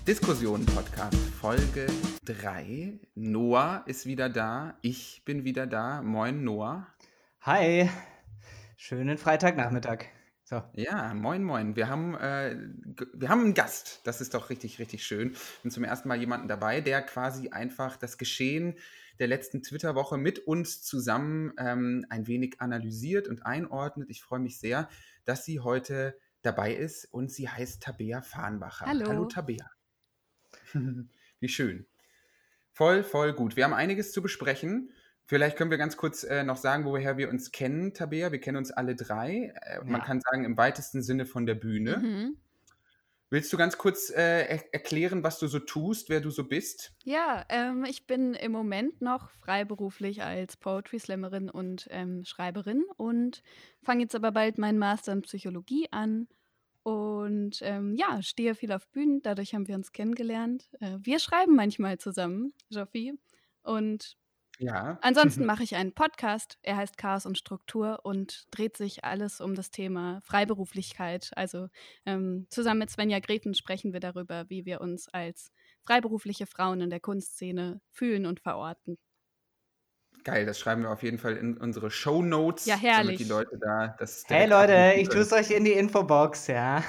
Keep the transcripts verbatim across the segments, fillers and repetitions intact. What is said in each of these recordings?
Diskussionen-Podcast, Folge drei. Noah ist wieder da, ich bin wieder da. Moin, Noah. Hi, schönen Freitagnachmittag. So. Ja, moin, moin. Wir haben, äh, g- wir haben einen Gast. Das ist doch richtig, richtig schön. Und zum ersten Mal jemanden dabei, der quasi einfach das Geschehen der letzten Twitter-Woche mit uns zusammen ähm, ein wenig analysiert und einordnet. Ich freue mich sehr, dass sie heute dabei ist und sie heißt Tabea Farnbacher. Hallo. Hallo, Tabea. Wie schön. Voll, voll gut. Wir haben einiges zu besprechen. Vielleicht können wir ganz kurz äh, noch sagen, woher wir uns kennen, Tabea. Wir kennen uns alle drei. Äh, Man Ja. kann sagen, im weitesten Sinne von der Bühne. Mhm. Willst du ganz kurz äh, er erklären, was du so tust, wer du so bist? Ja, ähm, ich bin im Moment noch freiberuflich als Poetry Slammerin und ähm, Schreiberin und fange jetzt aber bald meinen Master in Psychologie an und ähm, ja, stehe viel auf Bühnen, dadurch haben wir uns kennengelernt. Äh, wir schreiben manchmal zusammen, Joffi, und Ja. ansonsten mache ich einen Podcast, er heißt Chaos und Struktur und dreht sich alles um das Thema Freiberuflichkeit. Also ähm, zusammen mit Svenja Greten sprechen wir darüber, wie wir uns als freiberufliche Frauen in der Kunstszene fühlen und verorten. Geil, das schreiben wir auf jeden Fall in unsere Shownotes, Ja, damit herrlich. die Leute da das Hey direkt Leute, abrufen ich können. tue es euch in die Infobox, ja.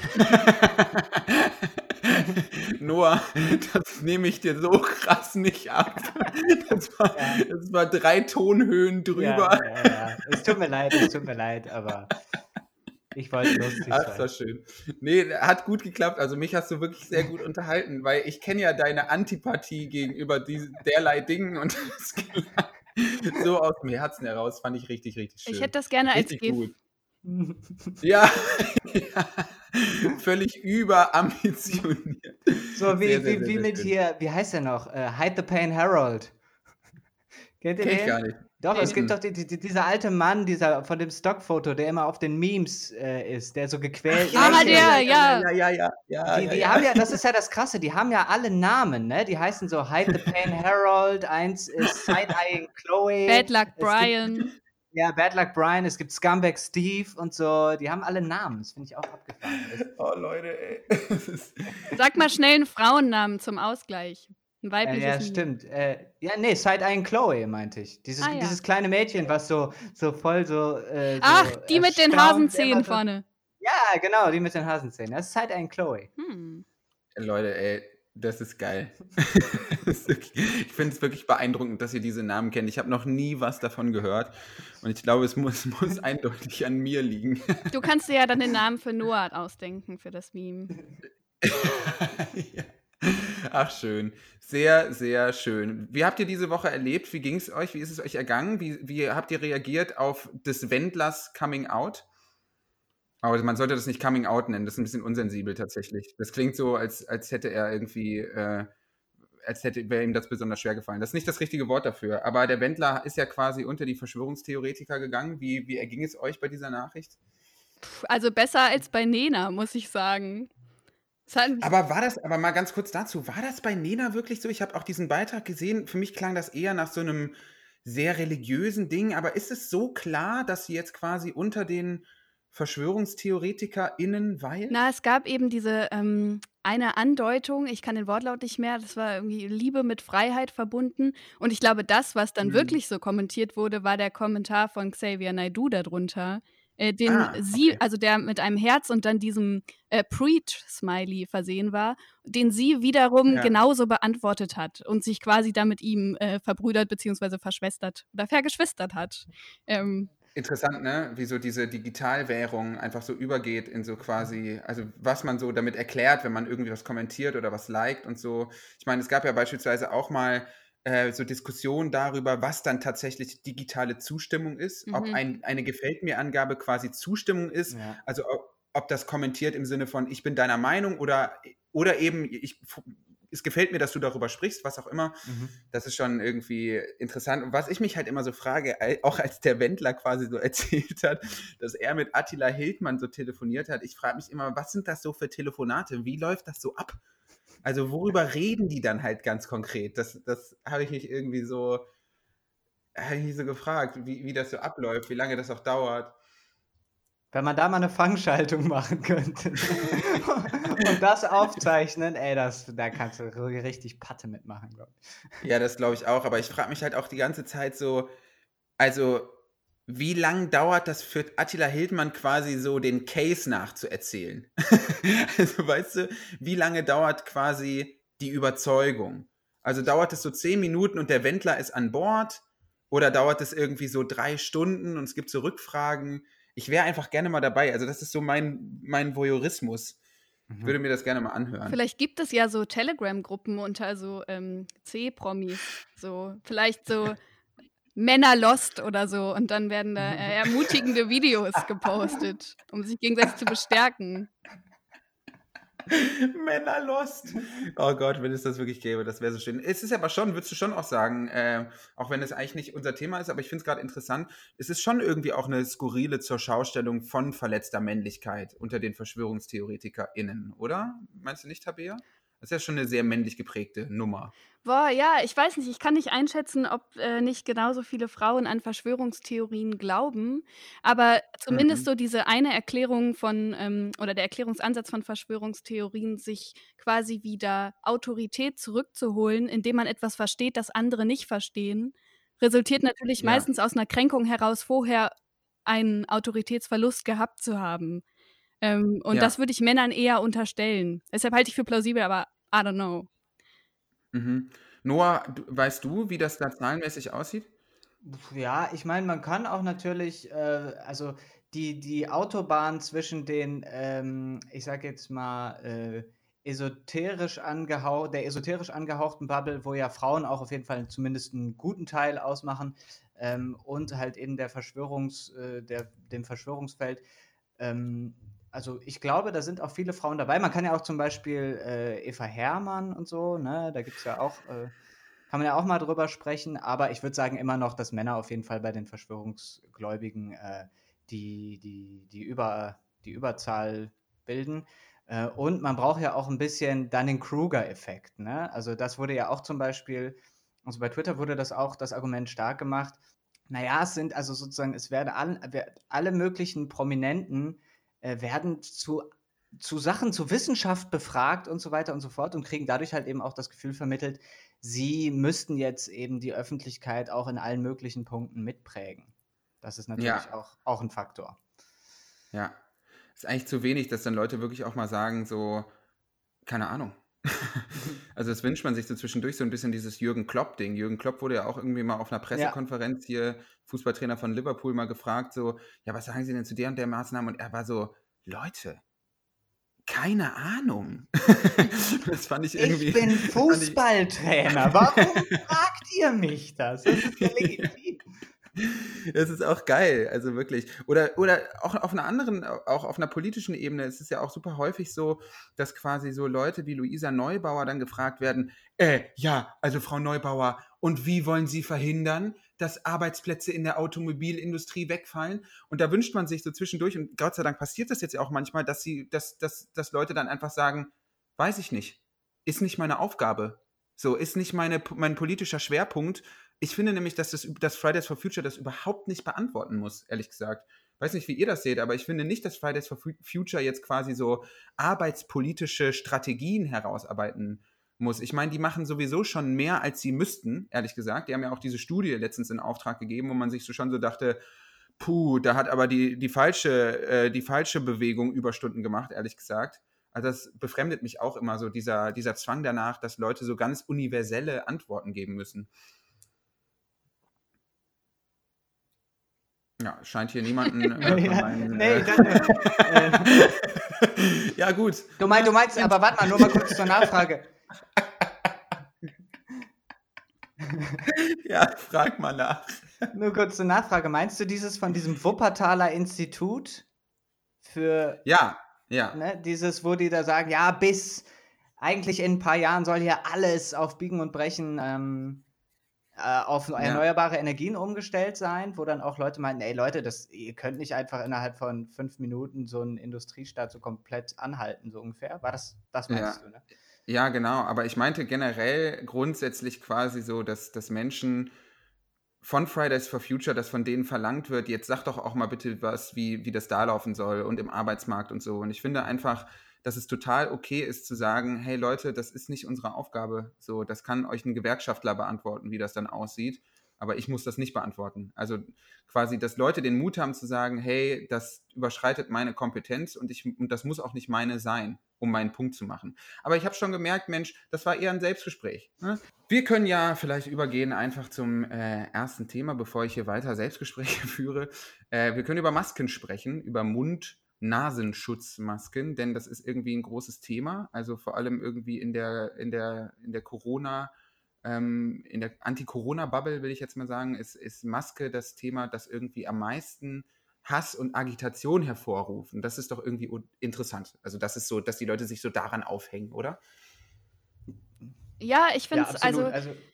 Noah, das nehme ich dir so krass nicht ab. Das war, Ja. das war drei Tonhöhen drüber. Ja, ja, ja. Es tut mir leid, es tut mir leid, aber ich wollte lustig Ach, das war sein. schön. Nee, hat gut geklappt. Also mich hast du wirklich sehr gut unterhalten, weil ich kenne ja deine Antipathie gegenüber diese, derlei Dingen und das ging so aus dem Herzen heraus, fand ich richtig, richtig schön. Ich hätte das gerne als richtig GIF. gut. Ja, ja, völlig überambitioniert. So wie, Sehr, sehr, wie, sehr, wie sehr mit schön. hier, wie heißt der noch? Äh, Hide the Pain Harold. Kennt ihr Kenn ich den? gar nicht. Doch, es Mhm. gibt doch die, die, dieser alte Mann, dieser von dem Stockfoto, der immer auf den Memes äh, ist, der so gequält ja, lächelt. der, ja, ja. ja, ja, ja, ja, Die, ja, die ja. haben ja, das ist ja das Krasse, die haben ja alle Namen, ne? Die heißen so Hide the Pain Harold, eins ist Side-Eyeing Chloe. Bad Luck es Brian. Gibt, ja, Bad Luck Brian, es gibt Scumbag Steve und so. Die haben alle Namen, das finde ich auch abgefahren. Das, Oh, Leute, ey. Das ist- Sag mal schnell einen Frauennamen zum Ausgleich. Ein äh, weibliches ja, Meme. stimmt. Äh, ja, nee, Side-Eyeing Chloe, meinte ich. Dieses, Ah, ja. dieses kleine Mädchen, was so, so voll so. Äh, so Ach, die mit den erstaunt Hasenzähnen immer so- vorne. Ja, genau, die mit den Hasenzähnen. Das ist Side-Eyeing Chloe. Hm. Leute, ey, das ist geil. Das ist wirklich, ich finde es wirklich beeindruckend, dass ihr diese Namen kennt. Ich habe noch nie was davon gehört. Und ich glaube, es muss, muss eindeutig an mir liegen. Du kannst dir ja dann den Namen für Noah ausdenken für das Meme. Ja. Ach, schön. Sehr, sehr schön. Wie habt ihr diese Woche erlebt? Wie ging es euch? Wie ist es euch ergangen? Wie, wie habt ihr reagiert auf des Wendlers Coming Out? Aber man sollte das nicht Coming Out nennen. Das ist ein bisschen unsensibel tatsächlich. Das klingt so, als, als hätte er irgendwie, äh, als hätte wäre ihm das besonders schwer gefallen. Das ist nicht das richtige Wort dafür. Aber der Wendler ist ja quasi unter die Verschwörungstheoretiker gegangen. Wie, wie erging es euch bei dieser Nachricht? Puh, also besser als bei Nena, muss ich sagen. Es hat, Aber war das, aber mal ganz kurz dazu, war das bei Nena wirklich so? Ich habe auch diesen Beitrag gesehen, für mich klang das eher nach so einem sehr religiösen Ding, aber ist es so klar, dass sie jetzt quasi unter den VerschwörungstheoretikerInnen weilt? na, es gab eben diese ähm, eine Andeutung, ich kann den Wortlaut nicht mehr, das war irgendwie Liebe mit Freiheit verbunden. Und ich glaube, das, was dann Hm. wirklich so kommentiert wurde, war der Kommentar von Xavier Naidoo darunter, äh, den Ah, sie, okay. also der mit einem Herz und dann diesem äh, Preach-Smiley versehen war, den sie wiederum Ja. genauso beantwortet hat und sich quasi da mit ihm äh, verbrüdert bzw. verschwestert oder vergeschwistert hat. Ähm, Interessant, ne? Wie so diese Digitalwährung einfach so übergeht in so quasi, also was man so damit erklärt, wenn man irgendwie was kommentiert oder was liked und so. Ich meine, es gab ja beispielsweise auch mal äh, so Diskussionen darüber, was dann tatsächlich digitale Zustimmung ist, ob Mhm. ein, eine Gefällt mir Angabe quasi Zustimmung ist, Ja. also ob, ob das kommentiert im Sinne von ich bin deiner Meinung oder, oder eben ich, es gefällt mir, dass du darüber sprichst, was auch immer. Mhm. Das ist schon irgendwie interessant. Und was ich mich halt immer so frage, al- auch als der Wendler quasi so erzählt hat, dass er mit Attila Hildmann so telefoniert hat, ich frage mich immer, was sind das so für Telefonate? Wie läuft das so ab? Also worüber reden die dann halt ganz konkret? Das, das habe ich mich irgendwie so, habe ich mich so gefragt, wie, wie das so abläuft, wie lange das auch dauert. Wenn man da mal eine Fangschaltung machen könnte. und das aufzeichnen, ey, das, da kannst du richtig Patte mitmachen, glaube ich. Ja, das glaube ich auch, aber ich frage mich halt auch die ganze Zeit so, also wie lang dauert das für Attila Hildmann quasi so den Case nachzuerzählen? Also weißt du, wie lange dauert quasi die Überzeugung? Also dauert es so zehn Minuten und der Wendler ist an Bord? Oder dauert es irgendwie so drei Stunden und es gibt so Rückfragen? Ich wäre einfach gerne mal dabei. Also das ist so mein, mein Voyeurismus. Ich Mhm. würde mir das gerne mal anhören. Vielleicht gibt es ja so Telegram-Gruppen unter so ähm, C-Promis. So, vielleicht so Männer Lost oder so. Und dann werden da äh, ermutigende Videos gepostet, um sich gegenseitig zu bestärken. Männer Lost. Oh Gott, wenn es das wirklich gäbe, das wäre so schön. Es ist aber schon, würdest du schon auch sagen, äh, auch wenn es eigentlich nicht unser Thema ist, aber ich finde es gerade interessant, es ist schon irgendwie auch eine skurrile Zurschaustellung von verletzter Männlichkeit unter den VerschwörungstheoretikerInnen, oder? Meinst du nicht, Tabea? Das ist ja schon eine sehr männlich geprägte Nummer. Boah, ja, ich weiß nicht, ich kann nicht einschätzen, ob äh, nicht genauso viele Frauen an Verschwörungstheorien glauben, aber zumindest Mhm. so diese eine Erklärung von, ähm, oder der Erklärungsansatz von Verschwörungstheorien, sich quasi wieder Autorität zurückzuholen, indem man etwas versteht, das andere nicht verstehen, resultiert natürlich Ja. meistens aus einer Kränkung heraus, vorher einen Autoritätsverlust gehabt zu haben. Ähm, und Ja. das würde ich Männern eher unterstellen. Deshalb halte ich für plausibel, aber I don't know. Mhm. Noah, du, weißt du, wie das da zahlenmäßig aussieht? Ja, ich meine, man kann auch natürlich, äh, also die, die Autobahn zwischen den, ähm, ich sag jetzt mal, äh, esoterisch angehauch, der esoterisch angehauchten Bubble, wo ja Frauen auch auf jeden Fall zumindest einen guten Teil ausmachen, ähm, und halt in der Verschwörungs, äh, der, dem Verschwörungsfeld. Ähm, also ich glaube, da sind auch viele Frauen dabei. Man kann ja auch zum Beispiel äh, Eva Herrmann und so, ne, da gibt es ja auch, äh, kann man ja auch mal drüber sprechen, aber ich würde sagen immer noch, dass Männer auf jeden Fall bei den Verschwörungsgläubigen äh, die, die, die, Über, die Überzahl bilden. Äh, und man braucht ja auch ein bisschen Dunning-Kruger-Effekt. Ne? Also das wurde ja auch zum Beispiel, also bei Twitter wurde das auch das Argument stark gemacht. Naja, es sind also sozusagen, es werden alle, alle möglichen Prominenten äh, werden zu, zu Sachen, zu Wissenschaft befragt und so weiter und so fort und kriegen dadurch halt eben auch das Gefühl vermittelt, sie müssten jetzt eben die Öffentlichkeit auch in allen möglichen Punkten mitprägen. Das ist natürlich Ja, auch, auch ein Faktor. ja. Ist eigentlich zu wenig, dass dann Leute wirklich auch mal sagen, so, keine Ahnung. Also das wünscht man sich so zwischendurch so ein bisschen dieses Jürgen Klopp-Ding. Jürgen Klopp wurde ja auch irgendwie mal auf einer Ja, Pressekonferenz hier, Fußballtrainer von Liverpool, mal gefragt, so, ja, was sagen Sie denn zu der und der Maßnahme? Und er war so, Leute, keine Ahnung. Das fand ich irgendwie, ich bin das fand ich, Fußballtrainer. Warum fragt ihr mich das? Das ist ja legitim. das ist auch geil, also wirklich. Oder, oder auch auf einer anderen, auch auf einer politischen Ebene, es ist ja auch super häufig so, dass quasi so Leute wie Luisa Neubauer dann gefragt werden, äh, ja, also Frau Neubauer, und wie wollen Sie verhindern, dass Arbeitsplätze in der Automobilindustrie wegfallen? Und da wünscht man sich so zwischendurch, und Gott sei Dank passiert das jetzt ja auch manchmal, dass sie, dass, dass, dass Leute dann einfach sagen, weiß ich nicht, ist nicht meine Aufgabe. So, ist nicht meine, mein politischer Schwerpunkt. Ich finde nämlich, dass, das, dass Fridays for Future das überhaupt nicht beantworten muss, ehrlich gesagt. Weiß nicht, wie ihr das seht, aber ich finde nicht, dass Fridays for Future jetzt quasi so arbeitspolitische Strategien herausarbeiten muss. Ich meine, die machen sowieso schon mehr, als sie müssten, ehrlich gesagt. Die haben ja auch diese Studie letztens in Auftrag gegeben, wo man sich so schon so dachte, puh, da hat aber die, die, falsche, äh, die falsche Bewegung Überstunden gemacht, ehrlich gesagt. Also das befremdet mich auch immer so, dieser, dieser Zwang danach, dass Leute so ganz universelle Antworten geben müssen. Ja, scheint hier niemanden äh, von Ja, meinen. nee, Äh, ich dachte, äh, ja, gut. du, mein, du meinst, aber warte mal, nur mal kurz zur Nachfrage. Ja, frag mal nach. Nur kurz zur Nachfrage. Meinst du dieses von diesem Wuppertaler Institut für, Ja, ja, ne, dieses, wo die da sagen, ja, bis eigentlich in ein paar Jahren soll hier alles auf Biegen und Brechen ähm, äh, auf ja, erneuerbare Energien umgestellt sein, wo dann auch Leute meinten, ey Leute, das, ihr könnt nicht einfach innerhalb von fünf Minuten so einen Industriestaat so komplett anhalten, so ungefähr. War das, das meinst ja. du, ne? Ja, genau. Aber ich meinte generell grundsätzlich quasi so, dass, dass Menschen von Fridays for Future, dass von denen verlangt wird, jetzt sag doch auch mal bitte was, wie, wie das da laufen soll und im Arbeitsmarkt und so. Und ich finde einfach, dass es total okay ist zu sagen, hey Leute, das ist nicht unsere Aufgabe. So, das kann euch ein Gewerkschaftler beantworten, wie das dann aussieht. Aber ich muss das nicht beantworten. Also quasi, dass Leute den Mut haben zu sagen, hey, das überschreitet meine Kompetenz und, ich, und das muss auch nicht meine sein, um meinen Punkt zu machen. Aber ich habe schon gemerkt, Mensch, das war eher ein Selbstgespräch. Ne? Wir können ja vielleicht übergehen einfach zum äh, ersten Thema, bevor ich hier weiter Selbstgespräche führe. Äh, wir können über Masken sprechen, über Mund-Nasenschutzmasken, denn das ist irgendwie ein großes Thema. Also vor allem irgendwie in der, in der, in der Corona- Ähm, in der Anti-Corona-Bubble, will ich jetzt mal sagen, ist, ist Maske das Thema, das irgendwie am meisten Hass und Agitation hervorruft. Und das ist doch irgendwie un- interessant. Also das ist so, dass die Leute sich so daran aufhängen, oder? Ja, ich finde Ja, es, absolut. also, Also,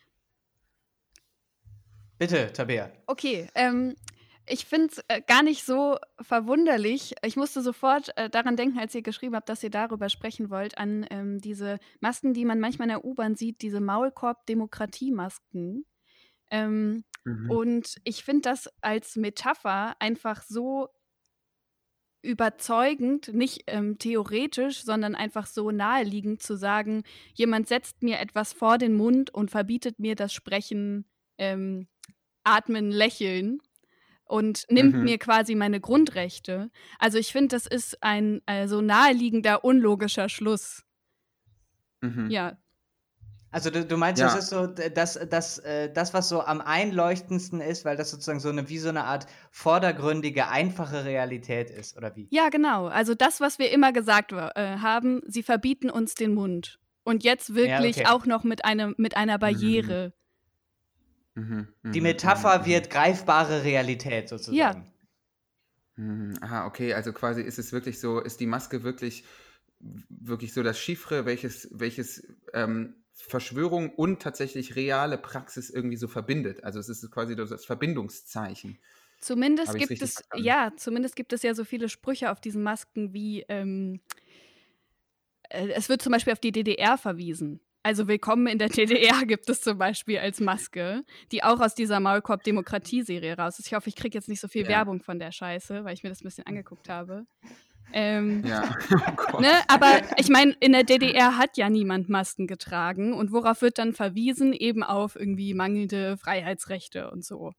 bitte, Tabea. okay, ähm, ich finde es äh, gar nicht so verwunderlich. Ich musste sofort äh, daran denken, als ihr geschrieben habt, dass ihr darüber sprechen wollt, an ähm, diese Masken, die man manchmal in der U-Bahn sieht, diese Maulkorb-Demokratie-Masken. Ähm, Mhm. und ich finde das als Metapher einfach so überzeugend, nicht ähm, theoretisch, sondern einfach so naheliegend zu sagen, jemand setzt mir etwas vor den Mund und verbietet mir das Sprechen, ähm, Atmen, Lächeln und nimmt Mhm. mir quasi meine Grundrechte. Also ich finde, das ist ein äh, so naheliegender, unlogischer Schluss. Mhm. Ja, Also du, du meinst, das Ja, ist so d- das, das, äh, das, was so am einleuchtendsten ist, weil das sozusagen so eine wie so eine Art vordergründige, einfache Realität ist, oder wie? ja, genau. Also das, was wir immer gesagt wa- äh, haben, sie verbieten uns den Mund. Und jetzt Ja, wirklich okay. auch noch mit, einem, mit einer Mhm. Barriere. Mhm. Die Mhm. Mhm. Metapher Mhm. wird greifbare Realität Ja, sozusagen. Mhm. Aha, okay, also quasi ist es wirklich so, ist die Maske wirklich, wirklich so das Chiffre, welches, welches ähm, Verschwörung und tatsächlich reale Praxis irgendwie so verbindet. Also es ist quasi das Verbindungszeichen. zumindest Habe ich es gibt richtig es, verstanden? ja, zumindest gibt es ja so viele Sprüche auf diesen Masken wie, ähm, äh, es wird zum Beispiel auf die D D R verwiesen. Also willkommen in der D D R gibt es zum Beispiel als Maske, die auch aus dieser Maulkorb-Demokratie-Serie raus ist. Ich hoffe, ich kriege jetzt nicht so viel Ja, Werbung von der Scheiße, weil ich mir das ein bisschen angeguckt habe. Ähm, ja, oh ne, Gott. aber ich meine, in der D D R hat ja niemand Masken getragen. Und worauf wird dann verwiesen? Eben auf irgendwie mangelnde Freiheitsrechte und so.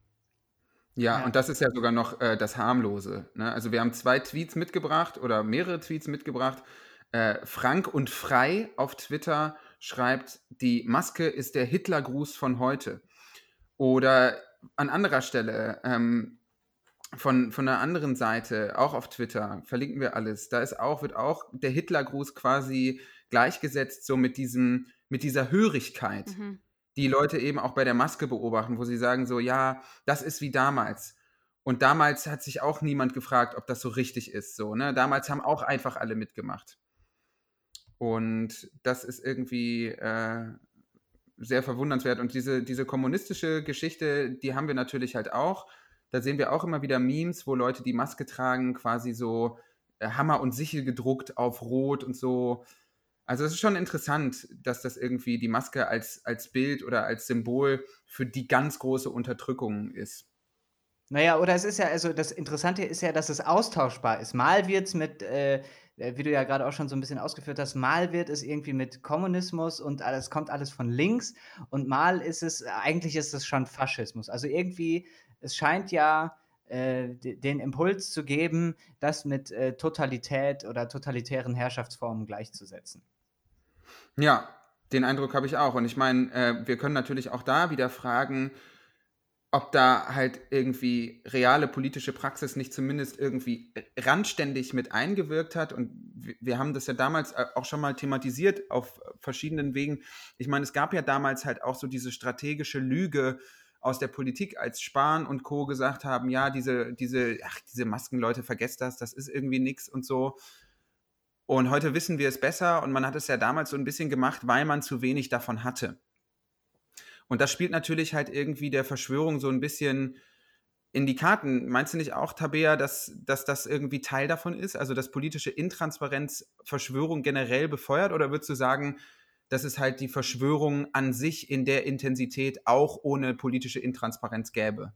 Ja, und Ja. das ist ja sogar noch äh, das Harmlose. Ne? Also wir haben zwei Tweets mitgebracht oder mehrere Tweets mitgebracht. Äh, Frank und Frei auf Twitter schreibt, die Maske ist der Hitlergruß von heute. Oder an anderer Stelle, ähm, von, von einer anderen Seite, auch auf Twitter, verlinken wir alles, da ist auch, wird auch der Hitlergruß quasi gleichgesetzt, so mit diesem, mit dieser Hörigkeit, Mhm. die Leute eben auch bei der Maske beobachten, wo sie sagen so, ja, das ist wie damals. Und damals hat sich auch niemand gefragt, ob das so richtig ist. So, ne? Damals haben auch einfach alle mitgemacht. Und das ist irgendwie äh, sehr verwundernswert. Und diese, diese kommunistische Geschichte, die haben wir natürlich halt auch. Da sehen wir auch immer wieder Memes, wo Leute die Maske tragen, quasi so äh, Hammer und Sichel gedruckt auf Rot und so. Also es ist schon interessant, dass das irgendwie die Maske als, als Bild oder als Symbol für die ganz große Unterdrückung ist. Naja, oder es ist ja, also das Interessante ist ja, dass es austauschbar ist. Mal wird es mit, äh, äh, wie du ja gerade auch schon so ein bisschen ausgeführt hast, mal wird es irgendwie mit Kommunismus und alles kommt alles von links und mal ist es, eigentlich ist es schon Faschismus. Also irgendwie, es scheint ja äh, de- den Impuls zu geben, das mit äh, Totalität oder totalitären Herrschaftsformen gleichzusetzen. Ja, den Eindruck habe ich auch. Und ich meine, äh, wir können natürlich auch da wieder fragen, ob da halt irgendwie reale politische Praxis nicht zumindest irgendwie randständig mit eingewirkt hat. Und wir wir haben das ja damals äh, auch schon mal thematisiert auf verschiedenen Wegen. Ich meine, es gab ja damals halt auch so diese strategische Lüge aus der Politik, als Spahn und Co. gesagt haben, ja, diese, diese, ach, diese Maskenleute, vergesst das, das ist irgendwie nix und so. Und heute wissen wir es besser und man hat es ja damals so ein bisschen gemacht, weil man zu wenig davon hatte. Und das spielt natürlich halt irgendwie der Verschwörung so ein bisschen in die Karten. Meinst du nicht auch, Tabea, dass, dass das irgendwie Teil davon ist? Also, dass politische Intransparenz Verschwörung generell befeuert? Oder würdest du sagen, dass es halt die Verschwörung an sich in der Intensität auch ohne politische Intransparenz gäbe?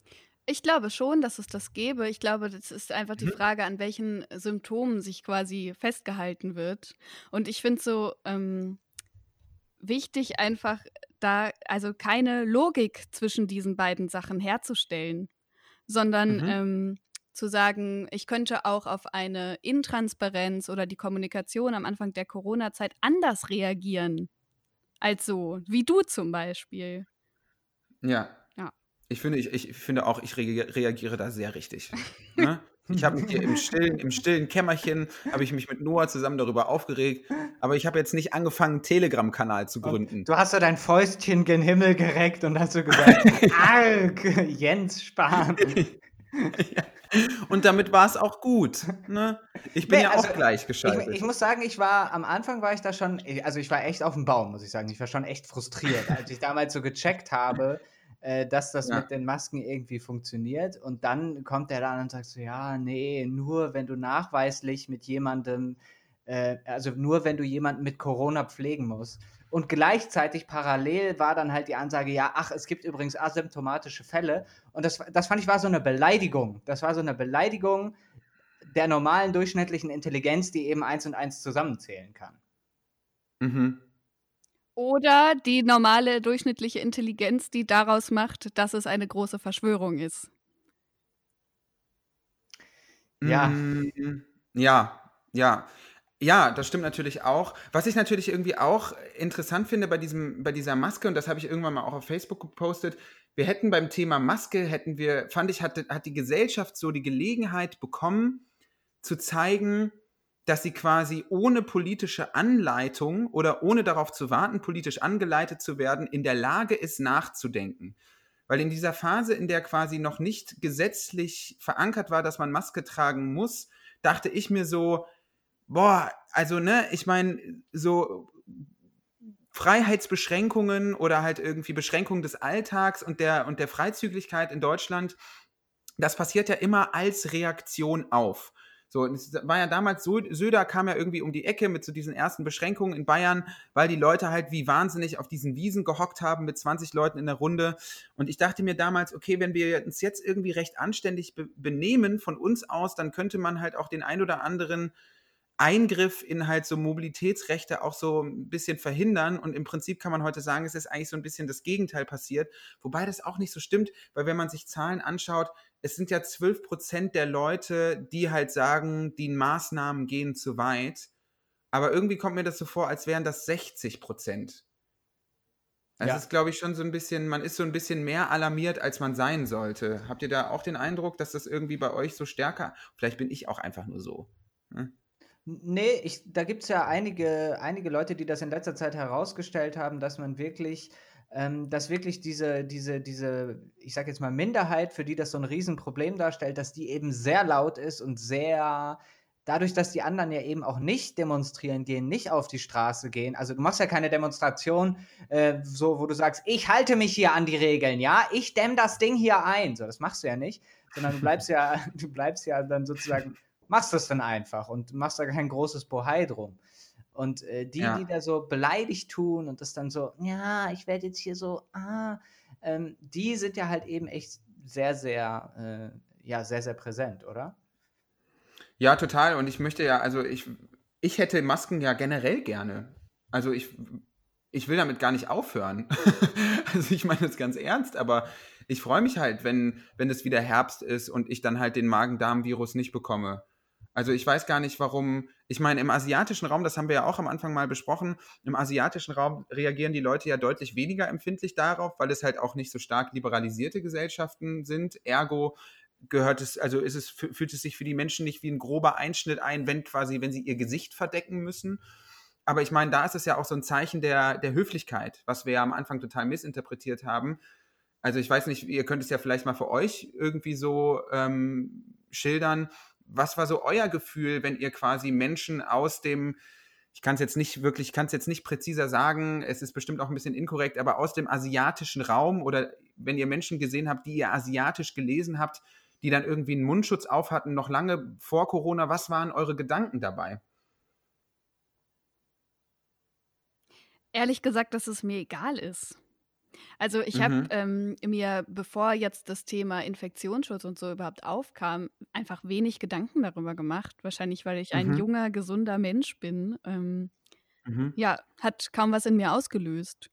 Ich glaube schon, dass es das gäbe. Ich glaube, das ist einfach die Mhm. Frage, an welchen Symptomen sich quasi festgehalten wird. Und ich finde so ähm, wichtig, einfach da, also keine Logik zwischen diesen beiden Sachen herzustellen, sondern Mhm. ähm, zu sagen, ich könnte auch auf eine Intransparenz oder die Kommunikation am Anfang der Corona-Zeit anders reagieren, als so, wie du zum Beispiel. Ja. Ja. Ich finde, ich, ich finde auch, ich rea- reagiere da sehr richtig. Ne? Ich habe mich hier im stillen, im stillen Kämmerchen, habe ich mich mit Noah zusammen darüber aufgeregt, aber ich habe jetzt nicht angefangen, einen Telegram-Kanal zu Und gründen. du hast so dein Fäustchen gen Himmel gereckt und hast so gesagt, Arg, Jens Spahn. Ja. Und damit war es auch gut. Ne? Ich bin Nee, ja also auch ich, ich gleichgeschaltet. muss sagen, ich war am Anfang war ich da schon, also ich war echt auf dem Baum, muss ich sagen. Ich war schon echt frustriert, als ich damals so gecheckt habe, äh, dass das Ja. mit den Masken irgendwie funktioniert. Und dann kommt der da und sagt so, ja, nee, nur wenn du nachweislich mit jemandem, äh, also nur wenn du jemanden mit Corona pflegen musst. Und gleichzeitig parallel war dann halt die Ansage, ja, ach, es gibt übrigens asymptomatische Fälle. Und das, das fand ich war so eine Beleidigung. Das war so eine Beleidigung der normalen durchschnittlichen Intelligenz, die eben eins und eins zusammenzählen kann. Mhm. Oder die normale durchschnittliche Intelligenz, die daraus macht, dass es eine große Verschwörung ist. Ja. Mm, Ja, ja. Ja, das stimmt natürlich auch. Was ich natürlich irgendwie auch interessant finde bei diesem, bei dieser Maske, und das habe ich irgendwann mal auch auf Facebook gepostet, wir hätten beim Thema Maske, hätten wir, fand ich, hat, hat die Gesellschaft so die Gelegenheit bekommen, zu zeigen, dass sie quasi ohne politische Anleitung oder ohne darauf zu warten, politisch angeleitet zu werden, in der Lage ist, nachzudenken. Weil in dieser Phase, in der quasi noch nicht gesetzlich verankert war, dass man Maske tragen muss, dachte ich mir so, boah, also ne, ich meine, so Freiheitsbeschränkungen oder halt irgendwie Beschränkungen des Alltags und der, und der Freizügigkeit in Deutschland, das passiert ja immer als Reaktion auf. So, und es war ja damals so, Söder kam ja irgendwie um die Ecke mit so diesen ersten Beschränkungen in Bayern, weil die Leute halt wie wahnsinnig auf diesen Wiesen gehockt haben mit zwanzig Leuten in der Runde. Und ich dachte mir damals, okay, wenn wir uns jetzt irgendwie recht anständig be- benehmen von uns aus, dann könnte man halt auch den ein oder anderen Eingriff in halt so Mobilitätsrechte auch so ein bisschen verhindern. Und im Prinzip kann man heute sagen, es ist eigentlich so ein bisschen das Gegenteil passiert. Wobei das auch nicht so stimmt, weil wenn man sich Zahlen anschaut, es sind ja zwölf Prozent der Leute, die halt sagen, die Maßnahmen gehen zu weit. Aber irgendwie kommt mir das so vor, als wären das sechzig Prozent. Es Ja. ist, glaube ich, schon so ein bisschen, man ist so ein bisschen mehr alarmiert, als man sein sollte. Habt ihr da auch den Eindruck, dass das irgendwie bei euch so stärker, vielleicht bin ich auch einfach nur so. Ne? Nee, ich, da gibt es ja einige, einige Leute, die das in letzter Zeit herausgestellt haben, dass man wirklich, ähm, dass wirklich diese, diese, diese, ich sag jetzt mal, Minderheit, für die das so ein Riesenproblem darstellt, dass die eben sehr laut ist und sehr, dadurch, dass die anderen ja eben auch nicht demonstrieren gehen, nicht auf die Straße gehen. Also du machst ja keine Demonstration, äh, so, wo du sagst, ich halte mich hier an die Regeln, ja, ich dämm das Ding hier ein. So, das machst du ja nicht, sondern du bleibst ja, du bleibst ja dann sozusagen machst das dann einfach und machst da kein großes Bohai drum. Und äh, die, die Ja. da so beleidigt tun und das dann so, ja, ich werde jetzt hier so, ah, ähm, die sind ja halt eben echt sehr, sehr, äh, ja, sehr, sehr präsent, oder? Ja, total. Und ich möchte ja, also ich, ich hätte Masken ja generell gerne. Also ich, ich will damit gar nicht aufhören. Also ich meine das ganz ernst, aber ich freue mich halt, wenn, wenn es wieder Herbst ist und ich dann halt den Magen-Darm-Virus nicht bekomme. Also ich weiß gar nicht, warum. Ich meine, im asiatischen Raum, das haben wir ja auch am Anfang mal besprochen, im asiatischen Raum reagieren die Leute ja deutlich weniger empfindlich darauf, weil es halt auch nicht so stark liberalisierte Gesellschaften sind. Ergo gehört es, also ist es, fühlt es sich für die Menschen nicht wie ein grober Einschnitt ein, wenn quasi, wenn sie ihr Gesicht verdecken müssen. Aber ich meine, da ist es ja auch so ein Zeichen der, der Höflichkeit, was wir ja am Anfang total missinterpretiert haben. Also ich weiß nicht, ihr könnt es ja vielleicht mal für euch irgendwie so ähm, schildern. Was war so euer Gefühl, wenn ihr quasi Menschen aus dem, ich kann es jetzt nicht wirklich, ich kann es jetzt nicht präziser sagen, es ist bestimmt auch ein bisschen inkorrekt, aber aus dem asiatischen Raum oder wenn ihr Menschen gesehen habt, die ihr asiatisch gelesen habt, die dann irgendwie einen Mundschutz auf hatten, noch lange vor Corona, was waren eure Gedanken dabei? Ehrlich gesagt, dass es mir egal ist. Also ich habe Mhm. ähm, mir, bevor jetzt das Thema Infektionsschutz und so überhaupt aufkam, einfach wenig Gedanken darüber gemacht. Wahrscheinlich, weil ich ein Mhm. junger, gesunder Mensch bin. Ähm, Mhm. ja, hat kaum was in mir ausgelöst.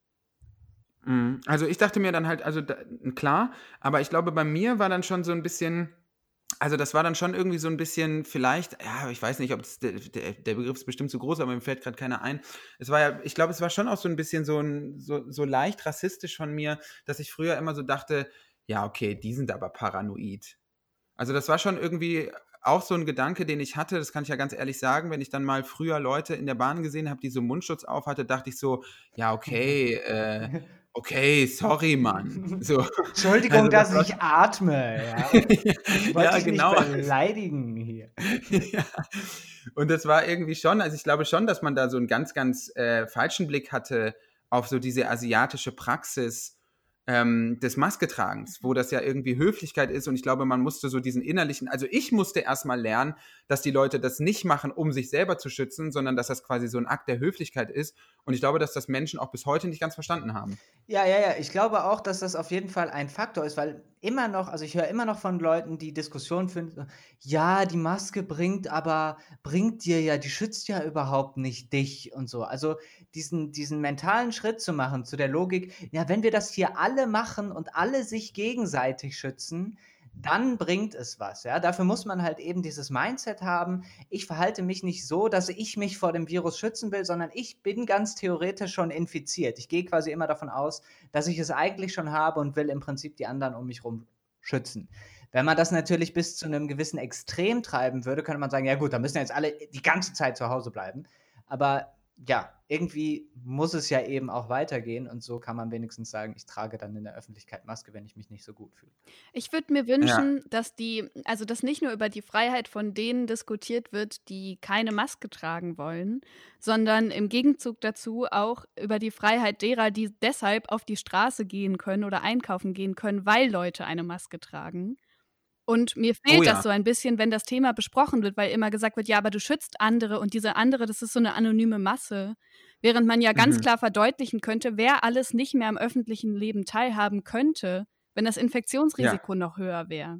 Mhm. Also, ich dachte mir dann halt, also, da klar, aber ich glaube, bei mir war dann schon so ein bisschen, also, das war dann schon irgendwie so ein bisschen vielleicht, ja, ich weiß nicht, ob das der der der Begriff ist bestimmt zu groß, aber mir fällt gerade keiner ein. Es war ja, ich glaube, es war schon auch so ein bisschen so 'n so so leicht rassistisch von mir, dass ich früher immer so dachte: „Ja, okay, die sind aber paranoid.“ Also, das war schon irgendwie auch so 'n Gedanke, den ich hatte, das kann ich ja ganz ehrlich sagen, wenn ich dann mal früher Leute in der Bahn gesehen habe, die so Mundschutz auf hatte, dachte ich so: „Ja, okay, äh, okay, sorry, Mann.“ So, Entschuldigung, also, das dass war ich atme, ja. Ich wollte ja, dich nicht genau. beleidigen hier. Ja. Und das war irgendwie schon, also, ich glaube schon, dass man da so 'n ganz, ganz, äh, falschen Blick hatte auf so diese asiatische Praxis, ähm, des Masketragens, wo das ja irgendwie Höflichkeit ist, und ich glaube, man musste so diesen innerlichen, also, ich musste erst mal lernen, dass die Leute das nicht machen, um sich selber zu schützen, sondern dass das quasi so 'n Akt der Höflichkeit ist, und ich glaube, dass das Menschen auch bis heute nicht ganz verstanden haben. Ja, ja, ja. Ich glaube auch, dass das auf jeden Fall ein Faktor ist, weil immer noch also, ich höre immer noch von Leuten, die Diskussionen führen, so: „Ja, die Maske bringt aber bringt dir ja die schützt ja überhaupt nicht dich“ und so. Also, diesen diesen mentalen Schritt zu machen zu der Logik: „Ja, wenn wir das hier alle machen und alle sich gegenseitig schützen, dann bringt es was“, ja? Dafür muss man halt eben dieses Mindset haben: „Ich verhalte mich nicht so, dass ich mich vor dem Virus schützen will, sondern ich bin ganz theoretisch schon infiziert.“ Ich gehe quasi immer davon aus, dass ich es eigentlich schon habe und will im Prinzip die anderen um mich herum schützen. Wenn man das natürlich bis zu einem gewissen Extrem treiben würde, könnte man sagen: „Ja gut, dann müssen jetzt alle die ganze Zeit zu Hause bleiben.“ Aber ja, irgendwie muss es ja eben auch weitergehen und so kann man wenigstens sagen: „Ich trage dann in der Öffentlichkeit Maske, wenn ich mich nicht so gut fühle.“ Ich würde mir Ja, wünschen, dass die also, dass nicht nur über die Freiheit von denen diskutiert wird, die keine Maske tragen wollen, sondern im Gegenzug dazu auch über die Freiheit derer, die deshalb auf die Straße gehen können oder einkaufen gehen können, weil Leute eine Maske tragen. Und mir oh fehlt das ja, so ein bisschen, wenn das Thema besprochen wird, weil immer gesagt wird: „Ja, aber du schützt andere und diese andere, das ist so eine anonyme Masse.“ Während man ja ganz mhm. klar verdeutlichen könnte, wer alles nicht mehr am öffentlichen Leben teilhaben könnte, wenn das Ja. Infektionsrisiko noch höher wäre.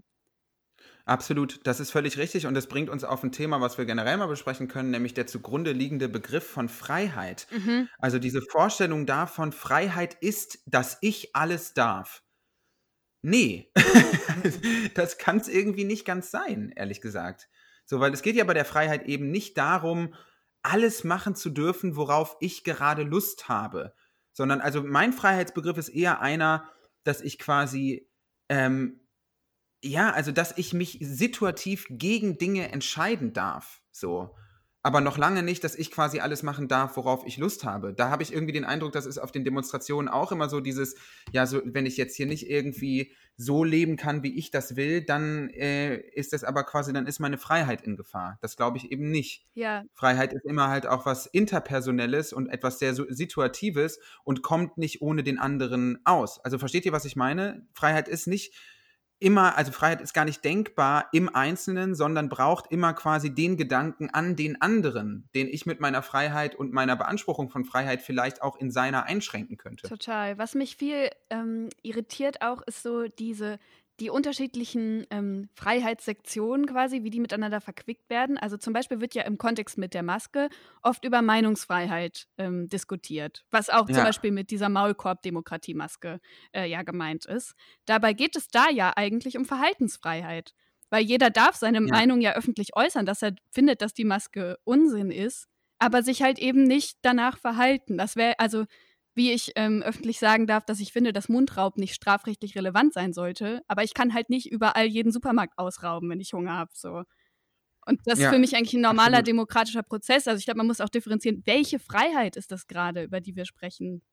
Absolut, das ist völlig richtig, und das bringt uns auf ein Thema, was wir generell mal besprechen können, nämlich der zugrunde liegende Begriff von Freiheit. Mhm. Also diese Vorstellung davon, Freiheit ist, dass ich alles darf. Ne, das kann es irgendwie nicht ganz sein, ehrlich gesagt. So, weil es geht ja bei der Freiheit eben nicht darum, alles machen zu dürfen, worauf ich gerade Lust habe, sondern, also, mein Freiheitsbegriff ist eher einer, dass ich quasi, ähm ja, also, dass ich mich situativ gegen Dinge entscheiden darf, so. Aber noch lange nicht, dass ich quasi alles machen darf, worauf ich Lust habe. Da habe ich irgendwie den Eindruck, das ist auf den Demonstrationen auch immer so dieses, ja, so, wenn ich jetzt hier nicht irgendwie so leben kann, wie ich das will, dann, äh, ist das aber quasi, dann ist meine Freiheit in Gefahr. Das glaube ich eben nicht. Ja, Freiheit ist immer halt auch was Interpersonelles und etwas sehr so Situatives und kommt nicht ohne den anderen aus. Also, versteht ihr, was ich meine? Freiheit ist nicht immer, also, Freiheit ist gar nicht denkbar im Einzelnen, sondern braucht immer quasi den Gedanken an den anderen, den ich mit meiner Freiheit und meiner Beanspruchung von Freiheit vielleicht auch in seiner einschränken könnte. total. Was mich viel, ähm, irritiert auch, ist so diese die unterschiedlichen, ähm, Freiheitssektionen quasi, wie die miteinander verquickt werden. Also, zum Beispiel wird ja im Kontext mit der Maske oft über Meinungsfreiheit, ähm, diskutiert, was auch zum Ja, Beispiel mit dieser Maulkorb-Demokratie-Maske, äh, ja gemeint ist. Dabei geht es da ja eigentlich um Verhaltensfreiheit, weil jeder darf seine ja, Meinung ja öffentlich äußern, dass er findet, dass die Maske Unsinn ist, aber sich halt eben nicht danach verhalten. Das wäre also wie ich, ähm, öffentlich sagen darf, dass ich finde, dass Mundraub nicht strafrechtlich relevant sein sollte, aber ich kann halt nicht überall jeden Supermarkt ausrauben, wenn ich Hunger habe, so. Und das ist für ja, mich eigentlich 'n normaler absolut. demokratischer Prozess. Also, ich glaube, man muss auch differenzieren, welche Freiheit ist das grade, über die wir sprechen?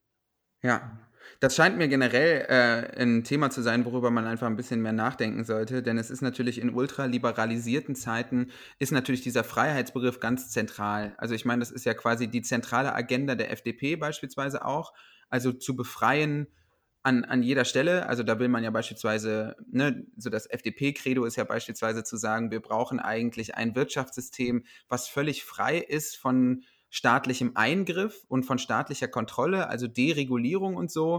Ja, das scheint mir generell, äh, 'n Thema zu sein, worüber man einfach ein bisschen mehr nachdenken sollte, denn es ist natürlich in ultraliberalisierten Zeiten, ist natürlich dieser Freiheitsbegriff ganz zentral. Also, ich meine, das ist ja quasi die zentrale Agenda der F D P beispielsweise auch, also zu befreien an an jeder Stelle. Also, da will man ja beispielsweise, ne, so das F D P-Credo ist ja beispielsweise zu sagen, wir brauchen eigentlich ein Wirtschaftssystem, was völlig frei ist von staatlichem Eingriff und von staatlicher Kontrolle, also Deregulierung und so.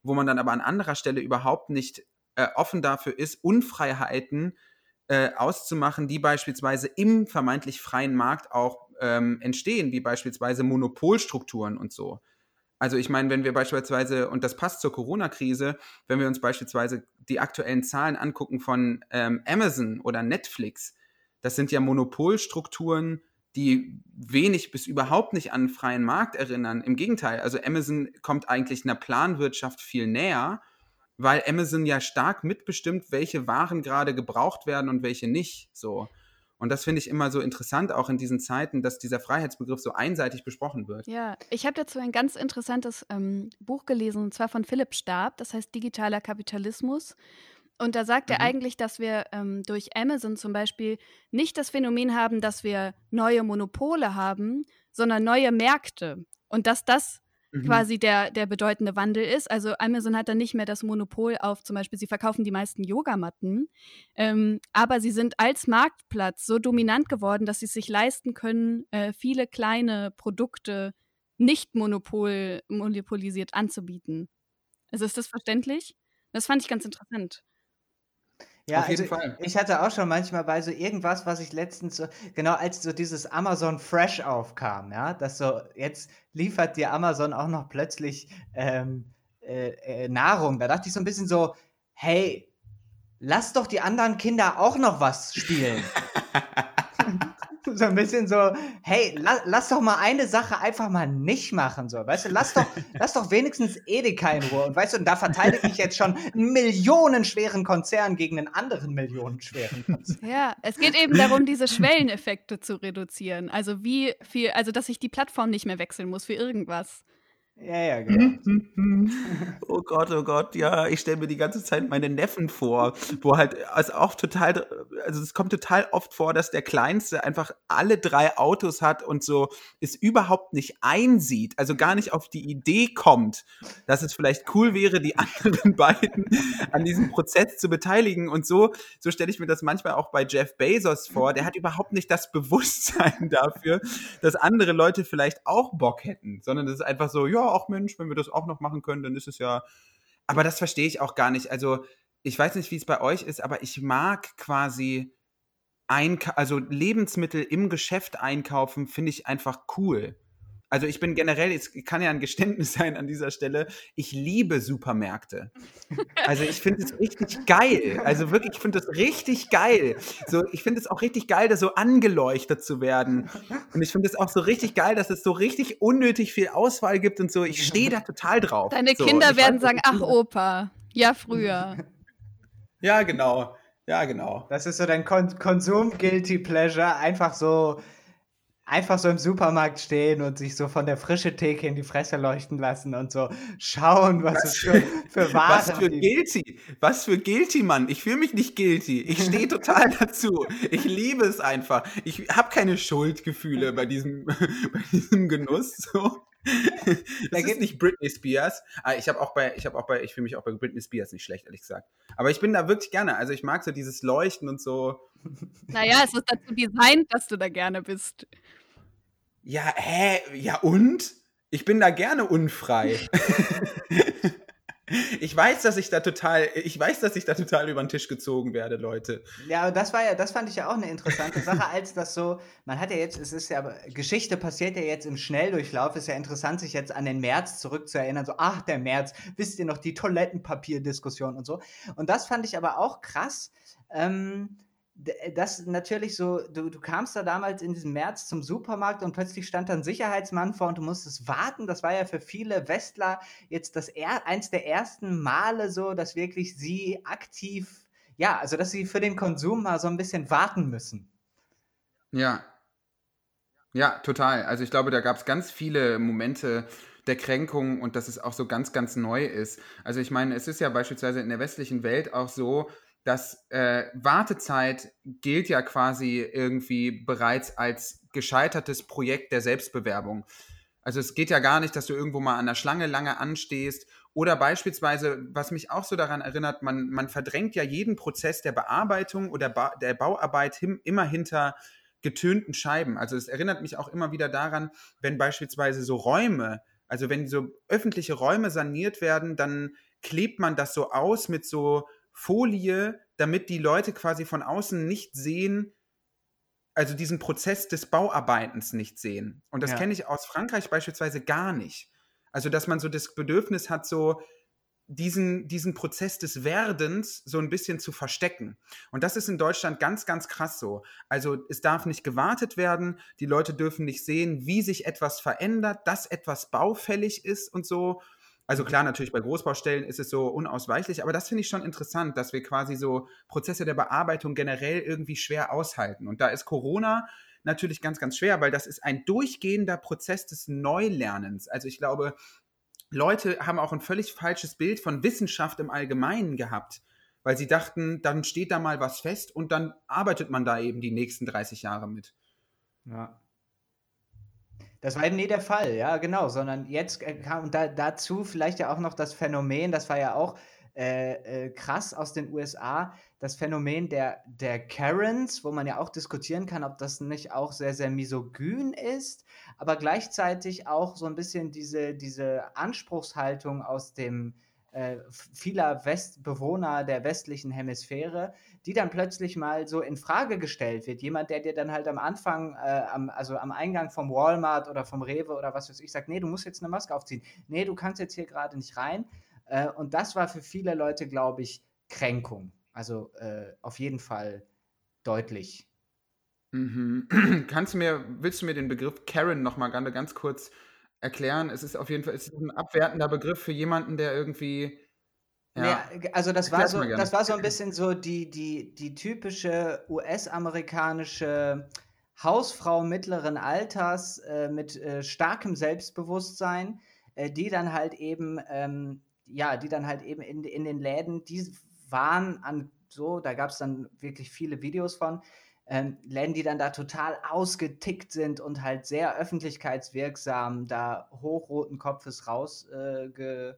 wo man dann aber an anderer Stelle überhaupt nicht äh, offen dafür ist, Unfreiheiten äh, auszumachen, die beispielsweise im vermeintlich freien Markt auch ähm, entstehen, wie beispielsweise Monopolstrukturen und so. Also ich meine, wenn wir beispielsweise, und das passt zur Corona-Krise, wenn wir uns beispielsweise die aktuellen Zahlen angucken von ähm, Amazon oder Netflix, das sind ja Monopolstrukturen, die wenig bis überhaupt nicht an freien Markt erinnern. Im Gegenteil, also Amazon kommt eigentlich einer Planwirtschaft viel näher, weil Amazon ja stark mitbestimmt, welche Waren gerade gebraucht werden und welche nicht. So. Und das finde ich immer so interessant, auch in diesen Zeiten, dass dieser Freiheitsbegriff so einseitig besprochen wird. Ja, ich habe dazu ein ganz interessantes ähm, Buch gelesen, und zwar von Philipp Starb, das heißt Digitaler Kapitalismus. Und da sagt er Mhm. eigentlich, dass wir ähm, durch Amazon zum Beispiel nicht das Phänomen haben, dass wir neue Monopole haben, sondern neue Märkte. Und dass das Mhm. quasi der, der bedeutende Wandel ist. Also Amazon hat dann nicht mehr das Monopol auf, zum Beispiel, sie verkaufen die meisten Yogamatten, ähm, aber sie sind als Marktplatz so dominant geworden, dass sie es sich leisten können, äh, viele kleine Produkte nicht monopol, monopolisiert anzubieten. Also ist das verständlich? Das fand ich ganz interessant. Ja, Auf jeden also Fall. ich hatte auch schon manchmal bei so irgendwas, was ich letztens so, genau als so dieses Amazon Fresh aufkam, ja, dass so, jetzt liefert dir Amazon auch noch plötzlich ähm, äh, äh, Nahrung. Da dachte ich so ein bisschen so, hey, lass doch die anderen Kinder auch noch was spielen. So ein bisschen so, hey, la, lass doch mal eine Sache einfach mal nicht machen, so, weißt du, lass doch, lass doch wenigstens Edeka in Ruhe. Und weißt du, und da verteidige ich jetzt schon einen millionenschweren Konzern gegen einen anderen millionenschweren Konzern. Ja, es geht eben darum, diese Schwelleneffekte zu reduzieren. Also wie viel, also dass ich die Plattform nicht mehr wechseln muss für irgendwas. Ja, ja, genau. Oh Gott, oh Gott, ja, ich stelle mir die ganze Zeit meine Neffen vor, wo halt, also auch total, also es kommt total oft vor, dass der Kleinste einfach alle drei Autos hat und so es überhaupt nicht einsieht, also gar nicht auf die Idee kommt, dass es vielleicht cool wäre, die anderen beiden an diesem Prozess zu beteiligen. Und so, so stelle ich mir das manchmal auch bei Jeff Bezos vor. Der hat überhaupt nicht das Bewusstsein dafür, dass andere Leute vielleicht auch Bock hätten, sondern das ist einfach so, ja, ach Mensch, wenn wir das auch noch machen können, dann ist es ja. Aber das verstehe ich auch gar nicht. Also, ich weiß nicht, wie es bei euch ist, aber ich mag quasi Einka- also Lebensmittel im Geschäft einkaufen, finde ich einfach cool. Also ich bin generell, es kann ja ein Geständnis sein an dieser Stelle, ich liebe Supermärkte. Also ich finde es richtig geil. Also wirklich, ich finde das richtig geil. So, ich finde es auch richtig geil, da so angeleuchtet zu werden. Und ich finde es auch so richtig geil, dass es so richtig unnötig viel Auswahl gibt und so. Ich stehe da total drauf. Deine so, Kinder ich werden weiß, sagen, ich ach finde- Opa, ja früher. Ja, genau. Ja, genau. Das ist so dein Kon Konsum-Guilty Pleasure, einfach so, einfach so im Supermarkt stehen und sich so von der frischen Theke in die Fresse leuchten lassen und so schauen, was, Was es für, für Was Waren für gibt. guilty. Was für guilty, Mann. Ich fühle mich nicht guilty. Ich stehe total dazu. Ich liebe es einfach. Ich habe keine Schuldgefühle bei diesem, bei diesem Genuss. So. Da Das ist gibt- nicht Britney Spears. Ah, ich habe auch bei, ich habe auch bei, ich fühle mich auch bei Britney Spears nicht schlecht, ehrlich gesagt. Aber ich bin da wirklich gerne. Also ich mag so dieses Leuchten und so. Naja, es ist dazu designt, dass du da gerne bist. Ja, hä? Ja und? Ich bin da gerne unfrei. Ich weiß, dass ich da total, ich weiß, dass ich da total über den Tisch gezogen werde, Leute. Ja, das war ja, das fand ich ja auch eine interessante Sache, als das so, man hat ja jetzt, es ist ja, Geschichte passiert ja jetzt im Schnelldurchlauf, ist ja interessant, sich jetzt an den März zurückzuerinnern, so, ach, der März, wisst ihr noch, die Toilettenpapierdiskussion und so. Und das fand ich aber auch krass, ähm, d- dass natürlich so, du, du kamst da damals in diesem März zum Supermarkt und plötzlich stand da ein Sicherheitsmann vor und du musstest warten. Das war ja für viele Westler jetzt das er, eins der ersten Male so, dass wirklich sie aktiv, ja, also dass sie für den Konsum mal so ein bisschen warten müssen. Ja, ja, total. Also ich glaube, da gab es ganz viele Momente der Kränkung und dass es auch so ganz, ganz neu ist. Also ich meine, es ist ja beispielsweise in der westlichen Welt auch so, dass äh, Wartezeit gilt ja quasi irgendwie bereits als gescheitertes Projekt der Selbstbewerbung. Also es geht ja gar nicht, dass du irgendwo mal an der Schlange lange anstehst oder beispielsweise, was mich auch so daran erinnert, man, man verdrängt ja jeden Prozess der Bearbeitung oder ba der Bauarbeit him immer hinter getönten Scheiben. Also es erinnert mich auch immer wieder daran, wenn beispielsweise so Räume, also wenn so öffentliche Räume saniert werden, dann klebt man das so aus mit so Folie, damit die Leute quasi von außen nicht sehen, also diesen Prozess des Bauarbeitens nicht sehen. Und das Ja. kenne ich aus Frankreich beispielsweise gar nicht. Also, dass man so das Bedürfnis hat, so diesen, diesen Prozess des Werdens so ein bisschen zu verstecken. Und das ist in Deutschland ganz, ganz krass so. Also es darf nicht gewartet werden, die Leute dürfen nicht sehen, wie sich etwas verändert, dass etwas baufällig ist und so. Also klar, natürlich bei Großbaustellen ist es so unausweichlich, aber das finde ich schon interessant, dass wir quasi so Prozesse der Bearbeitung generell irgendwie schwer aushalten. Und da ist Corona natürlich ganz, ganz schwer, weil das ist ein durchgehender Prozess des Neulernens. Also ich glaube, Leute haben auch ein völlig falsches Bild von Wissenschaft im Allgemeinen gehabt, weil sie dachten, dann steht da mal was fest und dann arbeitet man da eben die nächsten dreißig Jahre mit. Ja. Das war eben nie der Fall, ja, genau, sondern jetzt äh, kam da, dazu vielleicht ja auch noch das Phänomen, das war ja auch äh, äh, krass aus den U S A, das Phänomen der, der Karens, wo man ja auch diskutieren kann, ob das nicht auch sehr, sehr misogyn ist, aber gleichzeitig auch so ein bisschen diese, diese Anspruchshaltung aus dem äh, vieler West Bewohner der westlichen Hemisphäre, die dann plötzlich mal so in Frage gestellt wird. Jemand, der dir dann halt am Anfang, äh, am, also am Eingang vom Walmart oder vom Rewe oder was weiß ich, sagt, nee, du musst jetzt eine Maske aufziehen. Nee, du kannst jetzt hier gerade nicht rein. Äh, und das war für viele Leute, glaube ich, Kränkung. Also äh, auf jeden Fall deutlich. Mhm. Kannst du mir, willst du mir den Begriff Karen nochmal ganz, ganz kurz erklären? Es ist auf jeden Fall es ist ein abwertender Begriff für jemanden, der irgendwie, Ja, ja, also das war erklär's so, mal gerne. das war so ein bisschen so die, die, die typische U S-amerikanische Hausfrau mittleren Alters äh, mit äh, starkem Selbstbewusstsein, äh, die dann halt eben, ähm, ja, die dann halt eben in, in den Läden, die waren an so, da gab es dann wirklich viele Videos von, ähm, Läden, die dann da total ausgetickt sind und halt sehr öffentlichkeitswirksam da hochroten Kopfes raus, äh, ge,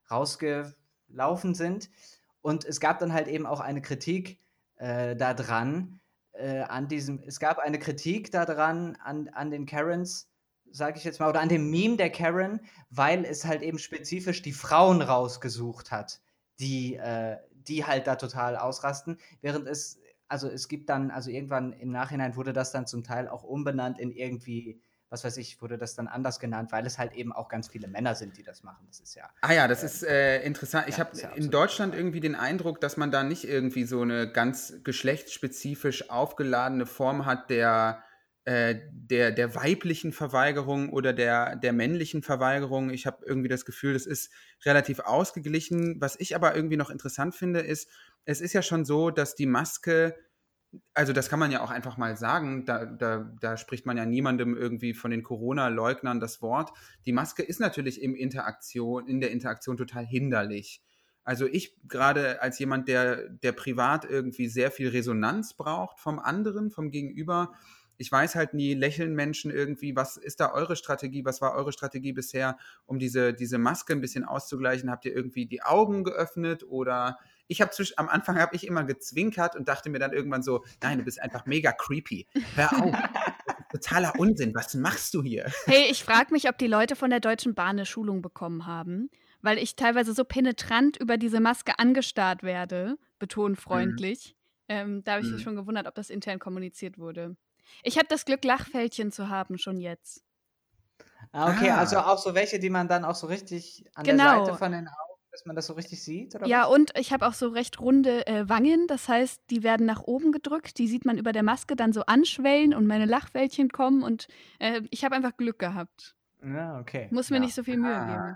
rausgelaufen sind. Und es gab dann halt eben auch eine Kritik äh, daran, äh, an diesem, es gab eine Kritik daran, an, an den Karens, sage ich jetzt mal, oder an dem Meme der Karen, weil es halt eben spezifisch die Frauen rausgesucht hat, die, äh, die halt da total ausrasten, während es, also es gibt dann, also irgendwann im Nachhinein wurde das dann zum Teil auch umbenannt in irgendwie, was weiß ich, wurde das dann anders genannt, weil es halt eben auch ganz viele Männer sind, die das machen. Das ist ja, Ah ja, das äh, ist äh, interessant. Ich ja, habe ist ja in absolut Deutschland normal. irgendwie den Eindruck, dass man da nicht irgendwie so eine ganz geschlechtsspezifisch aufgeladene Form hat der, äh, der, der weiblichen Verweigerung oder der, der männlichen Verweigerung. Ich habe irgendwie das Gefühl, das ist relativ ausgeglichen. Was ich aber irgendwie noch interessant finde, ist, es ist ja schon so, dass die Maske, also das kann man ja auch einfach mal sagen, da, da, da spricht man ja niemandem irgendwie von den Corona-Leugnern das Wort. Die Maske ist natürlich im Interaktion, in der Interaktion total hinderlich. Also ich gerade als jemand, der, der privat irgendwie sehr viel Resonanz braucht vom anderen, vom Gegenüber, ich weiß halt nie, lächeln Menschen irgendwie, was ist da eure Strategie, was war eure Strategie bisher, um diese, diese Maske ein bisschen auszugleichen? Habt ihr irgendwie die Augen geöffnet oder ich habe am Anfang habe ich immer gezwinkert und dachte mir dann irgendwann so, nein, du bist einfach mega creepy. Hör auf, das ist totaler Unsinn. Was machst du hier? Hey, ich frage mich, ob die Leute von der Deutschen Bahn eine Schulung bekommen haben, weil ich teilweise so penetrant über diese Maske angestarrt werde, betont freundlich. Ähm, da habe ich mich Hm. schon gewundert, ob das intern kommuniziert wurde. Ich habe das Glück, Lachfältchen zu haben, schon jetzt. Ah, okay, also Ah, auch so welche, die man dann auch so richtig an der Seite Genau. von den Augen, dass man das so richtig sieht, oder Ja, was? und ich habe auch so recht runde äh, Wangen. Das heißt, die werden nach oben gedrückt. Die sieht man über der Maske dann so anschwellen und meine Lachfältchen kommen. Und äh, ich habe einfach Glück gehabt. Ja, okay, Muss mir ja. nicht so viel Mühe ah, geben.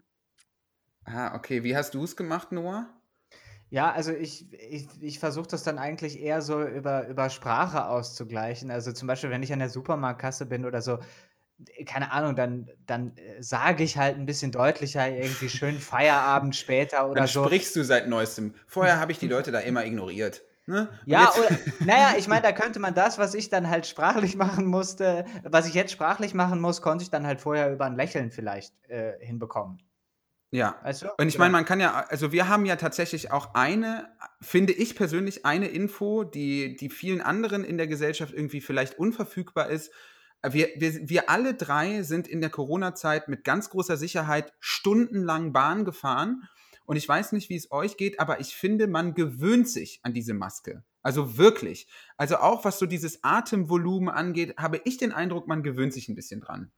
ah, okay. Wie hast du es gemacht, Noah? Ja, also ich, ich, ich versuche das dann eigentlich eher so über, über Sprache auszugleichen. Also zum Beispiel, wenn ich an der Supermarktkasse bin oder so, keine Ahnung, dann, dann äh, sage ich halt ein bisschen deutlicher irgendwie schönen Feierabend später Dann oder so. sprichst du seit Neuestem. Vorher habe ich die Leute da immer ignoriert. Ne? Und Ja, jetzt. oder, naja, ich meine, da könnte man das, was ich dann halt sprachlich machen musste, was ich jetzt sprachlich machen muss, konnte ich dann halt vorher über ein Lächeln vielleicht äh, hinbekommen. Ja. Weißt du? Und ich meine, Oder? man kann ja, also wir haben ja tatsächlich auch eine, finde ich persönlich, eine Info, die, die vielen anderen in der Gesellschaft irgendwie vielleicht unverfügbar ist. Wir, wir, wir alle drei sind in der Corona-Zeit mit ganz großer Sicherheit stundenlang Bahn gefahren Und ich weiß nicht, wie es euch geht, aber ich finde, man gewöhnt sich an diese Maske. Also wirklich. Also auch was so dieses Atemvolumen angeht, habe ich den Eindruck, man gewöhnt sich ein bisschen dran.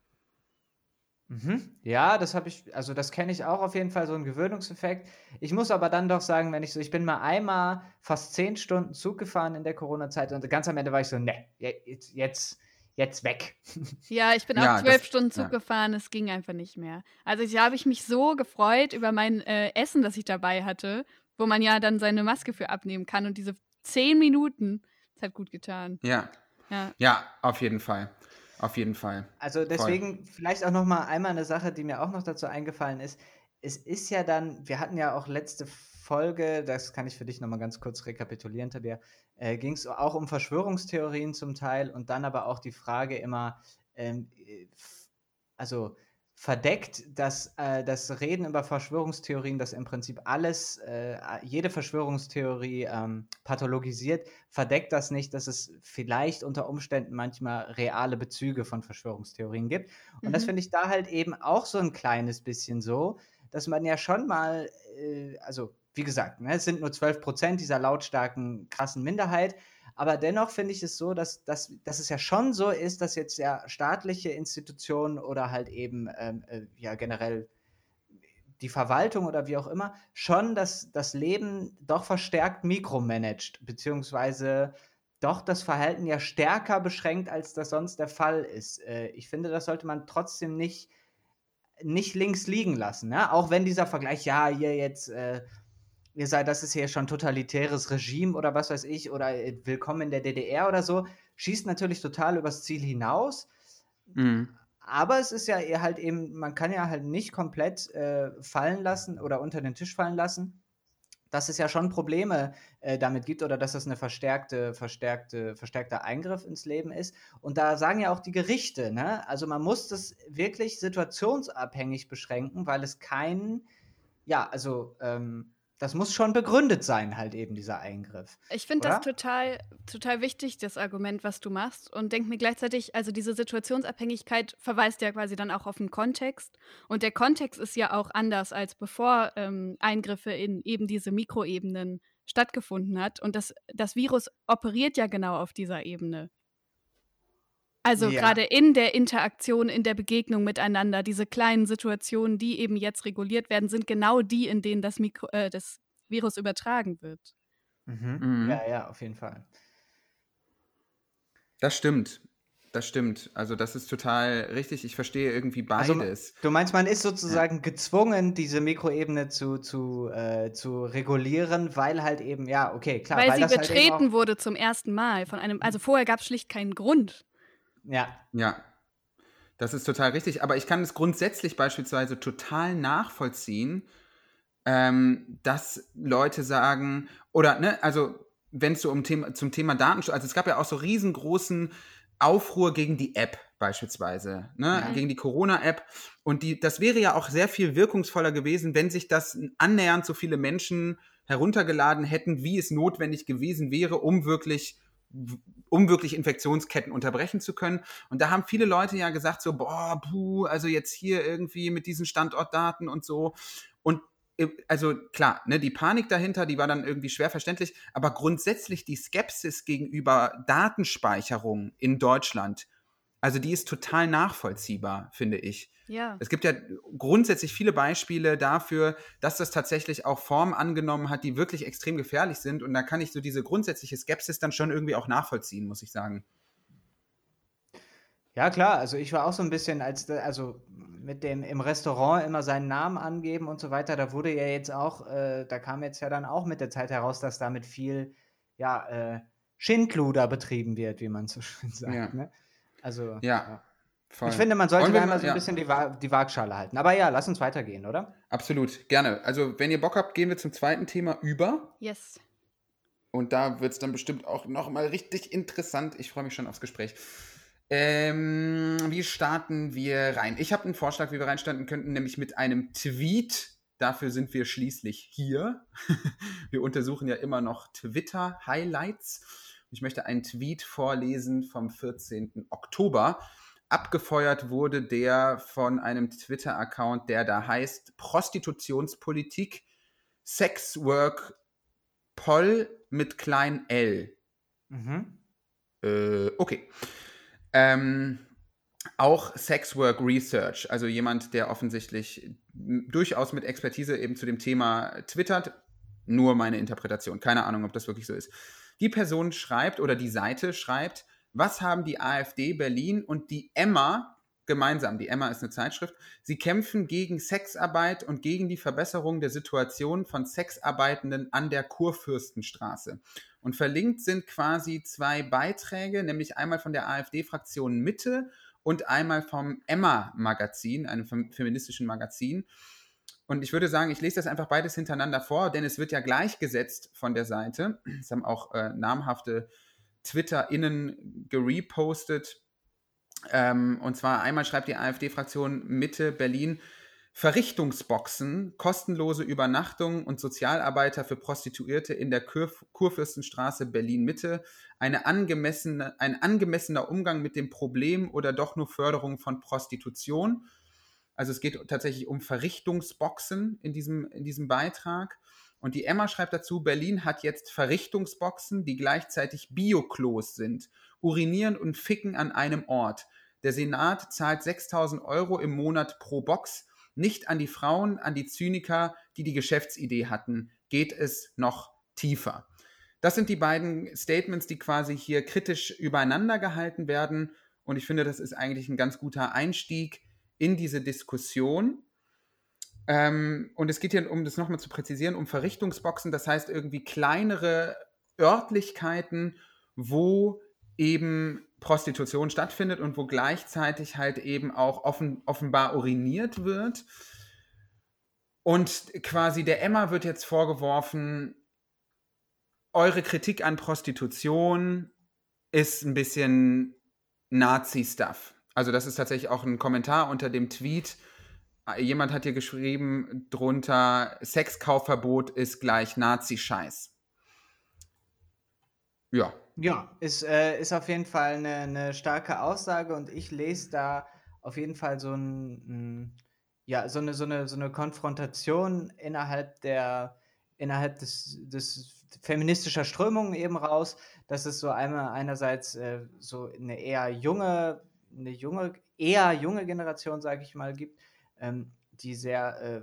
Mhm. Ja, das habe ich, also das kenne ich auch auf jeden Fall, so einen Gewöhnungseffekt. Ich muss aber dann doch sagen, wenn ich so, ich bin mal einmal fast zehn Stunden Zug gefahren in der Corona-Zeit und ganz am Ende war ich so, ne, jetzt, jetzt, jetzt weg. Ja, ich bin auch Ja, zwölf das, Stunden Zug ja. gefahren, es ging einfach nicht mehr. Also ich habe ich mich so gefreut über mein äh, Essen, das ich dabei hatte, wo man ja dann seine Maske für abnehmen kann und diese zehn Minuten, das hat gut getan. Ja, Ja. ja, auf jeden Fall. Auf jeden Fall. Also Voll. deswegen vielleicht auch noch mal einmal eine Sache, die mir auch noch dazu eingefallen ist. Es ist ja dann, wir hatten ja auch letzte Folge, das kann ich für dich noch mal ganz kurz rekapitulieren, Tabea, äh, ging es auch um Verschwörungstheorien zum Teil und dann aber auch die Frage immer, ähm, äh, f- also verdeckt, dass äh, das Reden über Verschwörungstheorien, das im Prinzip alles, äh, jede Verschwörungstheorie ähm, pathologisiert, verdeckt das nicht, dass es vielleicht unter Umständen manchmal reale Bezüge von Verschwörungstheorien gibt. Und das Mhm. finde ich da halt eben auch so ein kleines bisschen so, dass man ja schon mal, äh, also wie gesagt, ne, es sind nur zwölf Prozent dieser lautstarken, krassen Minderheit, aber dennoch finde ich es so, dass, dass, dass es ja schon so ist, dass jetzt ja staatliche Institutionen oder halt eben ähm, äh, ja generell die Verwaltung oder wie auch immer schon das, das Leben doch verstärkt mikromanagt, beziehungsweise doch das Verhalten ja stärker beschränkt, als das sonst der Fall ist. Äh, ich finde, das sollte man trotzdem nicht, nicht links liegen lassen. Ne? Auch wenn dieser Vergleich, ja, hier jetzt, äh, ihr seid, das ist hier schon totalitäres Regime oder was weiß ich, oder äh, willkommen in der D D R oder so, schießt natürlich total übers Ziel hinaus. Mhm. Aber es ist ja eher halt eben, man kann ja halt nicht komplett äh, fallen lassen oder unter den Tisch fallen lassen, dass es ja schon Probleme äh, damit gibt oder dass das eine verstärkte, verstärkte, verstärkter Eingriff ins Leben ist. Und da sagen ja auch die Gerichte, ne? Also man muss das wirklich situationsabhängig beschränken, weil es kein, ja, also ähm, das muss schon begründet sein, halt eben dieser Eingriff, Ich finde das oder? total, total wichtig, das Argument, was du machst. Und denke mir gleichzeitig, also diese Situationsabhängigkeit verweist ja quasi dann auch auf den Kontext. Und der Kontext ist ja auch anders, als bevor ähm, Eingriffe in eben diese Mikroebenen stattgefunden hat. Und das, das Virus operiert ja genau auf dieser Ebene. Also Ja. gerade in der Interaktion, in der Begegnung miteinander, diese kleinen Situationen, die eben jetzt reguliert werden, sind genau die, in denen das, Mikro, äh, das Virus übertragen wird. Mhm. Mhm. Ja, ja, auf jeden Fall. Das stimmt. Das stimmt. Also das ist total richtig. Ich verstehe irgendwie Also, beides. du meinst, man ist Ja. sozusagen gezwungen, diese Mikroebene zu, zu, äh, zu regulieren, weil halt eben, ja, okay, klar, Weil weil sie das halt eben auch, betreten wurde zum ersten Mal von einem, also vorher gab es schlicht keinen Grund. ja, Ja, das ist total richtig. Aber ich kann es grundsätzlich beispielsweise total nachvollziehen, ähm, dass Leute sagen, oder, ne, also wenn es so um Thema, zum Thema Datenschutz, also es gab ja auch so riesengroßen Aufruhr gegen die App beispielsweise, ne, ja. gegen die Corona-App. Und die, das wäre ja auch sehr viel wirkungsvoller gewesen, wenn sich das annähernd so viele Menschen heruntergeladen hätten, wie es notwendig gewesen wäre, um wirklich um wirklich Infektionsketten unterbrechen zu können. Und da haben viele Leute ja gesagt so, boah, puh, also jetzt hier irgendwie mit diesen Standortdaten und so. Und also klar, ne, die Panik dahinter, die war dann irgendwie schwer verständlich, aber grundsätzlich die Skepsis gegenüber Datenspeicherung in Deutschland, also die ist total nachvollziehbar, finde ich. Ja. Es gibt ja grundsätzlich viele Beispiele dafür, dass das tatsächlich auch Formen angenommen hat, die wirklich extrem gefährlich sind. Und da kann ich so diese grundsätzliche Skepsis dann schon irgendwie auch nachvollziehen, muss ich sagen. Ja, klar, also ich war auch so ein bisschen, als, da- also mit dem im Restaurant immer seinen Namen angeben und so weiter, da wurde ja jetzt auch, äh, da kam jetzt ja dann auch mit der Zeit heraus, dass damit viel, ja, äh, Schindluder betrieben wird, wie man so schön sagt, Ja, ne? Also, ja, ja. Ich voll. finde, man sollte Wollen wir da immer mal, so ein ja, bisschen die, Wa die Waagschale halten. Aber ja, lass uns weitergehen, oder? absolut, gerne. Also wenn ihr Bock habt, gehen wir zum zweiten Thema über. Yes. Und da wird es dann bestimmt auch nochmal richtig interessant. Ich freue mich schon aufs Gespräch. Ähm, wie starten wir rein? Ich habe einen Vorschlag, wie wir reinstarten könnten, nämlich mit einem Tweet. Dafür sind wir schließlich hier. Wir untersuchen ja immer noch Twitter-Highlights. Ich möchte einen Tweet vorlesen vom vierzehnten Oktober. Abgefeuert wurde der von einem Twitter-Account, der da heißt Prostitutionspolitik. Sexwork Poll mit klein L. Mhm. Äh, okay. Ähm, auch Sexwork Research, also jemand, der offensichtlich m- durchaus mit Expertise eben zu dem Thema twittert. Nur meine Interpretation. Keine Ahnung, ob das wirklich so ist. Die Person schreibt oder die Seite schreibt, was haben die AfD Berlin und die Emma gemeinsam? Die Emma ist eine Zeitschrift. Sie kämpfen gegen Sexarbeit und gegen die Verbesserung der Situation von Sexarbeitenden an der Kurfürstenstraße. Und verlinkt sind quasi zwei Beiträge, nämlich einmal von der AfD-Fraktion Mitte und einmal vom Emma-Magazin, einem fem- feministischen Magazin. Und ich würde sagen, ich lese das einfach beides hintereinander vor, denn es wird ja gleichgesetzt von der Seite. Es haben auch äh, namhafte TwitterInnen gerepostet. Ähm, und zwar einmal schreibt die AfD-Fraktion Mitte Berlin, Verrichtungsboxen, kostenlose Übernachtung und Sozialarbeiter für Prostituierte in der Kur Kurfürstenstraße Berlin-Mitte, eine angemessene, ein angemessener Umgang mit dem Problem oder doch nur Förderung von Prostitution. Also es geht tatsächlich um Verrichtungsboxen in diesem, in diesem Beitrag. Und die Emma schreibt dazu, Berlin hat jetzt Verrichtungsboxen, die gleichzeitig Bioklos sind, urinieren und ficken an einem Ort. Der Senat zahlt sechstausend Euro im Monat pro Box, nicht an die Frauen, an die Zyniker, die die Geschäftsidee hatten. Geht es noch tiefer? Das sind die beiden Statements, die quasi hier kritisch übereinander gehalten werden. Und ich finde, das ist eigentlich ein ganz guter Einstieg in diese Diskussion. Ähm, und es geht hier, um das nochmal zu präzisieren, um Verrichtungsboxen, das heißt irgendwie kleinere Örtlichkeiten, wo eben Prostitution stattfindet und wo gleichzeitig halt eben auch offen, offenbar uriniert wird. Und quasi der Emma wird jetzt vorgeworfen, eure Kritik an Prostitution ist ein bisschen Nazi-Stuff. Also das ist tatsächlich auch ein Kommentar unter dem Tweet. Jemand hat hier geschrieben drunter, Sexkaufverbot ist gleich Nazi-Scheiß. Ja. Ja, ist, äh, ist auf jeden Fall eine, eine starke Aussage und ich lese da auf jeden Fall so ein, ein ja, so eine, so eine, so eine Konfrontation innerhalb der, innerhalb des, des feministischer Strömungen eben raus, dass es so einmal einerseits äh, so eine eher junge, eine junge, eher junge Generation, sage ich mal, gibt, ähm, die sehr äh,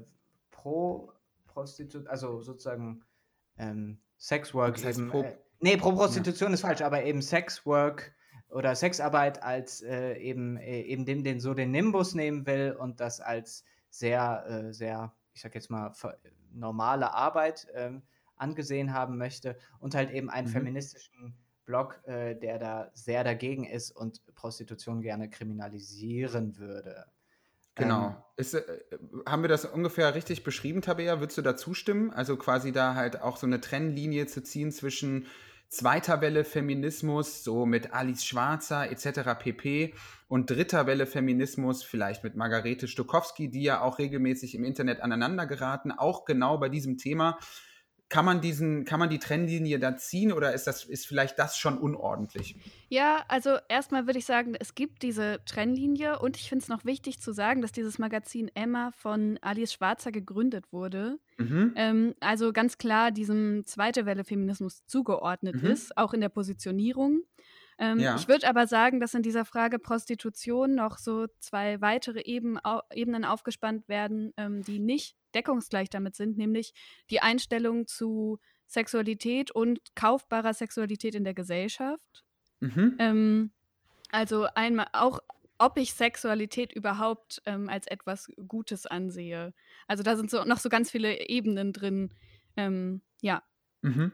pro Prostitution, also sozusagen ähm, Sexwork Das heißt eben. pro, Äh, nee, pro ja. Prostitution ist falsch, aber eben Sexwork oder Sexarbeit als äh, eben, äh, eben dem, den so den Nimbus nehmen will und das als sehr, äh, sehr, ich sag jetzt mal, ver- normale Arbeit ähm, angesehen haben möchte und halt eben einen Mhm. feministischen Blog, äh, der da sehr dagegen ist und Prostitution gerne kriminalisieren würde. Genau. Ähm, Ist, äh, haben wir das ungefähr richtig beschrieben, Tabea? Würdest du da zustimmen? Also quasi da halt auch so eine Trennlinie zu ziehen zwischen zweiter Welle Feminismus, so mit Alice Schwarzer et cetera pp. Und dritter Welle Feminismus, vielleicht mit Margarete Stokowski, die ja auch regelmäßig im Internet aneinander geraten, auch genau bei diesem Thema. Kann man diesen, kann man die Trennlinie da ziehen oder ist das, ist vielleicht das schon unordentlich? Ja, also erstmal würde ich sagen, es gibt diese Trennlinie und ich finde es noch wichtig zu sagen, dass dieses Magazin Emma von Alice Schwarzer gegründet wurde. Mhm. Ähm, also ganz klar diesem zweite Welle Feminismus zugeordnet Mhm. ist, auch in der Positionierung. Ähm, Ja. Ich würde aber sagen, dass in dieser Frage Prostitution noch so zwei weitere Eben, au, Ebenen aufgespannt werden, ähm, die nicht deckungsgleich damit sind, nämlich die Einstellung zu Sexualität und kaufbarer Sexualität in der Gesellschaft. Mhm. Ähm, also einmal auch, ob ich Sexualität überhaupt ähm, als etwas Gutes ansehe. Also da sind so noch so ganz viele Ebenen drin. Ähm, ja. Mhm.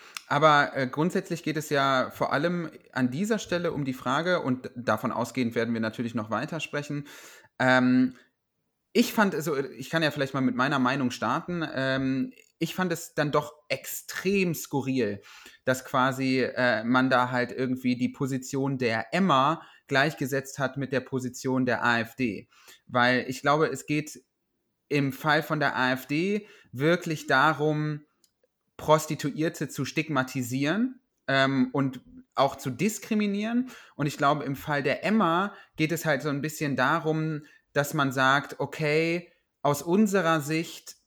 Aber äh, grundsätzlich geht es ja vor allem an dieser Stelle um die Frage, und davon ausgehend werden wir natürlich noch weitersprechen. Ähm, ich fand, also ich kann ja vielleicht mal mit meiner Meinung starten. Ähm, ich fand es dann doch extrem skurril, dass quasi äh, man da halt irgendwie die Position der Emma gleichgesetzt hat mit der Position der AfD. Weil ich glaube, es geht im Fall von der AfD wirklich darum, Prostituierte zu stigmatisieren ähm, und auch zu diskriminieren. Und ich glaube, im Fall der Emma geht es halt so ein bisschen darum, dass man sagt, okay, aus unserer Sicht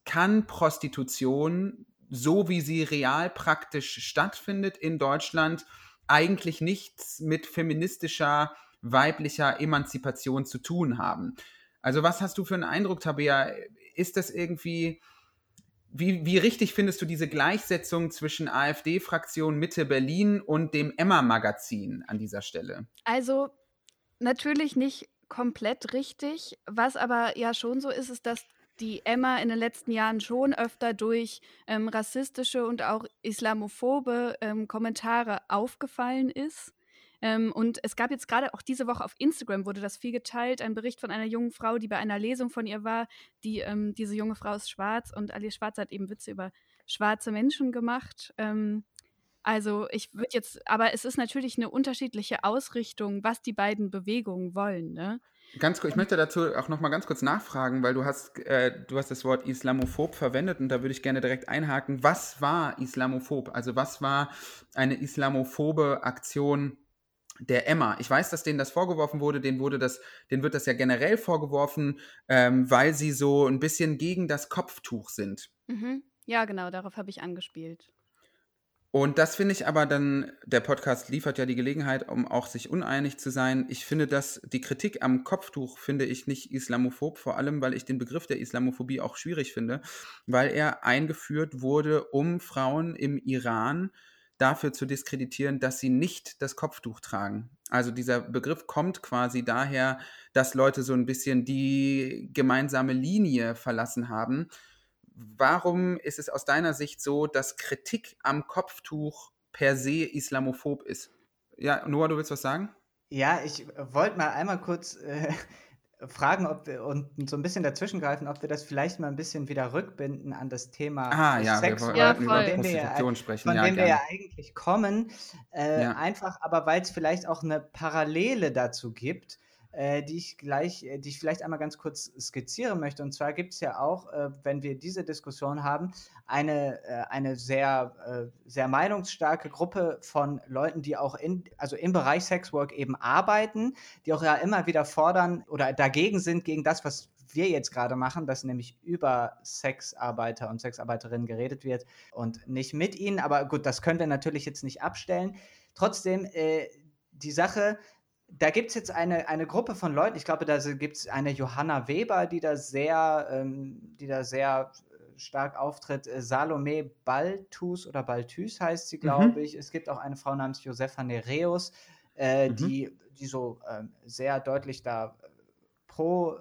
kann Prostitution, so wie sie real praktisch stattfindet in Deutschland, eigentlich nichts mit feministischer, weiblicher Emanzipation zu tun haben. Also was hast du für einen Eindruck, Tabea? Ist das irgendwie, wie, wie richtig findest du diese Gleichsetzung zwischen AfD-Fraktion Mitte Berlin und dem Emma-Magazin an dieser Stelle? Also natürlich nicht komplett richtig. Was aber ja schon so ist, ist, dass die Emma in den letzten Jahren schon öfter durch ähm, rassistische und auch islamophobe ähm, Kommentare aufgefallen ist. Ähm, und es gab jetzt gerade auch diese Woche auf Instagram, wurde das viel geteilt, ein Bericht von einer jungen Frau, die bei einer Lesung von ihr war. Die, ähm, diese junge Frau ist schwarz und Alice Schwarz hat eben Witze über schwarze Menschen gemacht. Ähm, also ich würde jetzt, aber es ist natürlich eine unterschiedliche Ausrichtung, was die beiden Bewegungen wollen, ne? Ganz kurz, ich möchte dazu auch noch mal ganz kurz nachfragen, weil du hast, äh, du hast das Wort Islamophob verwendet und da würde ich gerne direkt einhaken. Was war Islamophob? Also was war eine islamophobe Aktion der Emma? Ich weiß, dass denen das vorgeworfen wurde, denen, wurde das, denen wird das ja generell vorgeworfen, ähm, weil sie so ein bisschen gegen das Kopftuch sind. Mhm. Ja, genau, darauf habe ich angespielt. Und das finde ich aber dann, der Podcast liefert ja die Gelegenheit, um auch sich uneinig zu sein. Ich finde, dass die Kritik am Kopftuch finde ich nicht islamophob, vor allem, weil ich den Begriff der Islamophobie auch schwierig finde, weil er eingeführt wurde, um Frauen im Iran dafür zu diskreditieren, dass sie nicht das Kopftuch tragen. Also dieser Begriff kommt quasi daher, dass Leute so ein bisschen die gemeinsame Linie verlassen haben. Warum ist es aus deiner Sicht so, dass Kritik am Kopftuch per se islamophob ist? Ja, Noah, du willst was sagen? Ja, ich wollte mal einmal kurz äh, fragen, ob wir und so ein bisschen dazwischengreifen, ob wir das vielleicht mal ein bisschen wieder rückbinden an das Thema Ah äh, ja, wir Sex, wollten Ja, über voll. dem wir ja, Prostitution sprechen. von Ja, dem wir ja gerne. eigentlich kommen. Äh, Ja. einfach aber, weil es vielleicht auch eine Parallele dazu gibt, äh, die ich gleich, äh, die ich vielleicht einmal ganz kurz skizzieren möchte. Und zwar gibt es ja auch, äh, wenn wir diese Diskussion haben, eine, äh, eine sehr, äh, sehr meinungsstarke Gruppe von Leuten, die auch in, also im Bereich Sexwork eben arbeiten, die auch ja immer wieder fordern oder dagegen sind, gegen das, was wir jetzt gerade machen, dass nämlich über Sexarbeiter und Sexarbeiterinnen geredet wird und nicht mit ihnen. Aber gut, das können wir natürlich jetzt nicht abstellen. Trotzdem, äh, die Sache, da gibt es jetzt eine, eine Gruppe von Leuten, ich glaube, da gibt es eine Johanna Weber, die da sehr, ähm, die da sehr stark auftritt. Äh, Salome Balthus oder Balthus heißt sie, glaube Mhm. ich. Es gibt auch eine Frau namens Josefa Nereus, äh, Mhm. die, die so ähm, sehr deutlich da äh, pro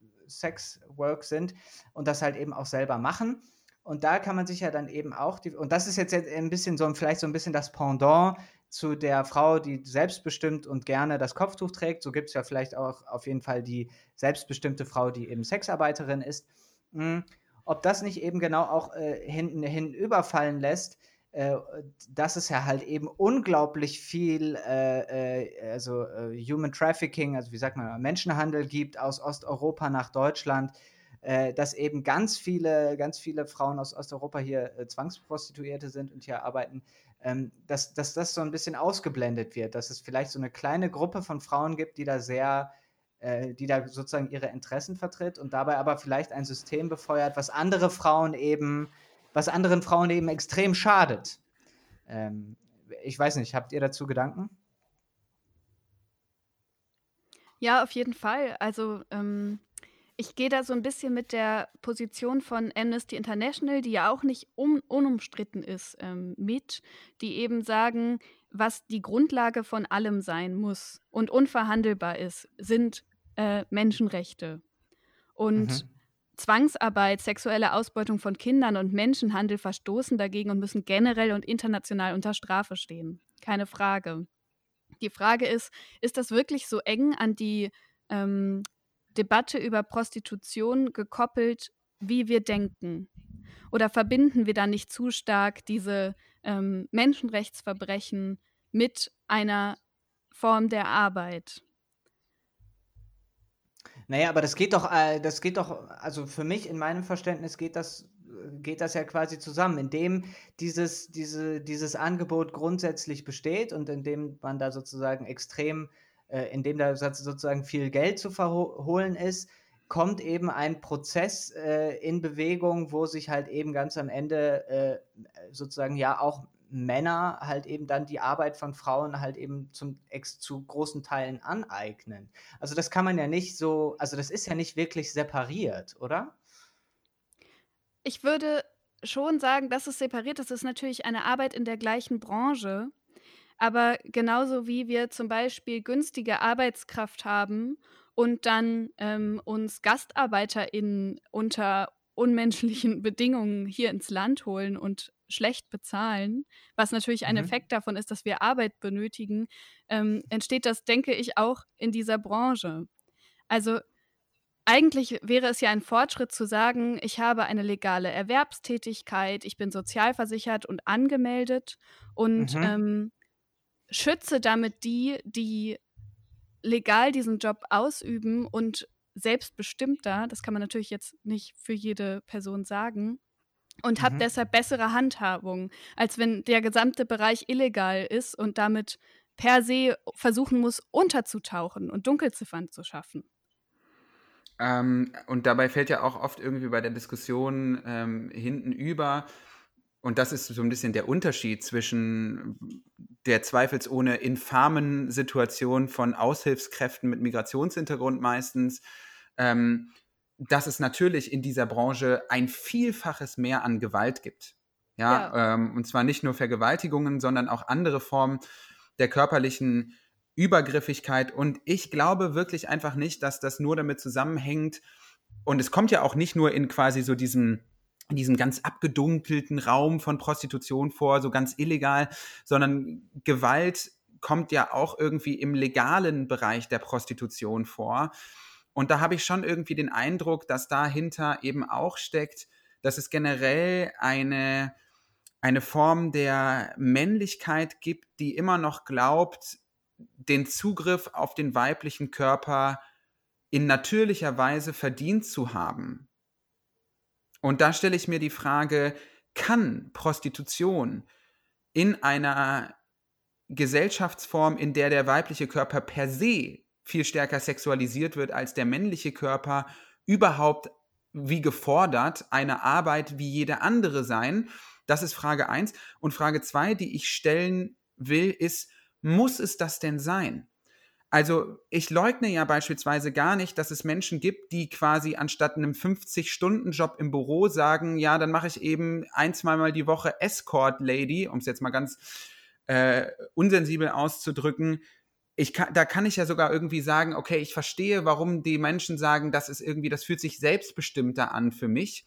Sexwork sind und das halt eben auch selber machen. Und da kann man sich ja dann eben auch, die, und das ist jetzt ein bisschen so, vielleicht so ein bisschen das Pendant zu der Frau, die selbstbestimmt und gerne das Kopftuch trägt. So gibt es ja vielleicht auch auf jeden Fall die selbstbestimmte Frau, die eben Sexarbeiterin ist. Hm, ob das nicht eben genau auch äh, hinten hinüberfallen lässt, äh, dass es ja halt eben unglaublich viel äh, äh, also äh, Human Trafficking, also wie sagt man, Menschenhandel gibt aus Osteuropa nach Deutschland, äh, dass eben ganz viele, ganz viele Frauen aus Osteuropa hier äh, Zwangsprostituierte sind und hier arbeiten, ähm, dass, dass das so ein bisschen ausgeblendet wird, dass es vielleicht so eine kleine Gruppe von Frauen gibt, die da sehr, äh, die da sozusagen ihre Interessen vertritt und dabei aber vielleicht ein System befeuert, was andere Frauen eben, was anderen Frauen eben extrem schadet. Ähm, ich weiß nicht, habt ihr dazu Gedanken? Ja, auf jeden Fall. Also ähm, ich gehe da so ein bisschen mit der Position von Amnesty International, die ja auch nicht un unumstritten ist, ähm, mit, die eben sagen, was die Grundlage von allem sein muss und unverhandelbar ist, sind äh, Menschenrechte. Und Mhm. Zwangsarbeit, sexuelle Ausbeutung von Kindern und Menschenhandel verstoßen dagegen und müssen generell und international unter Strafe stehen. Keine Frage. Die Frage ist, ist das wirklich so eng an die ähm, Debatte über Prostitution gekoppelt, wie wir denken? Oder verbinden wir da nicht zu stark diese ähm, Menschenrechtsverbrechen mit einer Form der Arbeit? Naja, aber das geht doch, äh, das geht doch, also für mich in meinem Verständnis geht das, geht das ja quasi zusammen, indem dieses, diese, dieses Angebot grundsätzlich besteht und indem man da sozusagen extrem, äh, indem da sozusagen viel Geld zu verholen ist, kommt eben ein Prozess äh, in Bewegung, wo sich halt eben ganz am Ende äh, sozusagen ja auch Männer halt eben dann die Arbeit von Frauen halt eben zum ex zu großen Teilen aneignen. Also das kann man ja nicht so, also das ist ja nicht wirklich separiert, oder? Ich würde schon sagen, dass es separiert ist. Es ist natürlich eine Arbeit in der gleichen Branche. Aber genauso wie wir zum Beispiel günstige Arbeitskraft haben und dann ähm, uns GastarbeiterInnen unter unmenschlichen Bedingungen hier ins Land holen und schlecht bezahlen, was natürlich ein Mhm. Effekt davon ist, dass wir Arbeit benötigen, ähm, entsteht das, denke ich, auch in dieser Branche. Also eigentlich wäre es ja ein Fortschritt zu sagen, ich habe eine legale Erwerbstätigkeit, ich bin sozialversichert und angemeldet und Mhm. ähm, schütze damit die, die legal diesen Job ausüben und selbstbestimmter, das kann man natürlich jetzt nicht für jede Person sagen, und habe Mhm. deshalb bessere Handhabung, als wenn der gesamte Bereich illegal ist und damit per se versuchen muss, unterzutauchen und Dunkelziffern zu schaffen. Ähm, und dabei fällt ja auch oft irgendwie bei der Diskussion ähm, hinten über, und das ist so ein bisschen der Unterschied zwischen der zweifelsohne infamen Situation von Aushilfskräften mit Migrationshintergrund meistens, ähm, dass es natürlich in dieser Branche ein Vielfaches mehr an Gewalt gibt. Ja, Ja. ähm, und zwar nicht nur Vergewaltigungen, sondern auch andere Formen der körperlichen Übergriffigkeit. Und ich glaube wirklich einfach nicht, dass das nur damit zusammenhängt. Und es kommt ja auch nicht nur in quasi so diesem, in diesem ganz abgedunkelten Raum von Prostitution vor, so ganz illegal, sondern Gewalt kommt ja auch irgendwie im legalen Bereich der Prostitution vor. Und da habe ich schon irgendwie den Eindruck, dass dahinter eben auch steckt, dass es generell eine, eine Form der Männlichkeit gibt, die immer noch glaubt, den Zugriff auf den weiblichen Körper in natürlicher Weise verdient zu haben. Und da stelle ich mir die Frage, kann Prostitution in einer Gesellschaftsform, in der der weibliche Körper per se viel stärker sexualisiert wird als der männliche Körper, überhaupt wie gefordert eine Arbeit wie jede andere sein? Das ist Frage eins. Und Frage zwei, die ich stellen will, ist, muss es das denn sein? Also ich leugne ja beispielsweise gar nicht, dass es Menschen gibt, die quasi anstatt einem fünfzig-Stunden-Job im Büro sagen, ja, dann mache ich eben ein, zweimal die Woche Escort-Lady, um es jetzt mal ganz äh, unsensibel auszudrücken. Ich kann, da kann ich ja sogar irgendwie sagen, okay, ich verstehe, warum die Menschen sagen, das ist irgendwie, das fühlt sich selbstbestimmter an für mich.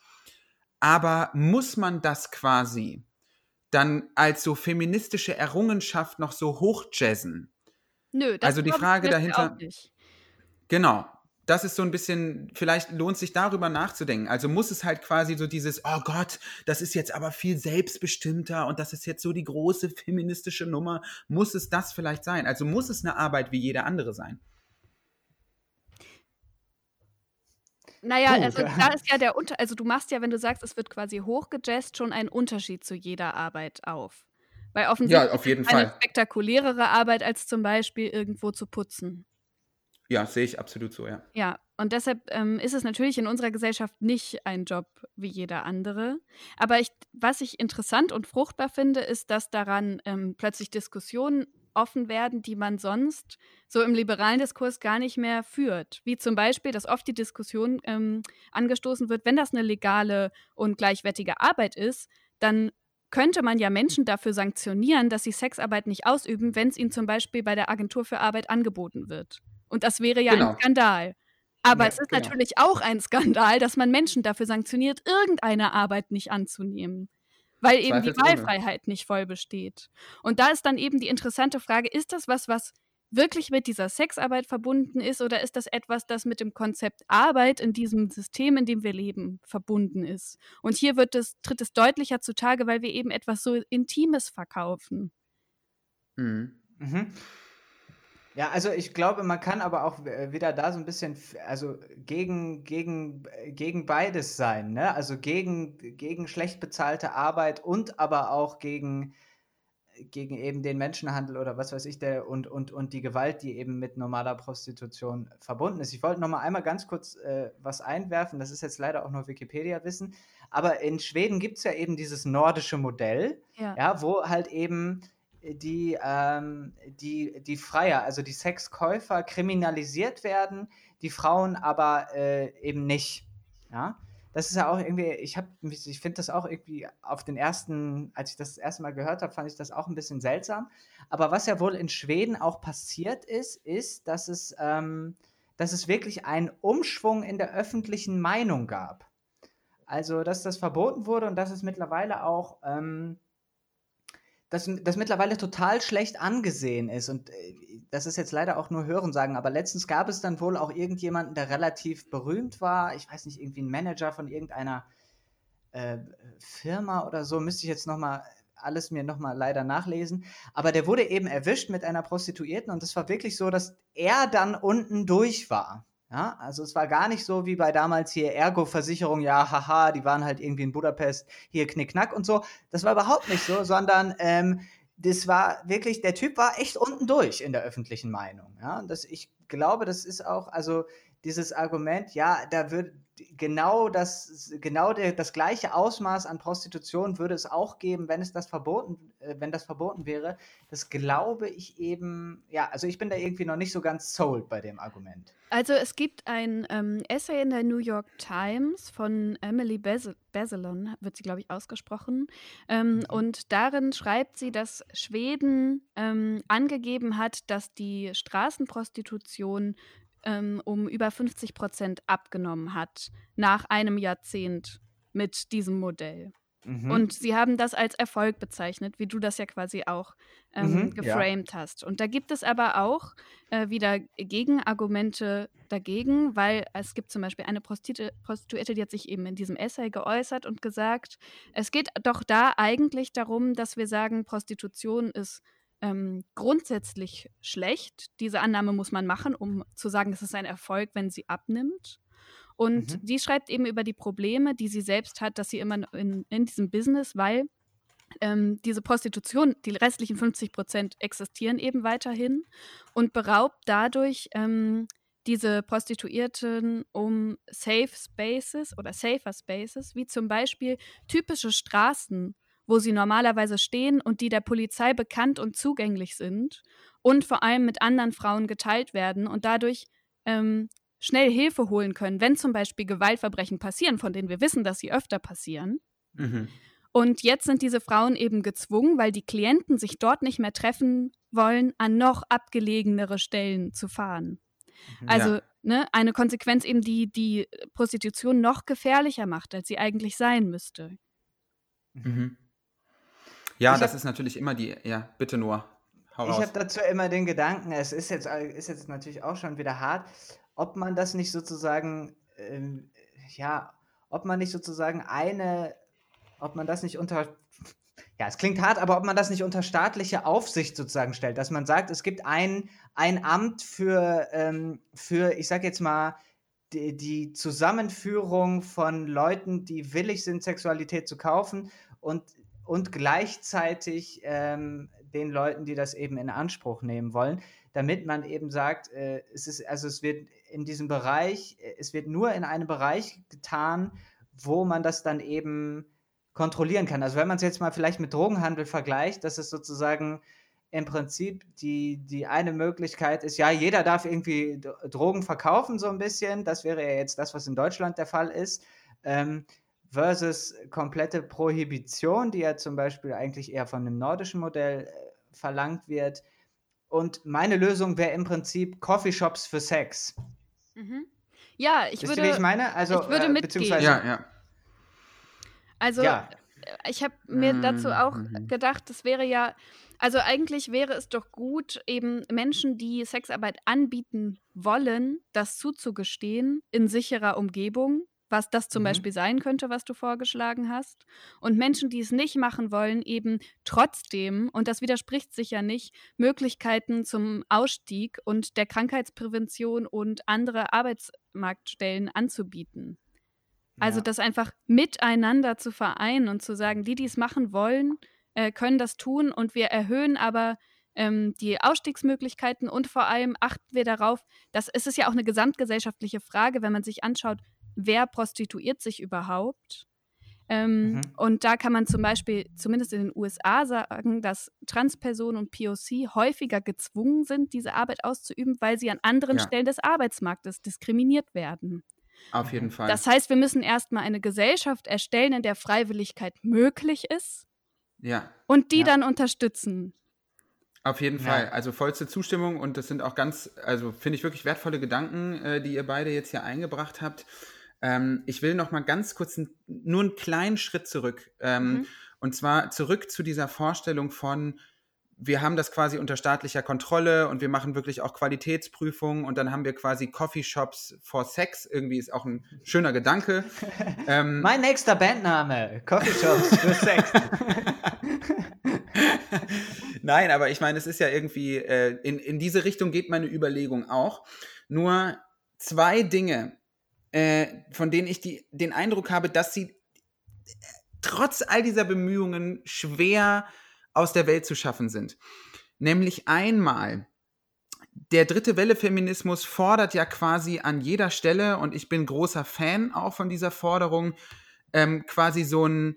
Aber muss man das quasi dann als so feministische Errungenschaft noch so hochjazzen? Nö, das Also die glaube ich zum Frage Beispiel auch dahinter, nicht. genau, das ist so ein bisschen, vielleicht lohnt sich darüber nachzudenken. Also muss es halt quasi so dieses, oh Gott, das ist jetzt aber viel selbstbestimmter und das ist jetzt so die große feministische Nummer. Muss es das vielleicht sein? Also muss es eine Arbeit wie jede andere sein? Naja, Puh, also da ist ja der Unter also du machst ja, wenn du sagst, es wird quasi hochgejazzt, schon einen Unterschied zu jeder Arbeit auf. Weil Ja, offensichtlich auf ist jeden es eine Fall. spektakulärere Arbeit, als zum Beispiel irgendwo zu putzen. Ja, sehe ich absolut so, ja. Ja, und deshalb ähm, ist es natürlich in unserer Gesellschaft nicht ein Job wie jeder andere. Aber ich, was ich interessant und fruchtbar finde, ist, dass daran ähm, plötzlich Diskussionen offen werden, die man sonst so im liberalen Diskurs gar nicht mehr führt. Wie zum Beispiel, dass oft die Diskussion ähm, angestoßen wird, wenn das eine legale und gleichwertige Arbeit ist, dann könnte man ja Menschen dafür sanktionieren, dass sie Sexarbeit nicht ausüben, wenn es ihnen zum Beispiel bei der Agentur für Arbeit angeboten wird. Und das wäre ja ein Genau. Skandal. Aber Ja, es ist genau. natürlich auch ein Skandal, dass man Menschen dafür sanktioniert, irgendeine Arbeit nicht anzunehmen, weil eben die Zweifelsohne. Wahlfreiheit nicht voll besteht. Und da ist dann eben die interessante Frage, ist das was, was wirklich mit dieser Sexarbeit verbunden ist, oder ist das etwas, das mit dem Konzept Arbeit in diesem System, in dem wir leben, verbunden ist? Und hier wird es, tritt es deutlicher zutage, weil wir eben etwas so Intimes verkaufen. Mhm. Mhm. Ja, also ich glaube, man kann aber auch w- wieder da so ein bisschen, f- also gegen, gegen, äh, gegen beides sein, ne? Also gegen, gegen schlecht bezahlte Arbeit und aber auch gegen, gegen eben den Menschenhandel oder was weiß ich, der und, und, und die Gewalt, die eben mit normaler Prostitution verbunden ist. Ich wollte noch mal einmal ganz kurz äh, was einwerfen, das ist jetzt leider auch nur Wikipedia-Wissen, aber in Schweden gibt es ja eben dieses nordische Modell, Ja. ja, wo halt eben die, ähm, die, die Freier, also die Sexkäufer kriminalisiert werden, die Frauen aber äh, eben nicht. Ja, das ist ja auch irgendwie, ich habe, ich finde das auch irgendwie auf den ersten, als ich das, das erste Mal gehört habe, fand ich das auch ein bisschen seltsam. Aber was ja wohl in Schweden auch passiert ist, ist, dass es, ähm, dass es wirklich einen Umschwung in der öffentlichen Meinung gab. Also, dass das verboten wurde und dass es mittlerweile auch ähm, das, das mittlerweile total schlecht angesehen ist. Und äh, das ist jetzt leider auch nur Hörensagen, aber letztens gab es dann wohl auch irgendjemanden, der relativ berühmt war. Ich weiß nicht, irgendwie ein Manager von irgendeiner äh, Firma oder so, müsste ich jetzt nochmal alles mir nochmal leider nachlesen. Aber der wurde eben erwischt mit einer Prostituierten und es war wirklich so, dass er dann unten durch war. Ja, also es war gar nicht so wie bei damals hier Ergo-Versicherung, ja, haha, die waren halt irgendwie in Budapest, hier Knickknack und so. Das war überhaupt nicht so, sondern ähm, das war wirklich, der Typ war echt unten durch in der öffentlichen Meinung. Ja, und das, ich glaube, das ist auch, also dieses Argument, ja, da wird genau das, genau der, das gleiche Ausmaß an Prostitution würde es auch geben, wenn es das verboten, äh, wenn das verboten wäre. Das glaube ich eben, ja, also ich bin da irgendwie noch nicht so ganz sold bei dem Argument. Also es gibt ein ähm, Essay in der New York Times von Emily Bas- Bazelon, wird sie, glaube ich, ausgesprochen. Ähm, mhm. Und darin schreibt sie, dass Schweden ähm, angegeben hat, dass die Straßenprostitution ähm, um über fünfzig Prozent abgenommen hat nach einem Jahrzehnt mit diesem Modell. Mhm. Und sie haben das als Erfolg bezeichnet, wie du das ja quasi auch ähm, mhm, geframed ja. hast. Und da gibt es aber auch äh, wieder Gegenargumente dagegen, weil es gibt zum Beispiel eine Prostitu- Prostituierte, die hat sich eben in diesem Essay geäußert und gesagt, es geht doch da eigentlich darum, dass wir sagen, Prostitution ist ähm, grundsätzlich schlecht. Diese Annahme muss man machen, um zu sagen, es ist ein Erfolg, wenn sie abnimmt. Und mhm. die schreibt eben über die Probleme, die sie selbst hat, dass sie immer in, in diesem Business, weil ähm, diese Prostitution, die restlichen fünfzig Prozent existieren eben weiterhin und beraubt dadurch ähm, diese Prostituierten um Safe Spaces oder Safer Spaces, wie zum Beispiel typische Straßen, wo sie normalerweise stehen und die der Polizei bekannt und zugänglich sind und vor allem mit anderen Frauen geteilt werden und dadurch ähm, schnell Hilfe holen können, wenn zum Beispiel Gewaltverbrechen passieren, von denen wir wissen, dass sie öfter passieren. Mhm. Und jetzt sind diese Frauen eben gezwungen, weil die Klienten sich dort nicht mehr treffen wollen, an noch abgelegenere Stellen zu fahren. Also ja. ne, eine Konsequenz eben, die die Prostitution noch gefährlicher macht, als sie eigentlich sein müsste. Mhm. Ja, ich das hab, ist natürlich immer die, ja, bitte nur. Ich habe dazu immer den Gedanken, es ist jetzt, ist jetzt natürlich auch schon wieder hart, ob man das nicht sozusagen, ähm, ja, ob man nicht sozusagen eine, ob man das nicht unter, ja, es klingt hart, aber ob man das nicht unter staatliche Aufsicht sozusagen stellt, dass man sagt, es gibt ein, ein Amt für, ähm, für, ich sag jetzt mal, die, die Zusammenführung von Leuten, die willig sind, Sexualität zu kaufen und, und gleichzeitig ähm, den Leuten, die das eben in Anspruch nehmen wollen, damit man eben sagt, äh, es ist, also es wird in diesem Bereich, es wird nur in einem Bereich getan, wo man das dann eben kontrollieren kann. Also wenn man es jetzt mal vielleicht mit Drogenhandel vergleicht, dass es sozusagen im Prinzip die, die eine Möglichkeit ist, ja, jeder darf irgendwie Drogen verkaufen, so ein bisschen. Das wäre ja jetzt das, was in Deutschland der Fall ist. Ähm, versus komplette Prohibition, die ja zum Beispiel eigentlich eher von einem nordischen Modell äh, verlangt wird. Und meine Lösung wäre im Prinzip Coffeeshops für Sex. Mhm. Ja, ich Wisst würde, ihr, wie ich meine? Also, ich würde äh, mitgehen. beziehungsweise, ja, ja. Also, ja. ich habe mir dazu auch mhm. gedacht, das wäre ja, also eigentlich wäre es doch gut, eben Menschen, die Sexarbeit anbieten wollen, das zuzugestehen in sicherer Umgebung, was das zum mhm. Beispiel sein könnte, was du vorgeschlagen hast. Und Menschen, die es nicht machen wollen, eben trotzdem, und das widerspricht sich ja nicht, Möglichkeiten zum Ausstieg und der Krankheitsprävention und andere Arbeitsmarktstellen anzubieten. Also ja. das einfach miteinander zu vereinen und zu sagen, die, die es machen wollen, äh, können das tun und wir erhöhen aber ähm, die Ausstiegsmöglichkeiten und vor allem achten wir darauf, dass es ist ja auch eine gesamtgesellschaftliche Frage, wenn man sich anschaut, wer prostituiert sich überhaupt. Ähm, Mhm. Und da kann man zum Beispiel, zumindest in den U S A, sagen, dass Transpersonen und P O C häufiger gezwungen sind, diese Arbeit auszuüben, weil sie an anderen Ja, Stellen des Arbeitsmarktes diskriminiert werden. auf jeden Mhm. Fall. Das heißt, wir müssen erstmal eine Gesellschaft erstellen, in der Freiwilligkeit möglich ist Ja, und die Ja. dann unterstützen. auf jeden Ja. Fall. Also vollste Zustimmung und das sind auch ganz, also finde ich wirklich wertvolle Gedanken, äh, die ihr beide jetzt hier eingebracht habt. Ähm, ich will noch mal ganz kurz n- nur einen kleinen Schritt zurück. Ähm, Mhm. Und zwar zurück zu dieser Vorstellung von, wir haben das quasi unter staatlicher Kontrolle und wir machen wirklich auch Qualitätsprüfungen und dann haben wir quasi Coffeeshops for Sex. Irgendwie ist auch ein schöner Gedanke. Ähm, Mein nächster Bandname, Coffeeshops für Sex. Nein, aber ich meine, es ist ja irgendwie, äh, in, in diese Richtung geht meine Überlegung auch. Nur zwei Dinge, äh, von denen ich die, den Eindruck habe, dass sie trotz all dieser Bemühungen schwer aus der Welt zu schaffen sind. Nämlich einmal, der dritte Welle-Feminismus fordert ja quasi an jeder Stelle, und ich bin großer Fan auch von dieser Forderung, ähm, quasi so ein,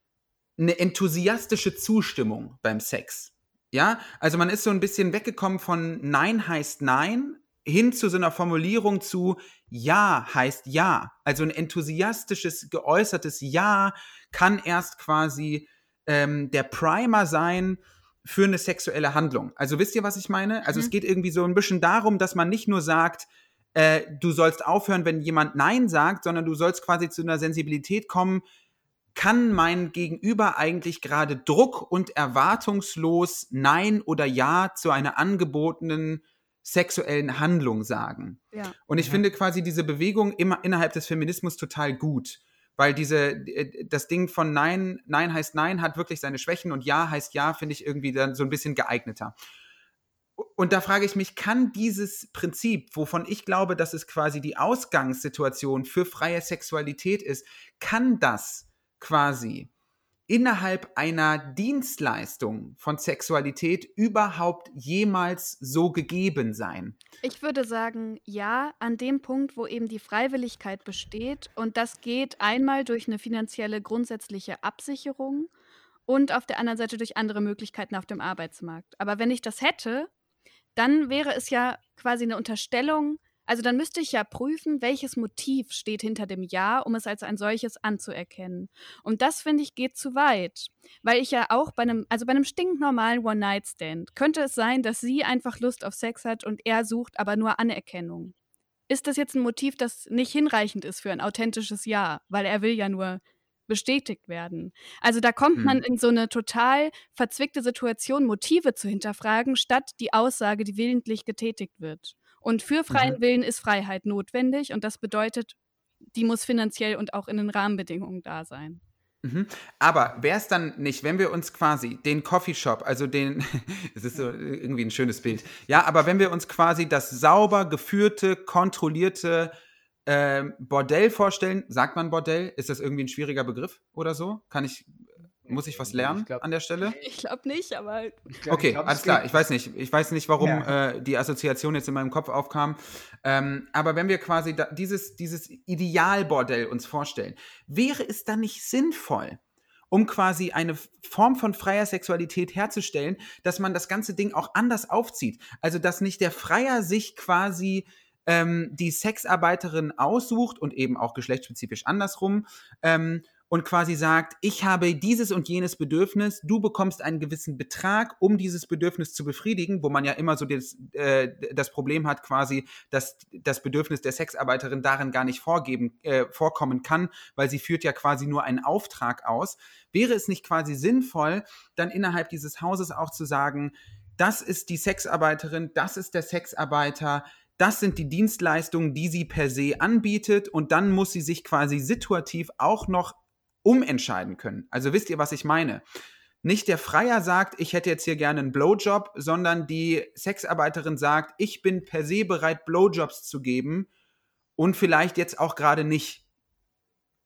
eine enthusiastische Zustimmung beim Sex. Ja, also man ist so ein bisschen weggekommen von Nein heißt Nein hin zu so einer Formulierung zu Ja heißt Ja. Also ein enthusiastisches, geäußertes Ja kann erst quasi ähm, der Primer sein für eine sexuelle Handlung. Also wisst ihr, was ich meine? Also Mhm. es geht irgendwie so ein bisschen darum, dass man nicht nur sagt, äh, du sollst aufhören, wenn jemand Nein sagt, sondern du sollst quasi zu einer Sensibilität kommen, kann mein Gegenüber eigentlich gerade druck- und erwartungslos Nein oder Ja zu einer angebotenen sexuellen Handlung sagen. Ja. Und ich Mhm. finde quasi diese Bewegung immer innerhalb des Feminismus total gut, weil diese, äh, das Ding von Nein, Nein heißt Nein hat wirklich seine Schwächen und Ja heißt Ja, finde ich irgendwie dann so ein bisschen geeigneter. Und da frage ich mich, kann dieses Prinzip, wovon ich glaube, dass es quasi die Ausgangssituation für freie Sexualität ist, kann das quasi innerhalb einer Dienstleistung von Sexualität überhaupt jemals so gegeben sein? Ich würde sagen, ja, an dem Punkt, wo eben die Freiwilligkeit besteht. Und das geht einmal durch eine finanzielle grundsätzliche Absicherung und auf der anderen Seite durch andere Möglichkeiten auf dem Arbeitsmarkt. Aber wenn ich das hätte, dann wäre es ja quasi eine Unterstellung. Also dann müsste ich ja prüfen, welches Motiv steht hinter dem Ja, um es als ein solches anzuerkennen. Und das, finde ich, geht zu weit. Weil ich ja auch bei einem, also bei einem stinknormalen One-Night-Stand, könnte es sein, dass sie einfach Lust auf Sex hat und er sucht aber nur Anerkennung. Ist das jetzt ein Motiv, das nicht hinreichend ist für ein authentisches Ja? Weil er will ja nur bestätigt werden. Also da kommt man Hm. in so eine total verzwickte Situation, Motive zu hinterfragen, statt die Aussage, die willentlich getätigt wird. Und für freien Mhm. Willen ist Freiheit notwendig und das bedeutet, die muss finanziell und auch in den Rahmenbedingungen da sein. Mhm. Aber wäre es dann nicht, wenn wir uns quasi den Coffeeshop, also den, es ist so irgendwie ein schönes Bild, ja, aber wenn wir uns quasi das sauber geführte, kontrollierte ähm, Bordell vorstellen, sagt man Bordell? Ist das irgendwie ein schwieriger Begriff oder so? Kann ich, muss ich was Ich lernen glaub- an der Stelle? Ich glaube nicht, aber Ich glaub- Okay, ich glaub, es alles klar. geht- Ich weiß nicht. Ich weiß nicht, warum Ja. äh, die Assoziation jetzt in meinem Kopf aufkam. Ähm, aber wenn wir quasi da, dieses, dieses Idealbordell uns vorstellen, wäre es dann nicht sinnvoll, um quasi eine Form von freier Sexualität herzustellen, dass man das ganze Ding auch anders aufzieht? Also, dass nicht der Freier sich quasi ähm, die Sexarbeiterin aussucht und eben auch geschlechtsspezifisch andersrum, ähm, und quasi sagt, ich habe dieses und jenes Bedürfnis, du bekommst einen gewissen Betrag, um dieses Bedürfnis zu befriedigen, wo man ja immer so das, äh, das Problem hat quasi, dass das Bedürfnis der Sexarbeiterin darin gar nicht vorgeben, äh, vorkommen kann, weil sie führt ja quasi nur einen Auftrag aus. Wäre es nicht quasi sinnvoll, dann innerhalb dieses Hauses auch zu sagen, das ist die Sexarbeiterin, das ist der Sexarbeiter, das sind die Dienstleistungen, die sie per se anbietet und dann muss sie sich quasi situativ auch noch umentscheiden können. Also wisst ihr, was ich meine? Nicht der Freier sagt, ich hätte jetzt hier gerne einen Blowjob, sondern die Sexarbeiterin sagt, ich bin per se bereit, Blowjobs zu geben und vielleicht jetzt auch gerade nicht.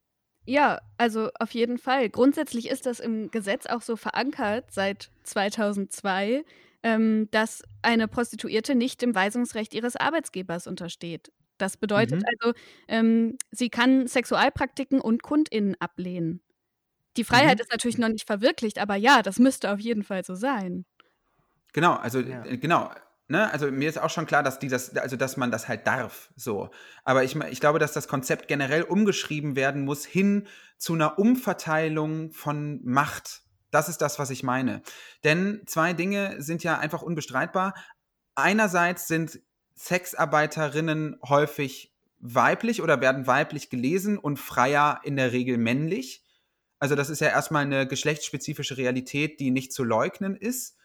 Ja, also auf jeden Fall. Grundsätzlich ist das im Gesetz auch so verankert seit zweitausendzwei, ähm, dass eine Prostituierte nicht dem Weisungsrecht ihres Arbeitgebers untersteht. Das bedeutet Mhm. also, ähm, sie kann Sexualpraktiken und KundInnen ablehnen. Die Freiheit Mhm. ist natürlich noch nicht verwirklicht, aber ja, das müsste auf jeden Fall so sein. Genau, also Ja. äh, genau. Ne? Also mir ist auch schon klar, dass die das, also dass man das halt darf. So. Aber ich, me- ich glaube, dass das Konzept generell umgeschrieben werden muss hin zu einer Umverteilung von Macht. Das ist das, was ich meine. Denn zwei Dinge sind ja einfach unbestreitbar. Einerseits sind Sexarbeiterinnen häufig weiblich oder werden weiblich gelesen und Freier in der Regel männlich. Also das ist ja erstmal eine geschlechtsspezifische Realität, die nicht zu leugnen ist.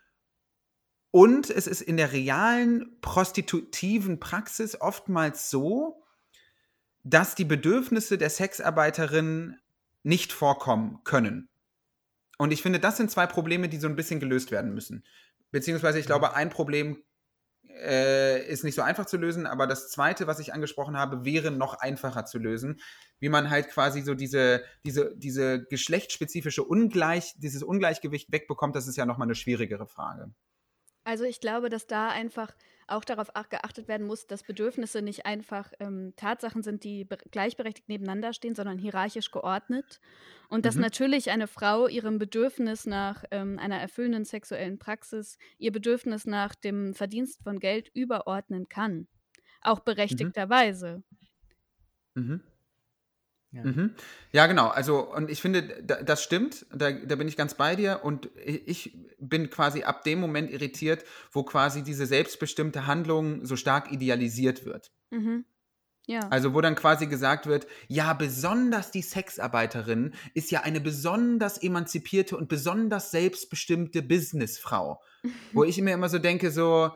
Und es ist in der realen prostitutiven Praxis oftmals so, dass die Bedürfnisse der Sexarbeiterin nicht vorkommen können. Und ich finde, das sind zwei Probleme, die so ein bisschen gelöst werden müssen. Beziehungsweise ich glaube, ein Problem äh, ist nicht so einfach zu lösen, aber das zweite, was ich angesprochen habe, wäre noch einfacher zu lösen, wie man halt quasi so diese, diese, diese geschlechtsspezifische Ungleich, dieses Ungleichgewicht wegbekommt, das ist ja nochmal eine schwierigere Frage. Also ich glaube, dass da einfach auch darauf ach- geachtet werden muss, dass Bedürfnisse nicht einfach ähm, Tatsachen sind, die be- gleichberechtigt nebeneinander stehen, sondern hierarchisch geordnet. Und dass Mhm. natürlich eine Frau ihrem Bedürfnis nach ähm, einer erfüllenden sexuellen Praxis, ihr Bedürfnis nach dem Verdienst von Geld überordnen kann. Auch Mhm. berechtigterweise. Mhm. Ja. Mhm. Ja, genau. Also, und ich finde, da, das stimmt. Da, da bin ich ganz bei dir. Und ich ich bin quasi ab dem Moment irritiert, wo quasi diese selbstbestimmte Handlung so stark idealisiert wird. Mhm. Ja. Also, wo dann quasi gesagt wird, ja, besonders die Sexarbeiterin ist ja eine besonders emanzipierte und besonders selbstbestimmte Businessfrau. Wo ich mir immer so denke, so,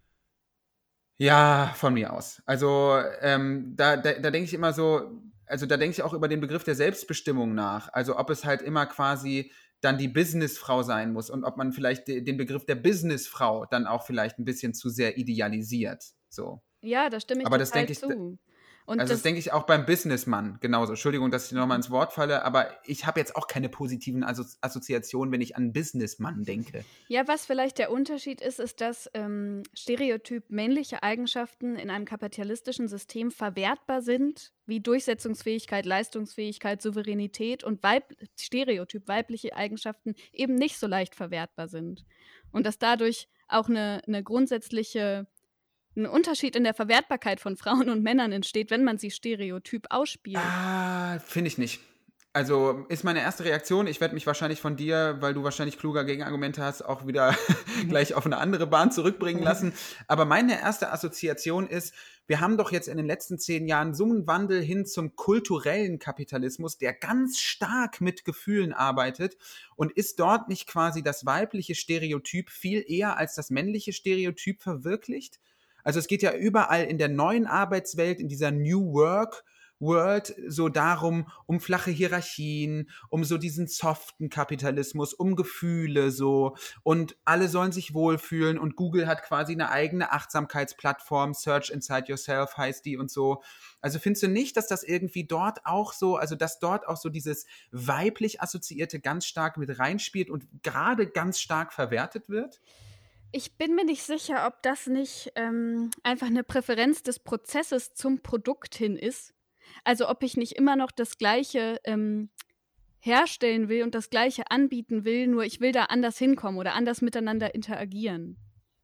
ja, von mir aus. Also, ähm, da, da, da denke ich immer so, also da denke ich auch über den Begriff der Selbstbestimmung nach. Also, ob es halt immer quasi dann die Businessfrau sein muss und ob man vielleicht de- den Begriff der Businessfrau dann auch vielleicht ein bisschen zu sehr idealisiert. So. Ja, da stimme ich Aber das total denke ich, zu. Und also das das denke ich auch beim Businessmann genauso. Entschuldigung, dass ich nochmal ins Wort falle, aber ich habe jetzt auch keine positiven Asso Assoziationen, wenn ich an Businessmann denke. Ja, was vielleicht der Unterschied ist, ist, dass ähm, stereotyp männliche Eigenschaften in einem kapitalistischen System verwertbar sind, wie Durchsetzungsfähigkeit, Leistungsfähigkeit, Souveränität und Weib stereotyp weibliche Eigenschaften eben nicht so leicht verwertbar sind. Und dass dadurch auch eine, eine grundsätzliche ein Unterschied in der Verwertbarkeit von Frauen und Männern entsteht, wenn man sie stereotyp ausspielt. Ah, finde ich nicht. Also ist meine erste Reaktion. Ich werde mich wahrscheinlich von dir, weil du wahrscheinlich kluger Gegenargumente hast, auch wieder gleich auf eine andere Bahn zurückbringen lassen. Aber meine erste Assoziation ist, wir haben doch jetzt in den letzten zehn Jahren so einen Wandel hin zum kulturellen Kapitalismus, der ganz stark mit Gefühlen arbeitet. Und ist dort nicht quasi das weibliche Stereotyp viel eher als das männliche Stereotyp verwirklicht? Also es geht ja überall in der neuen Arbeitswelt, in dieser New Work World so darum, um flache Hierarchien, um so diesen soften Kapitalismus, um Gefühle so und alle sollen sich wohlfühlen und Google hat quasi eine eigene Achtsamkeitsplattform, Search Inside Yourself heißt die und so. Also findest du nicht, dass das irgendwie dort auch so, also dass dort auch so dieses weiblich Assoziierte ganz stark mit reinspielt und gerade ganz stark verwertet wird? Ich bin mir nicht sicher, ob das nicht ähm, einfach eine Präferenz des Prozesses zum Produkt hin ist. Also ob ich nicht immer noch das Gleiche ähm, herstellen will und das Gleiche anbieten will, nur ich will da anders hinkommen oder anders miteinander interagieren.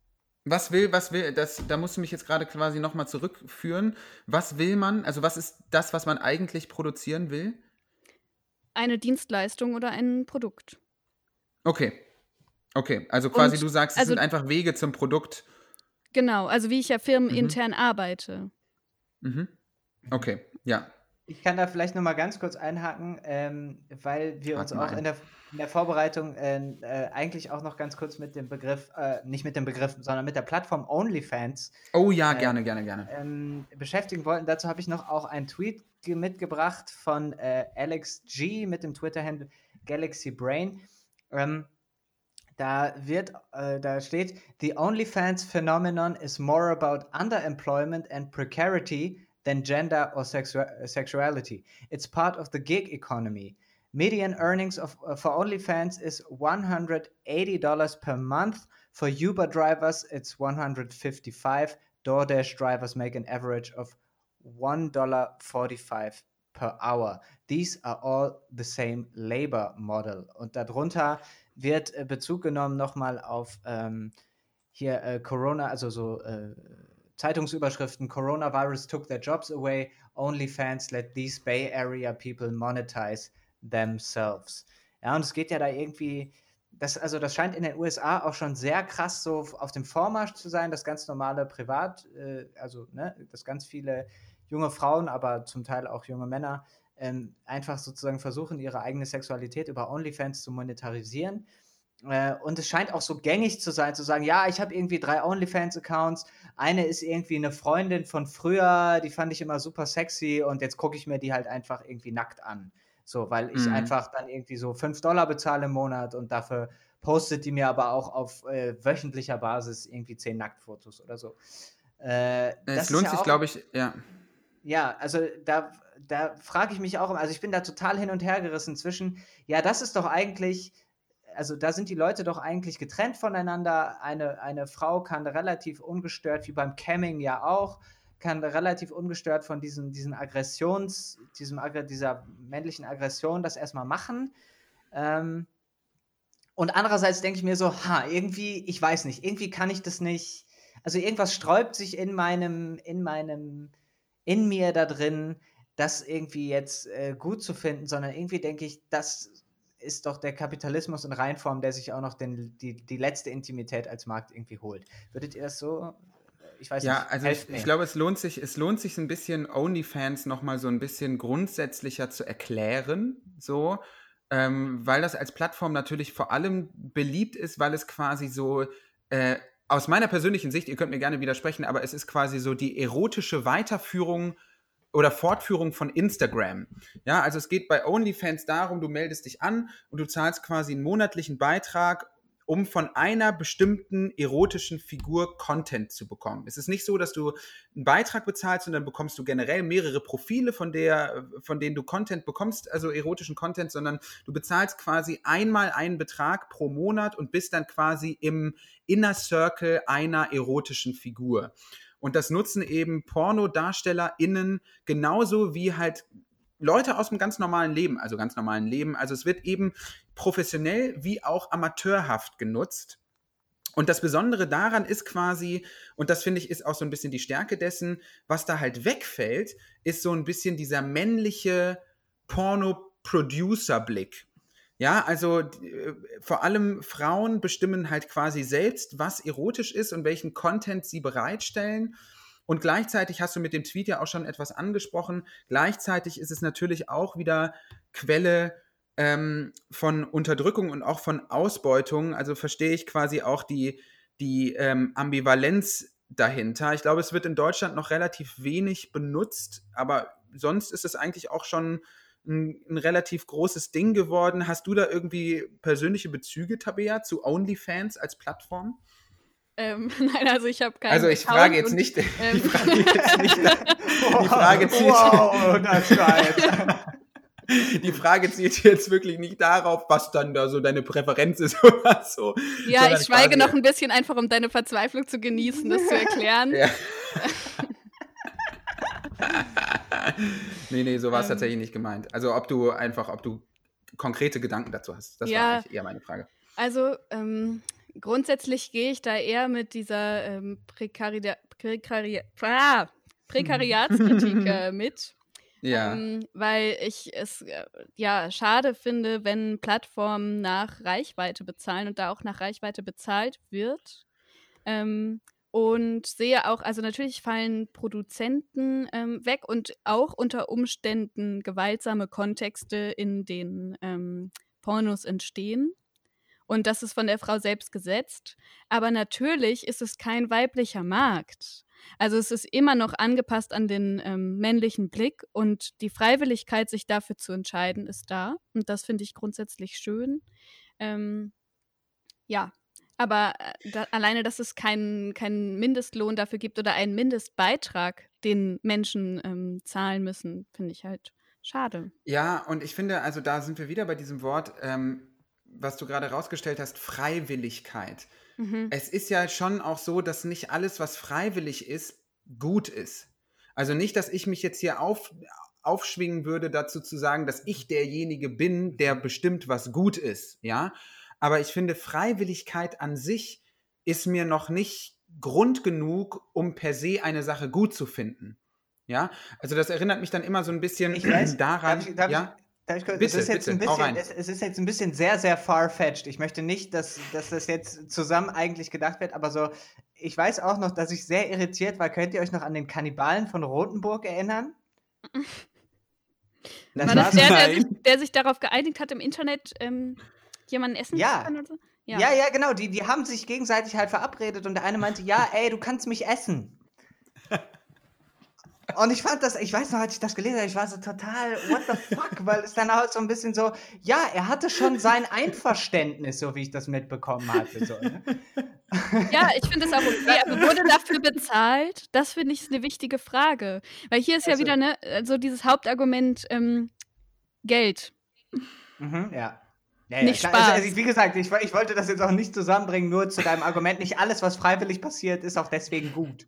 Was will, was will, das, da musst du mich jetzt gerade quasi nochmal zurückführen. Was will man, also was ist das, was man eigentlich produzieren will? Eine Dienstleistung oder ein Produkt. Okay, okay. Also quasi Und du sagst, es also sind einfach Wege zum Produkt. genau, also wie ich ja Mhm. firmenintern arbeite. Mhm. Okay, ja. Ich kann da vielleicht noch mal ganz kurz einhaken, ähm, weil wir Hak uns mal auch ein. in der, in der Vorbereitung äh, äh, eigentlich auch noch ganz kurz mit dem Begriff, äh, nicht mit dem Begriff, sondern mit der Plattform OnlyFans Oh ja, äh, gerne, gerne, gerne. ähm, beschäftigen wollten. Dazu habe ich noch auch einen Tweet ge- mitgebracht von äh, Alex G mit dem Twitter-Handle Galaxy Brain. Ähm, da wird, äh, da steht, the OnlyFans phenomenon is more about underemployment and precarity than gender or sexu- sexuality. It's part of the gig economy. Median earnings of, uh, for OnlyFans is one hundred eighty dollars per month. For Uber drivers, it's one hundred fifty-five dollars. DoorDash drivers make an average of one dollar forty-five per hour. These are all the same labor model. Und darunter wird äh, Bezug genommen nochmal auf ähm, hier äh, Corona, also so äh, Zeitungsüberschriften, Coronavirus took their jobs away, OnlyFans let these Bay Area people monetize themselves. Ja, und es geht ja da irgendwie, das, also das scheint in den U S A auch schon sehr krass so auf dem Vormarsch zu sein, das ganz normale Privat, äh, also ne, dass ganz viele junge Frauen, aber zum Teil auch junge Männer ähm, einfach sozusagen versuchen, ihre eigene Sexualität über OnlyFans zu monetarisieren. Äh, und es scheint auch so gängig zu sein, zu sagen, ja, ich habe irgendwie drei OnlyFans-Accounts, eine ist irgendwie eine Freundin von früher, die fand ich immer super sexy und jetzt gucke ich mir die halt einfach irgendwie nackt an. So, weil ich Mhm. einfach dann irgendwie so fünf Dollar bezahle im Monat und dafür postet die mir aber auch auf äh, wöchentlicher Basis irgendwie zehn Nacktfotos oder so. Äh, das Es ist lohnt ja sich, auch, glaube ich, ja. ja, also da, da frage ich mich auch immer, also ich bin da total hin und her gerissen zwischen, ja, das ist doch eigentlich, also da sind die Leute doch eigentlich getrennt voneinander. Eine, eine Frau kann relativ ungestört, wie beim Camming ja auch, kann relativ ungestört von diesen, diesen Aggressions, diesem, Aggr- dieser männlichen Aggression das erstmal machen. Ähm, und andererseits denke ich mir so, ha, irgendwie, ich weiß nicht, irgendwie kann ich das nicht, also irgendwas sträubt sich in meinem, in meinem, in mir da drin, das irgendwie jetzt äh, gut zu finden, sondern irgendwie denke ich, das ist doch der Kapitalismus in Reinform, der sich auch noch den, die, die letzte Intimität als Markt irgendwie holt. Würdet ihr das so? Ich weiß Ja, nicht. also Helft ich, ich mir. glaube, es lohnt sich, es lohnt sich ein bisschen OnlyFans nochmal so ein bisschen grundsätzlicher zu erklären, so, ähm, weil das als Plattform natürlich vor allem beliebt ist, weil es quasi so, äh, aus meiner persönlichen Sicht, ihr könnt mir gerne widersprechen, aber es ist quasi so die erotische Weiterführung oder Fortführung von Instagram. Ja, also es geht bei OnlyFans darum, du meldest dich an und du zahlst quasi einen monatlichen Beitrag, um von einer bestimmten erotischen Figur Content zu bekommen. Es ist nicht so, dass du einen Beitrag bezahlst und dann bekommst du generell mehrere Profile, von, der, von denen du Content bekommst, also erotischen Content, sondern du bezahlst quasi einmal einen Betrag pro Monat und bist dann quasi im Inner Circle einer erotischen Figur. Und das nutzen eben PornodarstellerInnen genauso wie halt Leute aus dem ganz normalen Leben, also ganz normalen Leben. Also es wird eben professionell wie auch amateurhaft genutzt. Und das Besondere daran ist quasi, und das finde ich ist auch so ein bisschen die Stärke dessen, was da halt wegfällt, ist so ein bisschen dieser männliche Porno-Producer-Blick. Ja, also äh, vor allem Frauen bestimmen halt quasi selbst, was erotisch ist und welchen Content sie bereitstellen. Und gleichzeitig hast du mit dem Tweet ja auch schon etwas angesprochen. Gleichzeitig ist es natürlich auch wieder Quelle ähm, von Unterdrückung und auch von Ausbeutung. Also verstehe ich quasi auch die, die ähm, Ambivalenz dahinter. Ich glaube, es wird in Deutschland noch relativ wenig benutzt, aber sonst ist es eigentlich auch schon ein, ein relativ großes Ding geworden. Hast du da irgendwie persönliche Bezüge, Tabea, zu OnlyFans als Plattform? Ähm, nein, also ich habe keinen Also ich Account frage jetzt und, nicht, ähm, die Frage jetzt nicht, die Frage zielt, Wow, das war jetzt. die Frage zielt jetzt wirklich nicht darauf, was dann da so deine Präferenz ist oder so. Ja, sondern ich schweige quasi- noch ein bisschen einfach, um deine Verzweiflung zu genießen, das zu erklären. Ja. nee, nee, so war es Ähm. tatsächlich nicht gemeint. Also ob du einfach, ob du konkrete Gedanken dazu hast. Das war Ja. eigentlich eher meine Frage. Also ähm, grundsätzlich gehe ich da eher mit dieser ähm, Prekari Prekari ah, Prekariatskritik äh, mit. Ja. Ähm, weil ich es äh, ja schade finde, wenn Plattformen nach Reichweite bezahlen und da auch nach Reichweite bezahlt wird. Ähm, und sehe auch, also natürlich fallen Produzenten ähm, weg und auch unter Umständen gewaltsame Kontexte, in denen ähm, Pornos entstehen. Und das ist von der Frau selbst gesetzt. Aber natürlich ist es kein weiblicher Markt. Also es ist immer noch angepasst an den ähm, männlichen Blick und die Freiwilligkeit, sich dafür zu entscheiden, ist da. Und das finde ich grundsätzlich schön. Ähm, ja, Aber äh, da, alleine, dass es keinen keinen Mindestlohn dafür gibt oder einen Mindestbeitrag, den Menschen ähm, zahlen müssen, finde ich halt schade. Ja, und ich finde, also da sind wir wieder bei diesem Wort, ähm, was du gerade rausgestellt hast, Freiwilligkeit. Mhm. Es ist ja schon auch so, dass nicht alles, was freiwillig ist, gut ist. Also nicht, dass ich mich jetzt hier auf, aufschwingen würde, dazu zu sagen, dass ich derjenige bin, der bestimmt, was gut ist, ja. Aber ich finde, Freiwilligkeit an sich ist mir noch nicht Grund genug, um per se eine Sache gut zu finden. Ja, also das erinnert mich dann immer so ein bisschen Ich weiß, daran, darf ich, darf ja, ich, darf ich kurz, bitte, es ist jetzt bitte, ein hau bisschen, rein. es, es ist jetzt ein bisschen sehr, sehr far-fetched. Ich möchte nicht, dass, dass das jetzt zusammen eigentlich gedacht wird, aber so, ich weiß auch noch, dass ich sehr irritiert war. Könnt ihr euch noch an den Kannibalen von Rothenburg erinnern? Das War das war so, der, der Nein. sich, der sich darauf geeinigt hat, im Internet ähm, jemanden essen Ja. zu können oder so? ja, ja, genau, die, die haben sich gegenseitig halt verabredet und der eine meinte, ja, ey, du kannst mich essen. Und ich fand das, ich weiß noch, als ich das gelesen habe, ich war so total, what the fuck, weil es dann halt so ein bisschen so, ja, er hatte schon sein Einverständnis, so wie ich das mitbekommen hatte. So, ne? Ja, ich finde es auch okay, aber wurde dafür bezahlt? Das finde ich ist eine wichtige Frage. Weil hier ist ja Also- wieder ne, so dieses Hauptargument ähm, Geld. Mhm, ja. Ja, ja, Nicht klar. Spaß. Also, also, wie gesagt, ich, ich wollte das jetzt auch nicht zusammenbringen, nur zu deinem Argument. Nicht alles, was freiwillig passiert, ist auch deswegen gut.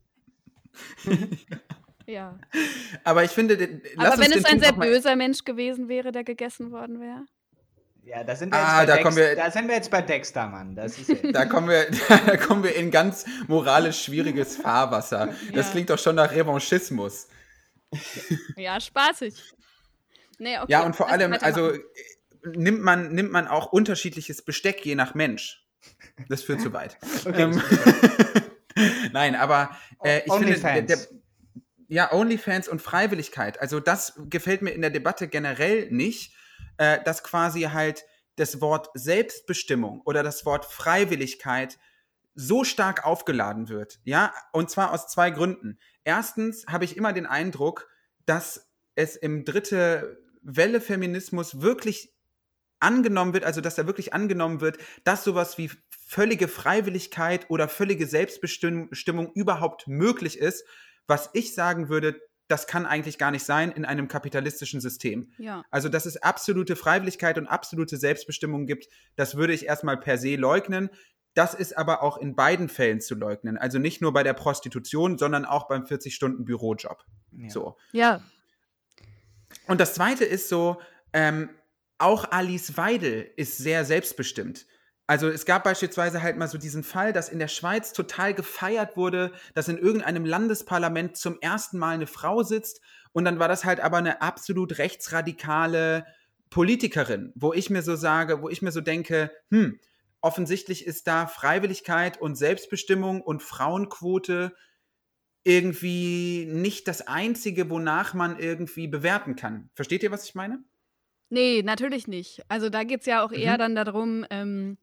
Ja. Aber ich finde, den- lass Aber uns wenn den es ein Punkt sehr noch mal- böser Mensch gewesen wäre, der gegessen worden wäre. Ja, da sind wir, Ah, jetzt, da bei kommen Dex, wir- da sind wir jetzt bei Dexter, Mann. Das ist jetzt. Da kommen wir, da kommen wir in ganz moralisch schwieriges Fahrwasser. Das Ja. klingt doch schon nach Revanchismus. Ja, spaßig. Nee, okay. Ja, und vor lass allem, weitermachen. also äh, nimmt man, nimmt man auch unterschiedliches Besteck je nach Mensch. Das führt zu weit. Okay, Ähm, Nein, aber äh, ich finde, der, Onlyfans. der, ja, Onlyfans und Freiwilligkeit, also das gefällt mir in der Debatte generell nicht, äh, dass quasi halt das Wort Selbstbestimmung oder das Wort Freiwilligkeit so stark aufgeladen wird, ja, und zwar aus zwei Gründen. Erstens habe ich immer den Eindruck, dass es im dritte Welle Feminismus wirklich angenommen wird, also dass da wirklich angenommen wird, dass sowas wie völlige Freiwilligkeit oder völlige Selbstbestimmung überhaupt möglich ist, was ich sagen würde, das kann eigentlich gar nicht sein in einem kapitalistischen System. Ja. Also, dass es absolute Freiwilligkeit und absolute Selbstbestimmung gibt, das würde ich erstmal per se leugnen. Das ist aber auch in beiden Fällen zu leugnen. Also nicht nur bei der Prostitution, sondern auch beim vierzig-Stunden-Bürojob. Ja. So. Ja. Und das Zweite ist so, ähm, auch Alice Weidel ist sehr selbstbestimmt. Also es gab beispielsweise halt mal so diesen Fall, dass in der Schweiz total gefeiert wurde, dass in irgendeinem Landesparlament zum ersten Mal eine Frau sitzt und dann war das halt aber eine absolut rechtsradikale Politikerin, wo ich mir so sage, wo ich mir so denke, hm, offensichtlich ist da Freiwilligkeit und Selbstbestimmung und Frauenquote irgendwie nicht das Einzige, wonach man irgendwie bewerten kann. Versteht ihr, was ich meine? Nee, natürlich nicht. Also da geht es ja auch eher Mhm. dann darum, ähm,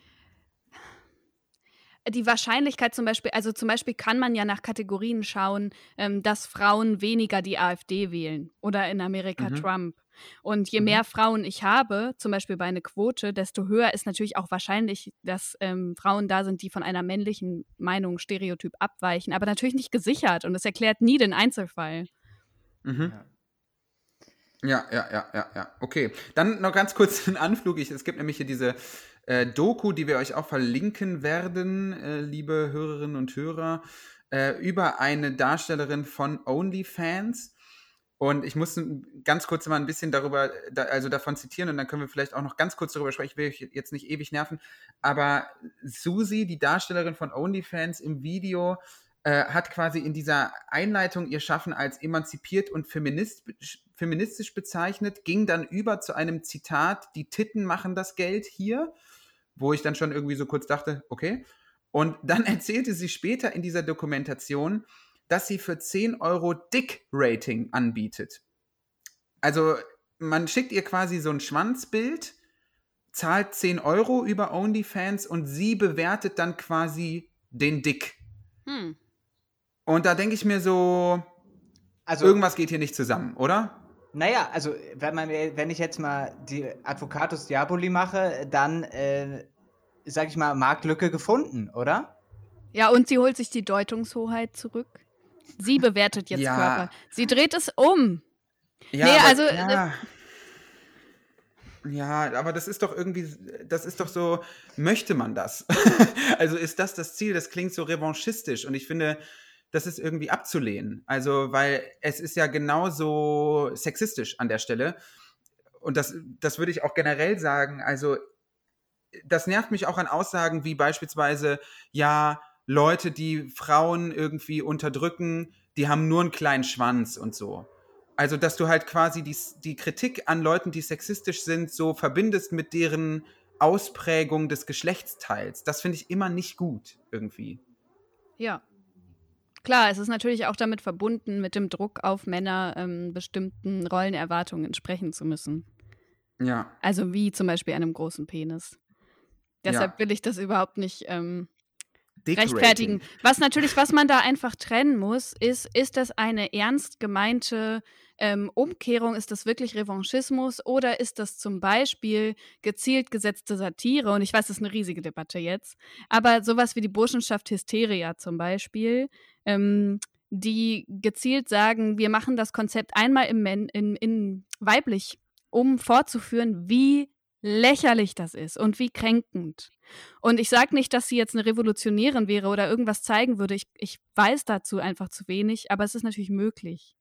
die Wahrscheinlichkeit zum Beispiel, also zum Beispiel kann man ja nach Kategorien schauen, ähm, dass Frauen weniger die AfD wählen oder in Amerika Mhm. Trump. Und je Mhm. mehr Frauen ich habe, zum Beispiel bei einer Quote, desto höher ist natürlich auch wahrscheinlich, dass ähm, Frauen da sind, die von einer männlichen Meinung, Stereotyp abweichen, aber natürlich nicht gesichert und das erklärt nie den Einzelfall. Mhm. Ja. Ja, ja, ja, ja, ja. Okay. Dann noch ganz kurz einen Anflug. Ich, es gibt nämlich hier diese äh, Doku, die wir euch auch verlinken werden, äh, liebe Hörerinnen und Hörer, äh, über eine Darstellerin von OnlyFans. Und ich muss ganz kurz mal ein bisschen darüber, da, also davon zitieren und dann können wir vielleicht auch noch ganz kurz darüber sprechen. Ich will euch jetzt nicht ewig nerven. Aber Susi, die Darstellerin von OnlyFans im Video, äh, hat quasi in dieser Einleitung ihr Schaffen als emanzipiert und feminist, feministisch bezeichnet, ging dann über zu einem Zitat, die Titten machen das Geld hier, wo ich dann schon irgendwie so kurz dachte, okay. Und dann erzählte sie später in dieser Dokumentation, dass sie für zehn Euro Dick-Rating anbietet. Also man schickt ihr quasi so ein Schwanzbild, zahlt zehn Euro über OnlyFans und sie bewertet dann quasi den Dick. Hm. Und da denke ich mir so, Also, irgendwas geht hier nicht zusammen, oder? naja, also wenn, man, wenn ich jetzt mal die Advocatus Diaboli mache, dann äh, sag ich mal, Marktlücke gefunden, oder? Ja, und sie holt sich die Deutungshoheit zurück. Sie bewertet jetzt Ja. Körper. Sie dreht es um. Ja, Nee, aber, also, ja. Ja, aber das ist doch irgendwie, das ist doch so, möchte man das? Also ist das das Ziel? Das klingt so revanchistisch und ich finde, das ist irgendwie abzulehnen. Also, weil es ist ja genauso sexistisch an der Stelle. Und das, das würde ich auch generell sagen. Also, das nervt mich auch an Aussagen wie beispielsweise, ja, Leute, die Frauen irgendwie unterdrücken, die haben nur einen kleinen Schwanz und so. Also, dass du halt quasi die, die Kritik an Leuten, die sexistisch sind, so verbindest mit deren Ausprägung des Geschlechtsteils. Das finde ich immer nicht gut, irgendwie. ja. Klar, es ist natürlich auch damit verbunden, mit dem Druck auf Männer ähm, bestimmten Rollenerwartungen entsprechen zu müssen. Ja. Also wie zum Beispiel einem großen Penis. Deshalb Ja. will ich das überhaupt nicht ähm, Dick-Rating. rechtfertigen. Was natürlich, was man da einfach trennen muss, ist, ist das eine ernst gemeinte ähm, Umkehrung? Ist das wirklich Revanchismus oder ist das zum Beispiel gezielt gesetzte Satire? Und ich weiß, das ist eine riesige Debatte jetzt. Aber sowas wie die Burschenschaft Hysteria zum Beispiel, ähm, die gezielt sagen, wir machen das Konzept einmal im Men- in, in weiblich, um fortzuführen, wie lächerlich das ist und wie kränkend. Und ich sage nicht, dass sie jetzt eine Revolutionärin wäre oder irgendwas zeigen würde. Ich, ich weiß dazu einfach zu wenig, aber es ist natürlich möglich.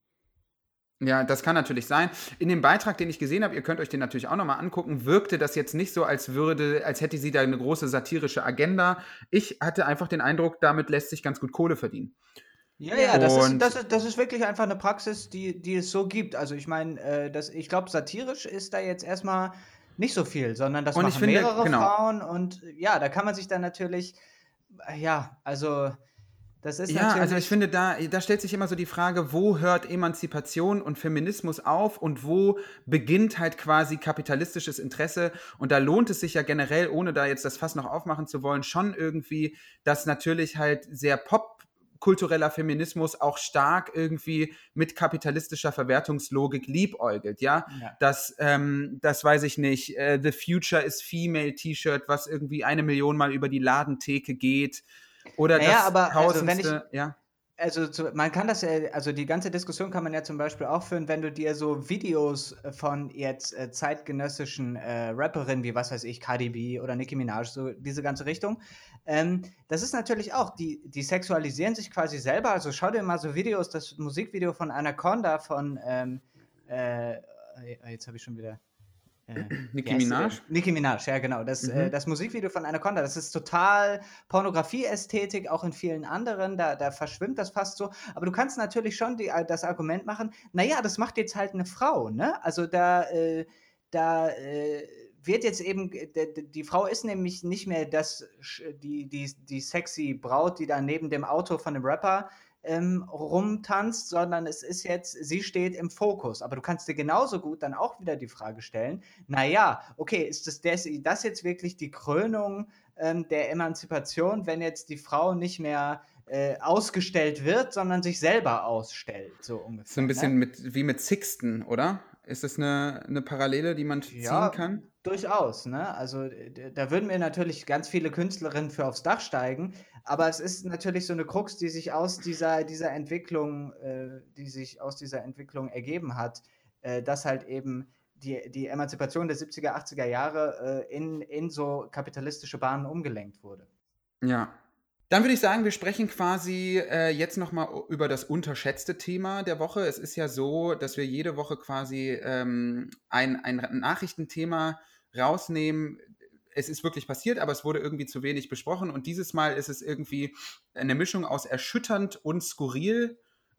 Ja, das kann natürlich sein. In dem Beitrag, den ich gesehen habe, ihr könnt euch den natürlich auch nochmal angucken, wirkte das jetzt nicht so, als würde, als hätte sie da eine große satirische Agenda. Ich hatte einfach den Eindruck, damit lässt sich ganz gut Kohle verdienen. Ja, ja, das ist, Und das ist, das ist wirklich einfach eine Praxis, die, die es so gibt. Also ich meine, äh, das, ich glaube, satirisch ist da jetzt erstmal nicht so viel, sondern das Und ich machen finde, mehrere genau. Frauen und äh, ja, da kann man sich dann natürlich, äh, ja, also das ist Ja, also ich natürlich, finde, da, da stellt sich immer so die Frage, wo hört Emanzipation und Feminismus auf und wo beginnt halt quasi kapitalistisches Interesse? Und da lohnt es sich ja generell, ohne da jetzt das Fass noch aufmachen zu wollen, schon irgendwie, dass natürlich halt sehr popkultureller Feminismus auch stark irgendwie mit kapitalistischer Verwertungslogik liebäugelt, ja? ja. Das, ähm, das weiß ich nicht, äh, The Future is Female T-Shirt, was irgendwie eine Million Mal über die Ladentheke geht. Oder Naja, das aber also wenn ich, tausendste, ja. also zu, man kann das ja, also die ganze Diskussion kann man ja zum Beispiel auch führen, wenn du dir so Videos äh, von jetzt äh, zeitgenössischen äh, Rapperinnen wie, was weiß ich, Cardi B oder Nicki Minaj, so diese ganze Richtung, ähm, das ist natürlich auch, die, die sexualisieren sich quasi selber, also schau dir mal so Videos, das Musikvideo von Anaconda von, ähm, äh, jetzt habe ich schon wieder, äh, wie Nicki heißt sie denn? Minaj? Nicki Minaj, ja genau. Das, äh, Mhm. das Musikvideo von Anaconda, das ist total Pornografie-Ästhetik, auch in vielen anderen, da, da verschwimmt das fast so. Aber du kannst natürlich schon die, äh, das Argument machen, naja, das macht jetzt halt eine Frau, ne? Also da, äh, da äh, wird jetzt eben, d- d- die Frau ist nämlich nicht mehr das, sch- die, die, die sexy Braut, die da neben dem Auto von dem Rapper ähm, rumtanzt, sondern es ist jetzt, sie steht im Fokus. Aber du kannst dir genauso gut dann auch wieder die Frage stellen, naja, okay, ist das, das, das jetzt wirklich die Krönung ähm, der Emanzipation, wenn jetzt die Frau nicht mehr äh, ausgestellt wird, sondern sich selber ausstellt, so So ungefähr. ein bisschen Ne? mit, wie mit Sixten, oder? Ist das eine, eine Parallele, die man ziehen Ja, kann? durchaus. Ne? Also d- da würden mir natürlich ganz viele Künstlerinnen für aufs Dach steigen, aber es ist natürlich so eine Krux, die sich aus dieser, dieser Entwicklung, äh, die sich aus dieser Entwicklung ergeben hat, äh, dass halt eben die, die Emanzipation der siebziger, achtziger Jahre äh, in, in so kapitalistische Bahnen umgelenkt wurde. Ja. Dann würde ich sagen, wir sprechen quasi äh, jetzt nochmal über das unterschätzte Thema der Woche. Es ist ja so, dass wir jede Woche quasi ähm, ein, ein Nachrichtenthema rausnehmen. Es ist wirklich passiert, aber es wurde irgendwie zu wenig besprochen. Und dieses Mal ist es irgendwie eine Mischung aus erschütternd und skurril.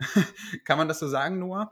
Kann man das so sagen, Noah?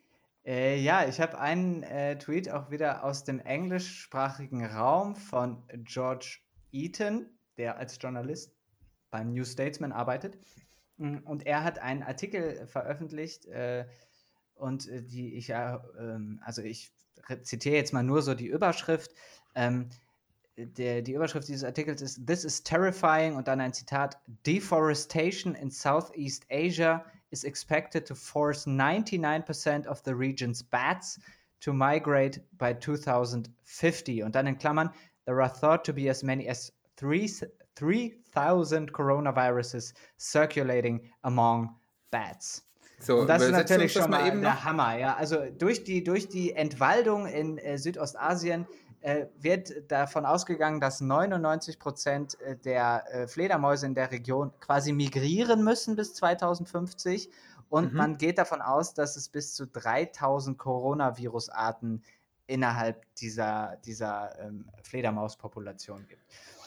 Äh, ja, ich habe einen äh, Tweet auch wieder aus dem englischsprachigen Raum von George Eaton, der als Journalist beim New Statesman arbeitet. Mm, Und er hat einen Artikel veröffentlicht äh, und äh, die ich ja, ähm, also ich re- zitiere jetzt mal nur so die Überschrift. Ähm, der, die Überschrift dieses Artikels ist This is terrifying und dann ein Zitat: Deforestation in Southeast Asia is expected to force ninety-nine percent of the region's bats to migrate by two thousand fifty. Und dann in Klammern, there are thought to be as many as three thousand coronaviruses circulating among bats. So, Und das ist übersetzt natürlich uns das schon mal mal eben der noch. Hammer. Ja? Also durch die, durch die Entwaldung in äh, Südostasien äh, wird davon ausgegangen, dass neunundneunzig Prozent der äh, Fledermäuse in der Region quasi migrieren müssen bis zweitausendfünfzig. Und Mhm. man geht davon aus, dass es bis zu dreitausend Coronavirus-Arten innerhalb dieser, dieser ähm, Fledermauspopulation gibt.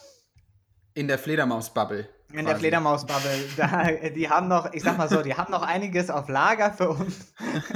In der Fledermaus-Bubble. In der quasi. Fledermausbubble, da, die haben noch, ich sag mal so, die haben noch einiges auf Lager für uns.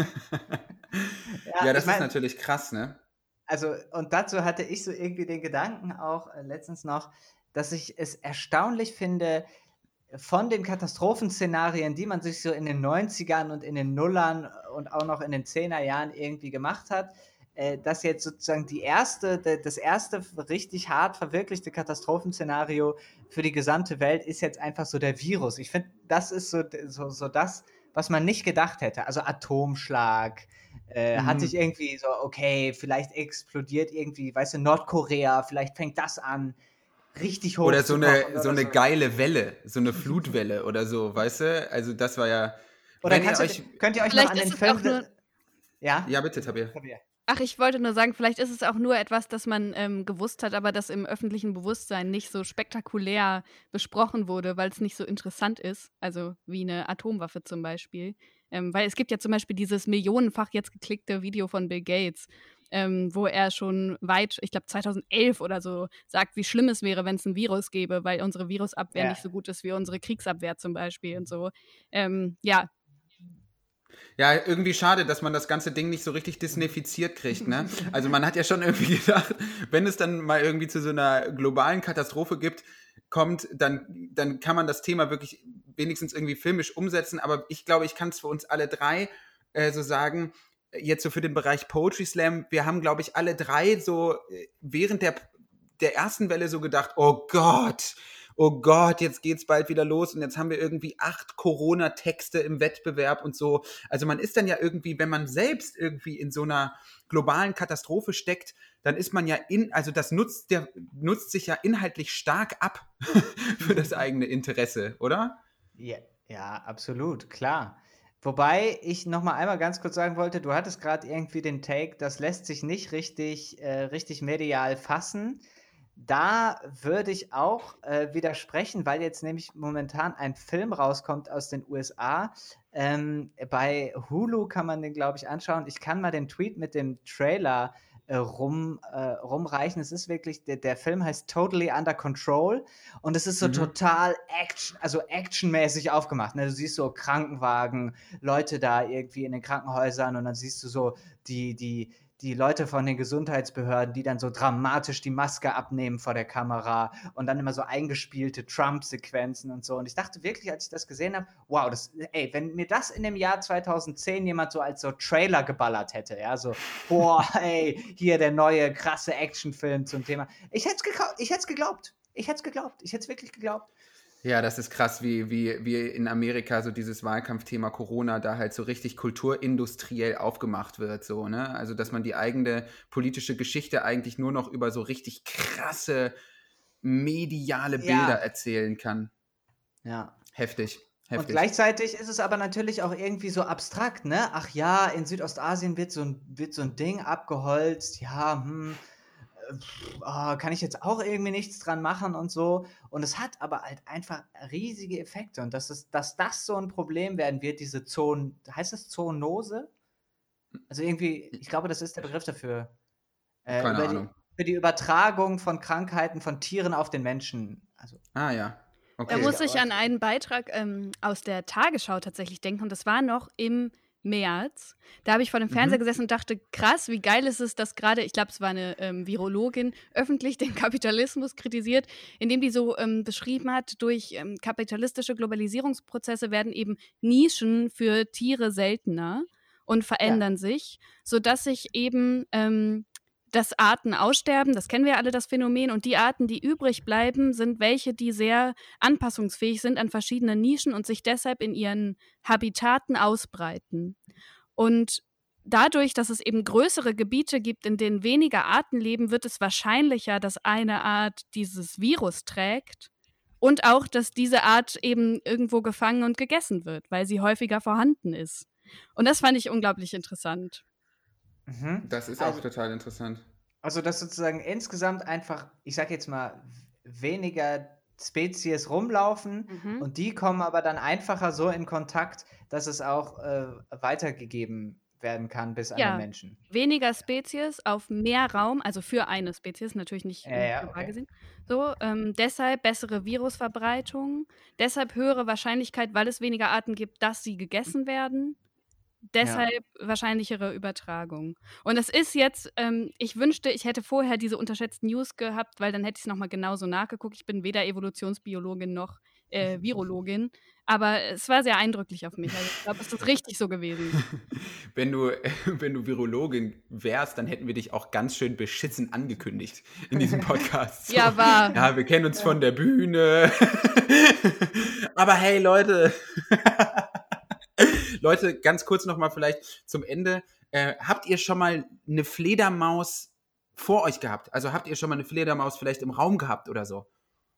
Ja, das ich mein, ist natürlich krass, ne? Also, und dazu hatte ich so irgendwie den Gedanken auch äh, letztens noch, dass ich es erstaunlich finde, von den Katastrophenszenarien, die man sich so in den neunzigern und in den Nullern und auch noch in den Zehnerjahren irgendwie gemacht hat, äh, dass jetzt sozusagen die erste, de, das erste richtig hart verwirklichte Katastrophenszenario für die gesamte Welt ist jetzt einfach so der Virus. Ich finde, das ist so, so, so das, was man nicht gedacht hätte. Also Atomschlag, äh, Mhm. hatte ich irgendwie so, okay, vielleicht explodiert irgendwie, weißt du, Nordkorea, vielleicht fängt das an, richtig hoch Oder zu so kochen eine, oder so eine so. geile Welle, so eine Flutwelle oder so, weißt du? Also das war ja, Oder wenn ihr kannst du, euch, könnt ihr euch Vielleicht noch an den ist es Film... auch nur- Ja? ja bitte, Tabea. Tabea. Ach, ich wollte nur sagen, vielleicht ist es auch nur etwas, das man ähm, gewusst hat, aber das im öffentlichen Bewusstsein nicht so spektakulär besprochen wurde, weil es nicht so interessant ist, also wie eine Atomwaffe zum Beispiel. Ähm, weil es gibt ja zum Beispiel dieses millionenfach jetzt geklickte Video von Bill Gates, ähm, wo er schon weit, ich glaube zweitausendelf oder so, sagt, wie schlimm es wäre, wenn es ein Virus gäbe, weil unsere Virusabwehr Ja. nicht so gut ist wie unsere Kriegsabwehr zum Beispiel und so. Ähm, ja, Ja, irgendwie schade, dass man das ganze Ding nicht so richtig disneyfiziert kriegt, ne? Also man hat ja schon irgendwie gedacht, wenn es dann mal irgendwie zu so einer globalen Katastrophe gibt, kommt, dann, dann kann man das Thema wirklich wenigstens irgendwie filmisch umsetzen. Aber ich glaube, ich kann es für uns alle drei äh, so sagen, jetzt so für den Bereich Poetry Slam, wir haben, glaube ich, alle drei so äh, während der, der ersten Welle so gedacht, oh Gott, oh Gott, jetzt geht's bald wieder los und jetzt haben wir irgendwie acht Corona-Texte im Wettbewerb und so. Also man ist dann ja irgendwie, wenn man selbst irgendwie in so einer globalen Katastrophe steckt, dann ist man ja in, also das nutzt, der, nutzt sich ja inhaltlich stark ab für das eigene Interesse, oder? Ja, ja, absolut, klar. Wobei ich noch mal einmal ganz kurz sagen wollte, du hattest gerade irgendwie den Take, das lässt sich nicht richtig, äh, richtig medial fassen. Da würde ich auch äh, widersprechen, weil jetzt nämlich momentan ein Film rauskommt aus den U S A. Ähm, bei Hulu kann man den, glaube ich, anschauen. Ich kann mal den Tweet mit dem Trailer äh, rum, äh, rumreichen. Es ist wirklich, der, der Film heißt Totally Under Control und es ist so Mhm. total Action, also actionmäßig aufgemacht. Ne? Du siehst so Krankenwagen, Leute da irgendwie in den Krankenhäusern und dann siehst du so die, die, die Leute von den Gesundheitsbehörden, die dann so dramatisch die Maske abnehmen vor der Kamera und dann immer so eingespielte Trump-Sequenzen und so. Und ich dachte wirklich, als ich das gesehen habe, wow, das, ey, wenn mir das in dem Jahr zweitausendzehn jemand so als so Trailer geballert hätte, ja, so, boah, ey, hier der neue krasse Actionfilm zum Thema. Ich hätte es ich hätt's geglaubt. Ich hätte es geglaubt. Ich hätte es wirklich geglaubt. Ja, das ist krass, wie, wie, wie in Amerika so dieses Wahlkampfthema Corona da halt so richtig kulturindustriell aufgemacht wird, so, ne? Also, dass man die eigene politische Geschichte eigentlich nur noch über so richtig krasse mediale Bilder Ja. erzählen kann. Ja. Heftig, Und heftig. gleichzeitig ist es aber natürlich auch irgendwie so abstrakt, ne? Ach ja, in Südostasien wird so ein, wird so ein Ding abgeholzt, ja, hm, äh, pff, ah, kann ich jetzt auch irgendwie nichts dran machen und so. Und es hat aber halt einfach riesige Effekte. Und dass, es, dass das so ein Problem werden wird, diese Zoon, heißt das Zoonose? Also irgendwie, ich glaube, das ist der Begriff dafür. Äh, Keine über die, Ahnung. für die Übertragung von Krankheiten von Tieren auf den Menschen. Also, Ah ja, Da okay. muss ich an einen Beitrag ähm, aus der Tagesschau tatsächlich denken und das war noch im März. Da habe ich vor dem Fernseher Mhm. gesessen und dachte, krass, wie geil ist es, dass gerade, ich glaube, es war eine ähm, Virologin, öffentlich den Kapitalismus kritisiert, indem die so ähm, beschrieben hat, durch ähm, kapitalistische Globalisierungsprozesse werden eben Nischen für Tiere seltener und verändern sich, sodass sich eben ähm, dass Arten aussterben, das kennen wir alle, das Phänomen, und die Arten, die übrig bleiben, sind welche, die sehr anpassungsfähig sind an verschiedenen Nischen und sich deshalb in ihren Habitaten ausbreiten. Und dadurch, dass es eben größere Gebiete gibt, in denen weniger Arten leben, wird es wahrscheinlicher, dass eine Art dieses Virus trägt und auch, dass diese Art eben irgendwo gefangen und gegessen wird, weil sie häufiger vorhanden ist. Und das fand ich unglaublich interessant. Mhm. Das ist Also- auch total interessant. Also, dass sozusagen insgesamt einfach, ich sag jetzt mal, weniger Spezies rumlaufen Mhm. und die kommen aber dann einfacher so in Kontakt, dass es auch äh, weitergegeben werden kann bis an Ja. den Menschen. Weniger Spezies auf mehr Raum, also für eine Spezies, natürlich nicht Ja, ja, global okay. gesehen. So, ähm, deshalb bessere Virusverbreitung, deshalb höhere Wahrscheinlichkeit, weil es weniger Arten gibt, dass sie gegessen werden. Deshalb wahrscheinlichere Übertragung. Und es ist jetzt, ähm, ich wünschte, ich hätte vorher diese unterschätzten News gehabt, weil dann hätte ich es nochmal genauso nachgeguckt. Ich bin weder Evolutionsbiologin noch äh, Virologin, aber es war sehr eindrücklich auf mich. Also ich glaube, es ist richtig so gewesen. Wenn du, wenn du Virologin wärst, dann hätten wir dich auch ganz schön beschissen angekündigt in diesem Podcast. So, Ja, wahr. Ja, wir kennen uns von der Bühne. Aber hey, Leute. Leute, ganz kurz nochmal vielleicht zum Ende. Äh, habt ihr schon mal eine Fledermaus vor euch gehabt? Also habt ihr schon mal eine Fledermaus vielleicht im Raum gehabt oder so?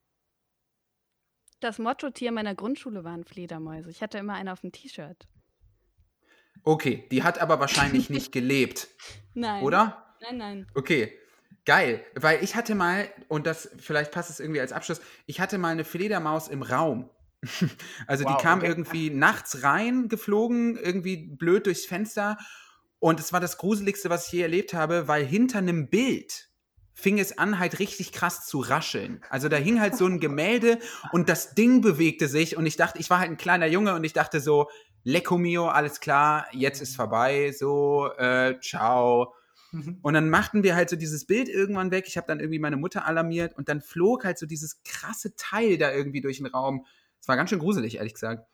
Das Mottotier meiner Grundschule waren Fledermäuse. Ich hatte immer eine auf dem T-Shirt. Okay, die hat aber wahrscheinlich nicht gelebt, Nein. oder? Nein, nein. Okay, geil. Weil ich hatte mal, und das, vielleicht passt es irgendwie als Abschluss, ich hatte mal eine Fledermaus im Raum. Also Wow, die kam okay. irgendwie nachts rein, geflogen, irgendwie blöd durchs Fenster. Und es war das Gruseligste, was ich je erlebt habe, weil hinter einem Bild fing es an, halt richtig krass zu rascheln. Also da hing halt so ein Gemälde und das Ding bewegte sich und ich dachte, ich war halt ein kleiner Junge und ich dachte so, Lecco mio, alles klar, jetzt ist vorbei, so, äh, ciao. Und dann machten wir halt so dieses Bild irgendwann weg. Ich habe dann irgendwie meine Mutter alarmiert und dann flog halt so dieses krasse Teil da irgendwie durch den Raum. Es war ganz schön gruselig, ehrlich gesagt.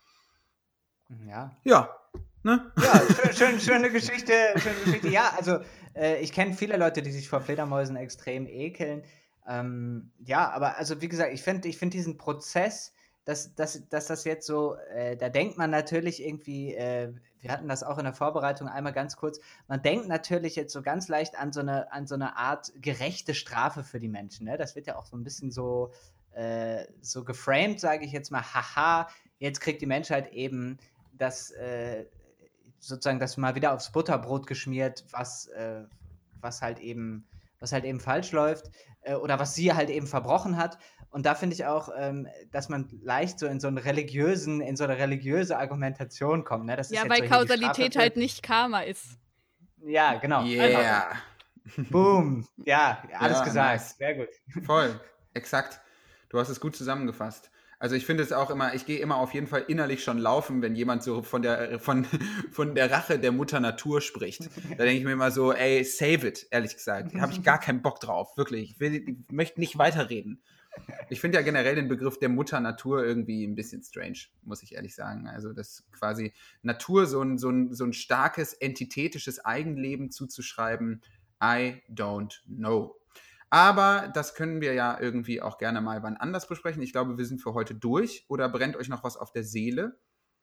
Ja. Ja, ne? Ja, schön, schön, schöne Geschichte, schöne Geschichte. Ja, also äh, ich kenne viele Leute, die sich vor Fledermäusen extrem ekeln. Ähm, ja, aber also wie gesagt, ich finde ich find diesen Prozess, dass, dass, dass das jetzt so, äh, da denkt man natürlich irgendwie, äh, wir hatten das auch in der Vorbereitung einmal ganz kurz, man denkt natürlich jetzt so ganz leicht an so eine, an so eine Art gerechte Strafe für die Menschen. Ne? Das wird ja auch so ein bisschen so, äh, so geframed, sage ich jetzt mal, haha, jetzt kriegt die Menschheit eben das, äh, sozusagen das mal wieder aufs Butterbrot geschmiert, was, äh, was halt eben, was halt eben falsch läuft äh, oder was sie halt eben verbrochen hat. Und da finde ich auch, ähm, dass man leicht so in so einen religiösen, in so eine religiöse Argumentation kommt. Ne? Das ist Ja, jetzt weil so hier die Kausalität Strafe halt für- nicht Karma ist. Ja, genau. Yeah. Boom. Ja, alles Ja, gesagt. nice. Sehr gut. Voll, exakt. Du hast es gut zusammengefasst. Also ich finde es auch immer, ich gehe immer auf jeden Fall innerlich schon laufen, wenn jemand so von der, von, von der Rache der Mutter Natur spricht. Da denke ich mir immer so, ey, save it, ehrlich gesagt. Da habe ich gar keinen Bock drauf, wirklich. Ich, will, ich möchte nicht weiterreden. Ich finde ja generell den Begriff der Mutter Natur irgendwie ein bisschen strange, muss ich ehrlich sagen. Also das quasi Natur so ein, so ein, so ein starkes, entitätisches Eigenleben zuzuschreiben, I don't know. Aber das können wir ja irgendwie auch gerne mal wann anders besprechen. Ich glaube, wir sind für heute durch. Oder brennt euch noch was auf der Seele?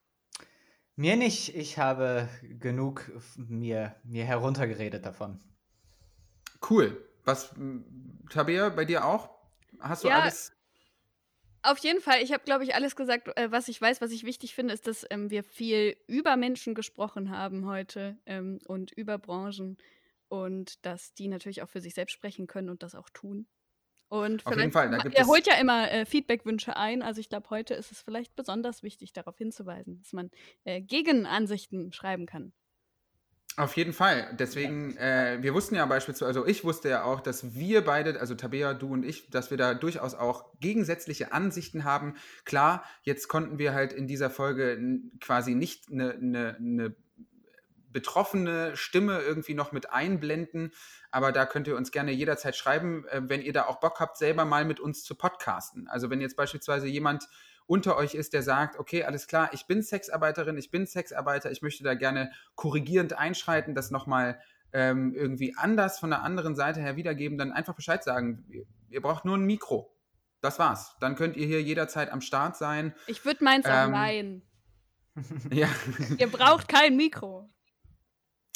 Mir nicht. Ich habe genug mir, mir heruntergeredet davon. Cool. Was, m, Tabea, bei dir auch? Hast du Ja. alles? Auf jeden Fall, ich habe, glaube ich, alles gesagt, äh, was ich weiß. Was ich wichtig finde, ist, dass ähm, wir viel über Menschen gesprochen haben heute ähm, und über Branchen und dass die natürlich auch für sich selbst sprechen können und das auch tun. Und Auf jeden vielleicht, Fall, da gibt ihr es- holt ja immer äh, Feedbackwünsche ein. Also ich glaube, heute ist es vielleicht besonders wichtig, darauf hinzuweisen, dass man äh, Gegenansichten schreiben kann. Auf jeden Fall. Deswegen, äh, wir wussten ja beispielsweise, also ich wusste ja auch, dass wir beide, also Tabea, du und ich, dass wir da durchaus auch gegensätzliche Ansichten haben. Klar, jetzt konnten wir halt in dieser Folge n- quasi nicht eine ne, ne betroffene Stimme irgendwie noch mit einblenden, aber da könnt ihr uns gerne jederzeit schreiben, äh, wenn ihr da auch Bock habt, selber mal mit uns zu podcasten. Also wenn jetzt beispielsweise jemand unter euch ist, der sagt, okay, alles klar, ich bin Sexarbeiterin, ich bin Sexarbeiter, ich möchte da gerne korrigierend einschreiten, das nochmal ähm, irgendwie anders von der anderen Seite her wiedergeben, dann einfach Bescheid sagen. Ihr, ihr braucht nur ein Mikro. Das war's. Dann könnt ihr hier jederzeit am Start sein. Ich würde meins auch Ähm, leihen. Ja. Ihr braucht kein Mikro.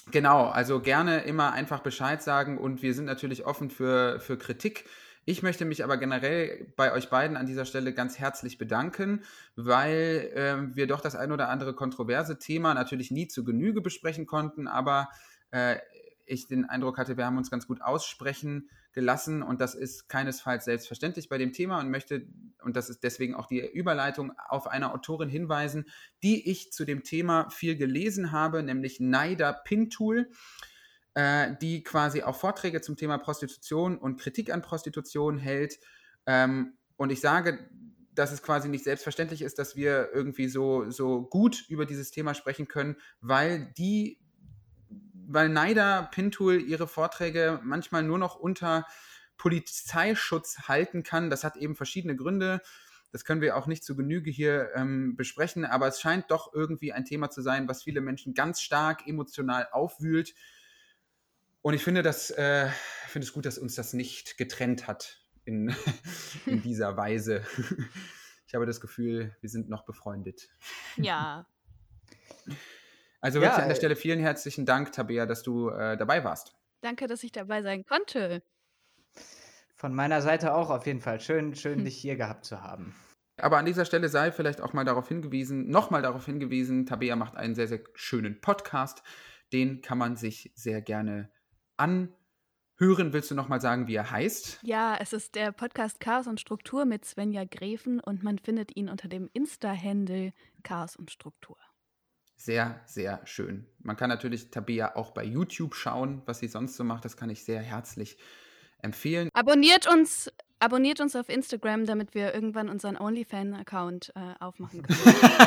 Genau, also gerne immer einfach Bescheid sagen und wir sind natürlich offen für, für Kritik. Ich möchte mich aber generell bei euch beiden an dieser Stelle ganz herzlich bedanken, weil äh, wir doch das ein oder andere kontroverse Thema natürlich nie zu Genüge besprechen konnten, aber äh, ich den Eindruck hatte, wir haben uns ganz gut aussprechen gelassen und das ist keinesfalls selbstverständlich bei dem Thema und möchte, und das ist deswegen auch die Überleitung, auf eine Autorin hinweisen, die ich zu dem Thema viel gelesen habe, nämlich Nayda Pintool, äh, die quasi auch Vorträge zum Thema Prostitution und Kritik an Prostitution hält. Ähm, und ich sage, dass es quasi nicht selbstverständlich ist, dass wir irgendwie so, so gut über dieses Thema sprechen können, weil die weil Nayda Pintool ihre Vorträge manchmal nur noch unter Polizeischutz halten kann. Das hat eben verschiedene Gründe. Das können wir auch nicht zu Genüge hier ähm, besprechen, aber es scheint doch irgendwie ein Thema zu sein, was viele Menschen ganz stark emotional aufwühlt. Und ich finde, das, äh, ich finde es gut, dass uns das nicht getrennt hat in, in dieser Weise. Ich habe das Gefühl, wir sind noch befreundet. Ja. Also wirklich ja, an der Stelle vielen herzlichen Dank, Tabea, dass du äh, dabei warst. Danke, dass ich dabei sein konnte. Von meiner Seite auch auf jeden Fall. Schön, schön hm. dich hier gehabt zu haben. Aber an dieser Stelle sei vielleicht auch mal darauf hingewiesen, nochmal darauf hingewiesen, Tabea macht einen sehr, sehr schönen Podcast. Den kann man sich sehr gerne anhören. Willst du nochmal sagen, wie er heißt? Ja, es ist der Podcast Chaos und Struktur mit Svenja Gräfen und man findet ihn unter dem Insta-Handle Chaos und Struktur. Sehr, sehr schön. Man kann natürlich Tabea auch bei YouTube schauen, was sie sonst so macht. Das kann ich sehr herzlich empfehlen. Abonniert uns, abonniert uns auf Instagram, damit wir irgendwann unseren OnlyFans-Account äh, aufmachen können.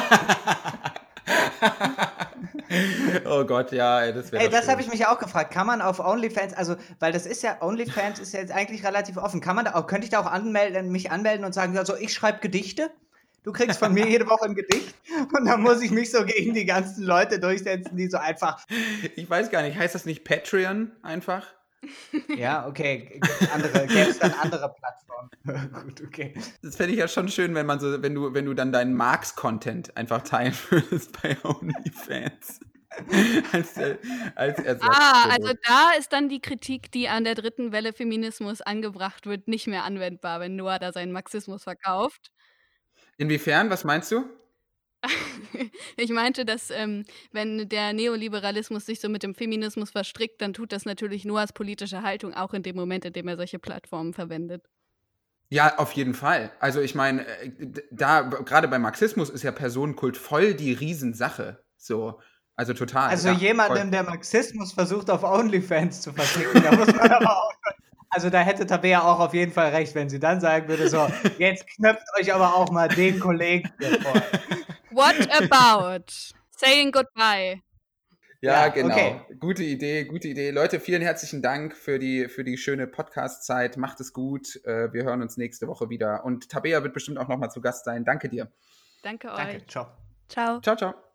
Oh Gott, ja, ey, das wäre Ey, das habe ich mich auch gefragt. Kann man auf OnlyFans, also, weil das ist ja, OnlyFans ist ja jetzt eigentlich relativ offen. Kann man da auch, könnte ich da auch anmelden, mich anmelden und sagen, also ich schreibe Gedichte? Du kriegst von mir jede Woche ein Gedicht und dann muss ich mich so gegen die ganzen Leute durchsetzen, die so einfach... Ich weiß gar nicht, heißt das nicht Patreon einfach? Ja, okay. Andere, gäbe es dann andere Plattformen. Gut, okay. Das fände ich ja schon schön, wenn man so, wenn du, wenn du dann deinen Marx-Content einfach teilen würdest bei OnlyFans. als, als Ersatz. Ah, also da ist dann die Kritik, die an der dritten Welle Feminismus angebracht wird, nicht mehr anwendbar, wenn Noah da seinen Marxismus verkauft. Inwiefern? Was meinst du? Ich meinte, dass ähm, wenn der Neoliberalismus sich so mit dem Feminismus verstrickt, dann tut das natürlich Noahs politische Haltung auch in dem Moment, in dem er solche Plattformen verwendet. Ja, auf jeden Fall. Also ich meine, da gerade beim Marxismus ist ja Personenkult voll die Riesensache. So, also total. Also ja, jemandem, voll. der Marxismus versucht, auf OnlyFans zu verstricken, da muss man aber auch... Also da hätte Tabea auch auf jeden Fall recht, wenn sie dann sagen würde, so, jetzt knöpft euch aber auch mal den Kollegen hier vor. What about saying goodbye? Ja, ja, genau. Okay. Gute Idee, gute Idee. Leute, vielen herzlichen Dank für die, für die schöne Podcast-Zeit. Macht es gut. Wir hören uns nächste Woche wieder. Und Tabea wird bestimmt auch nochmal zu Gast sein. Danke dir. Danke euch. Danke, ciao. Ciao. Ciao, ciao.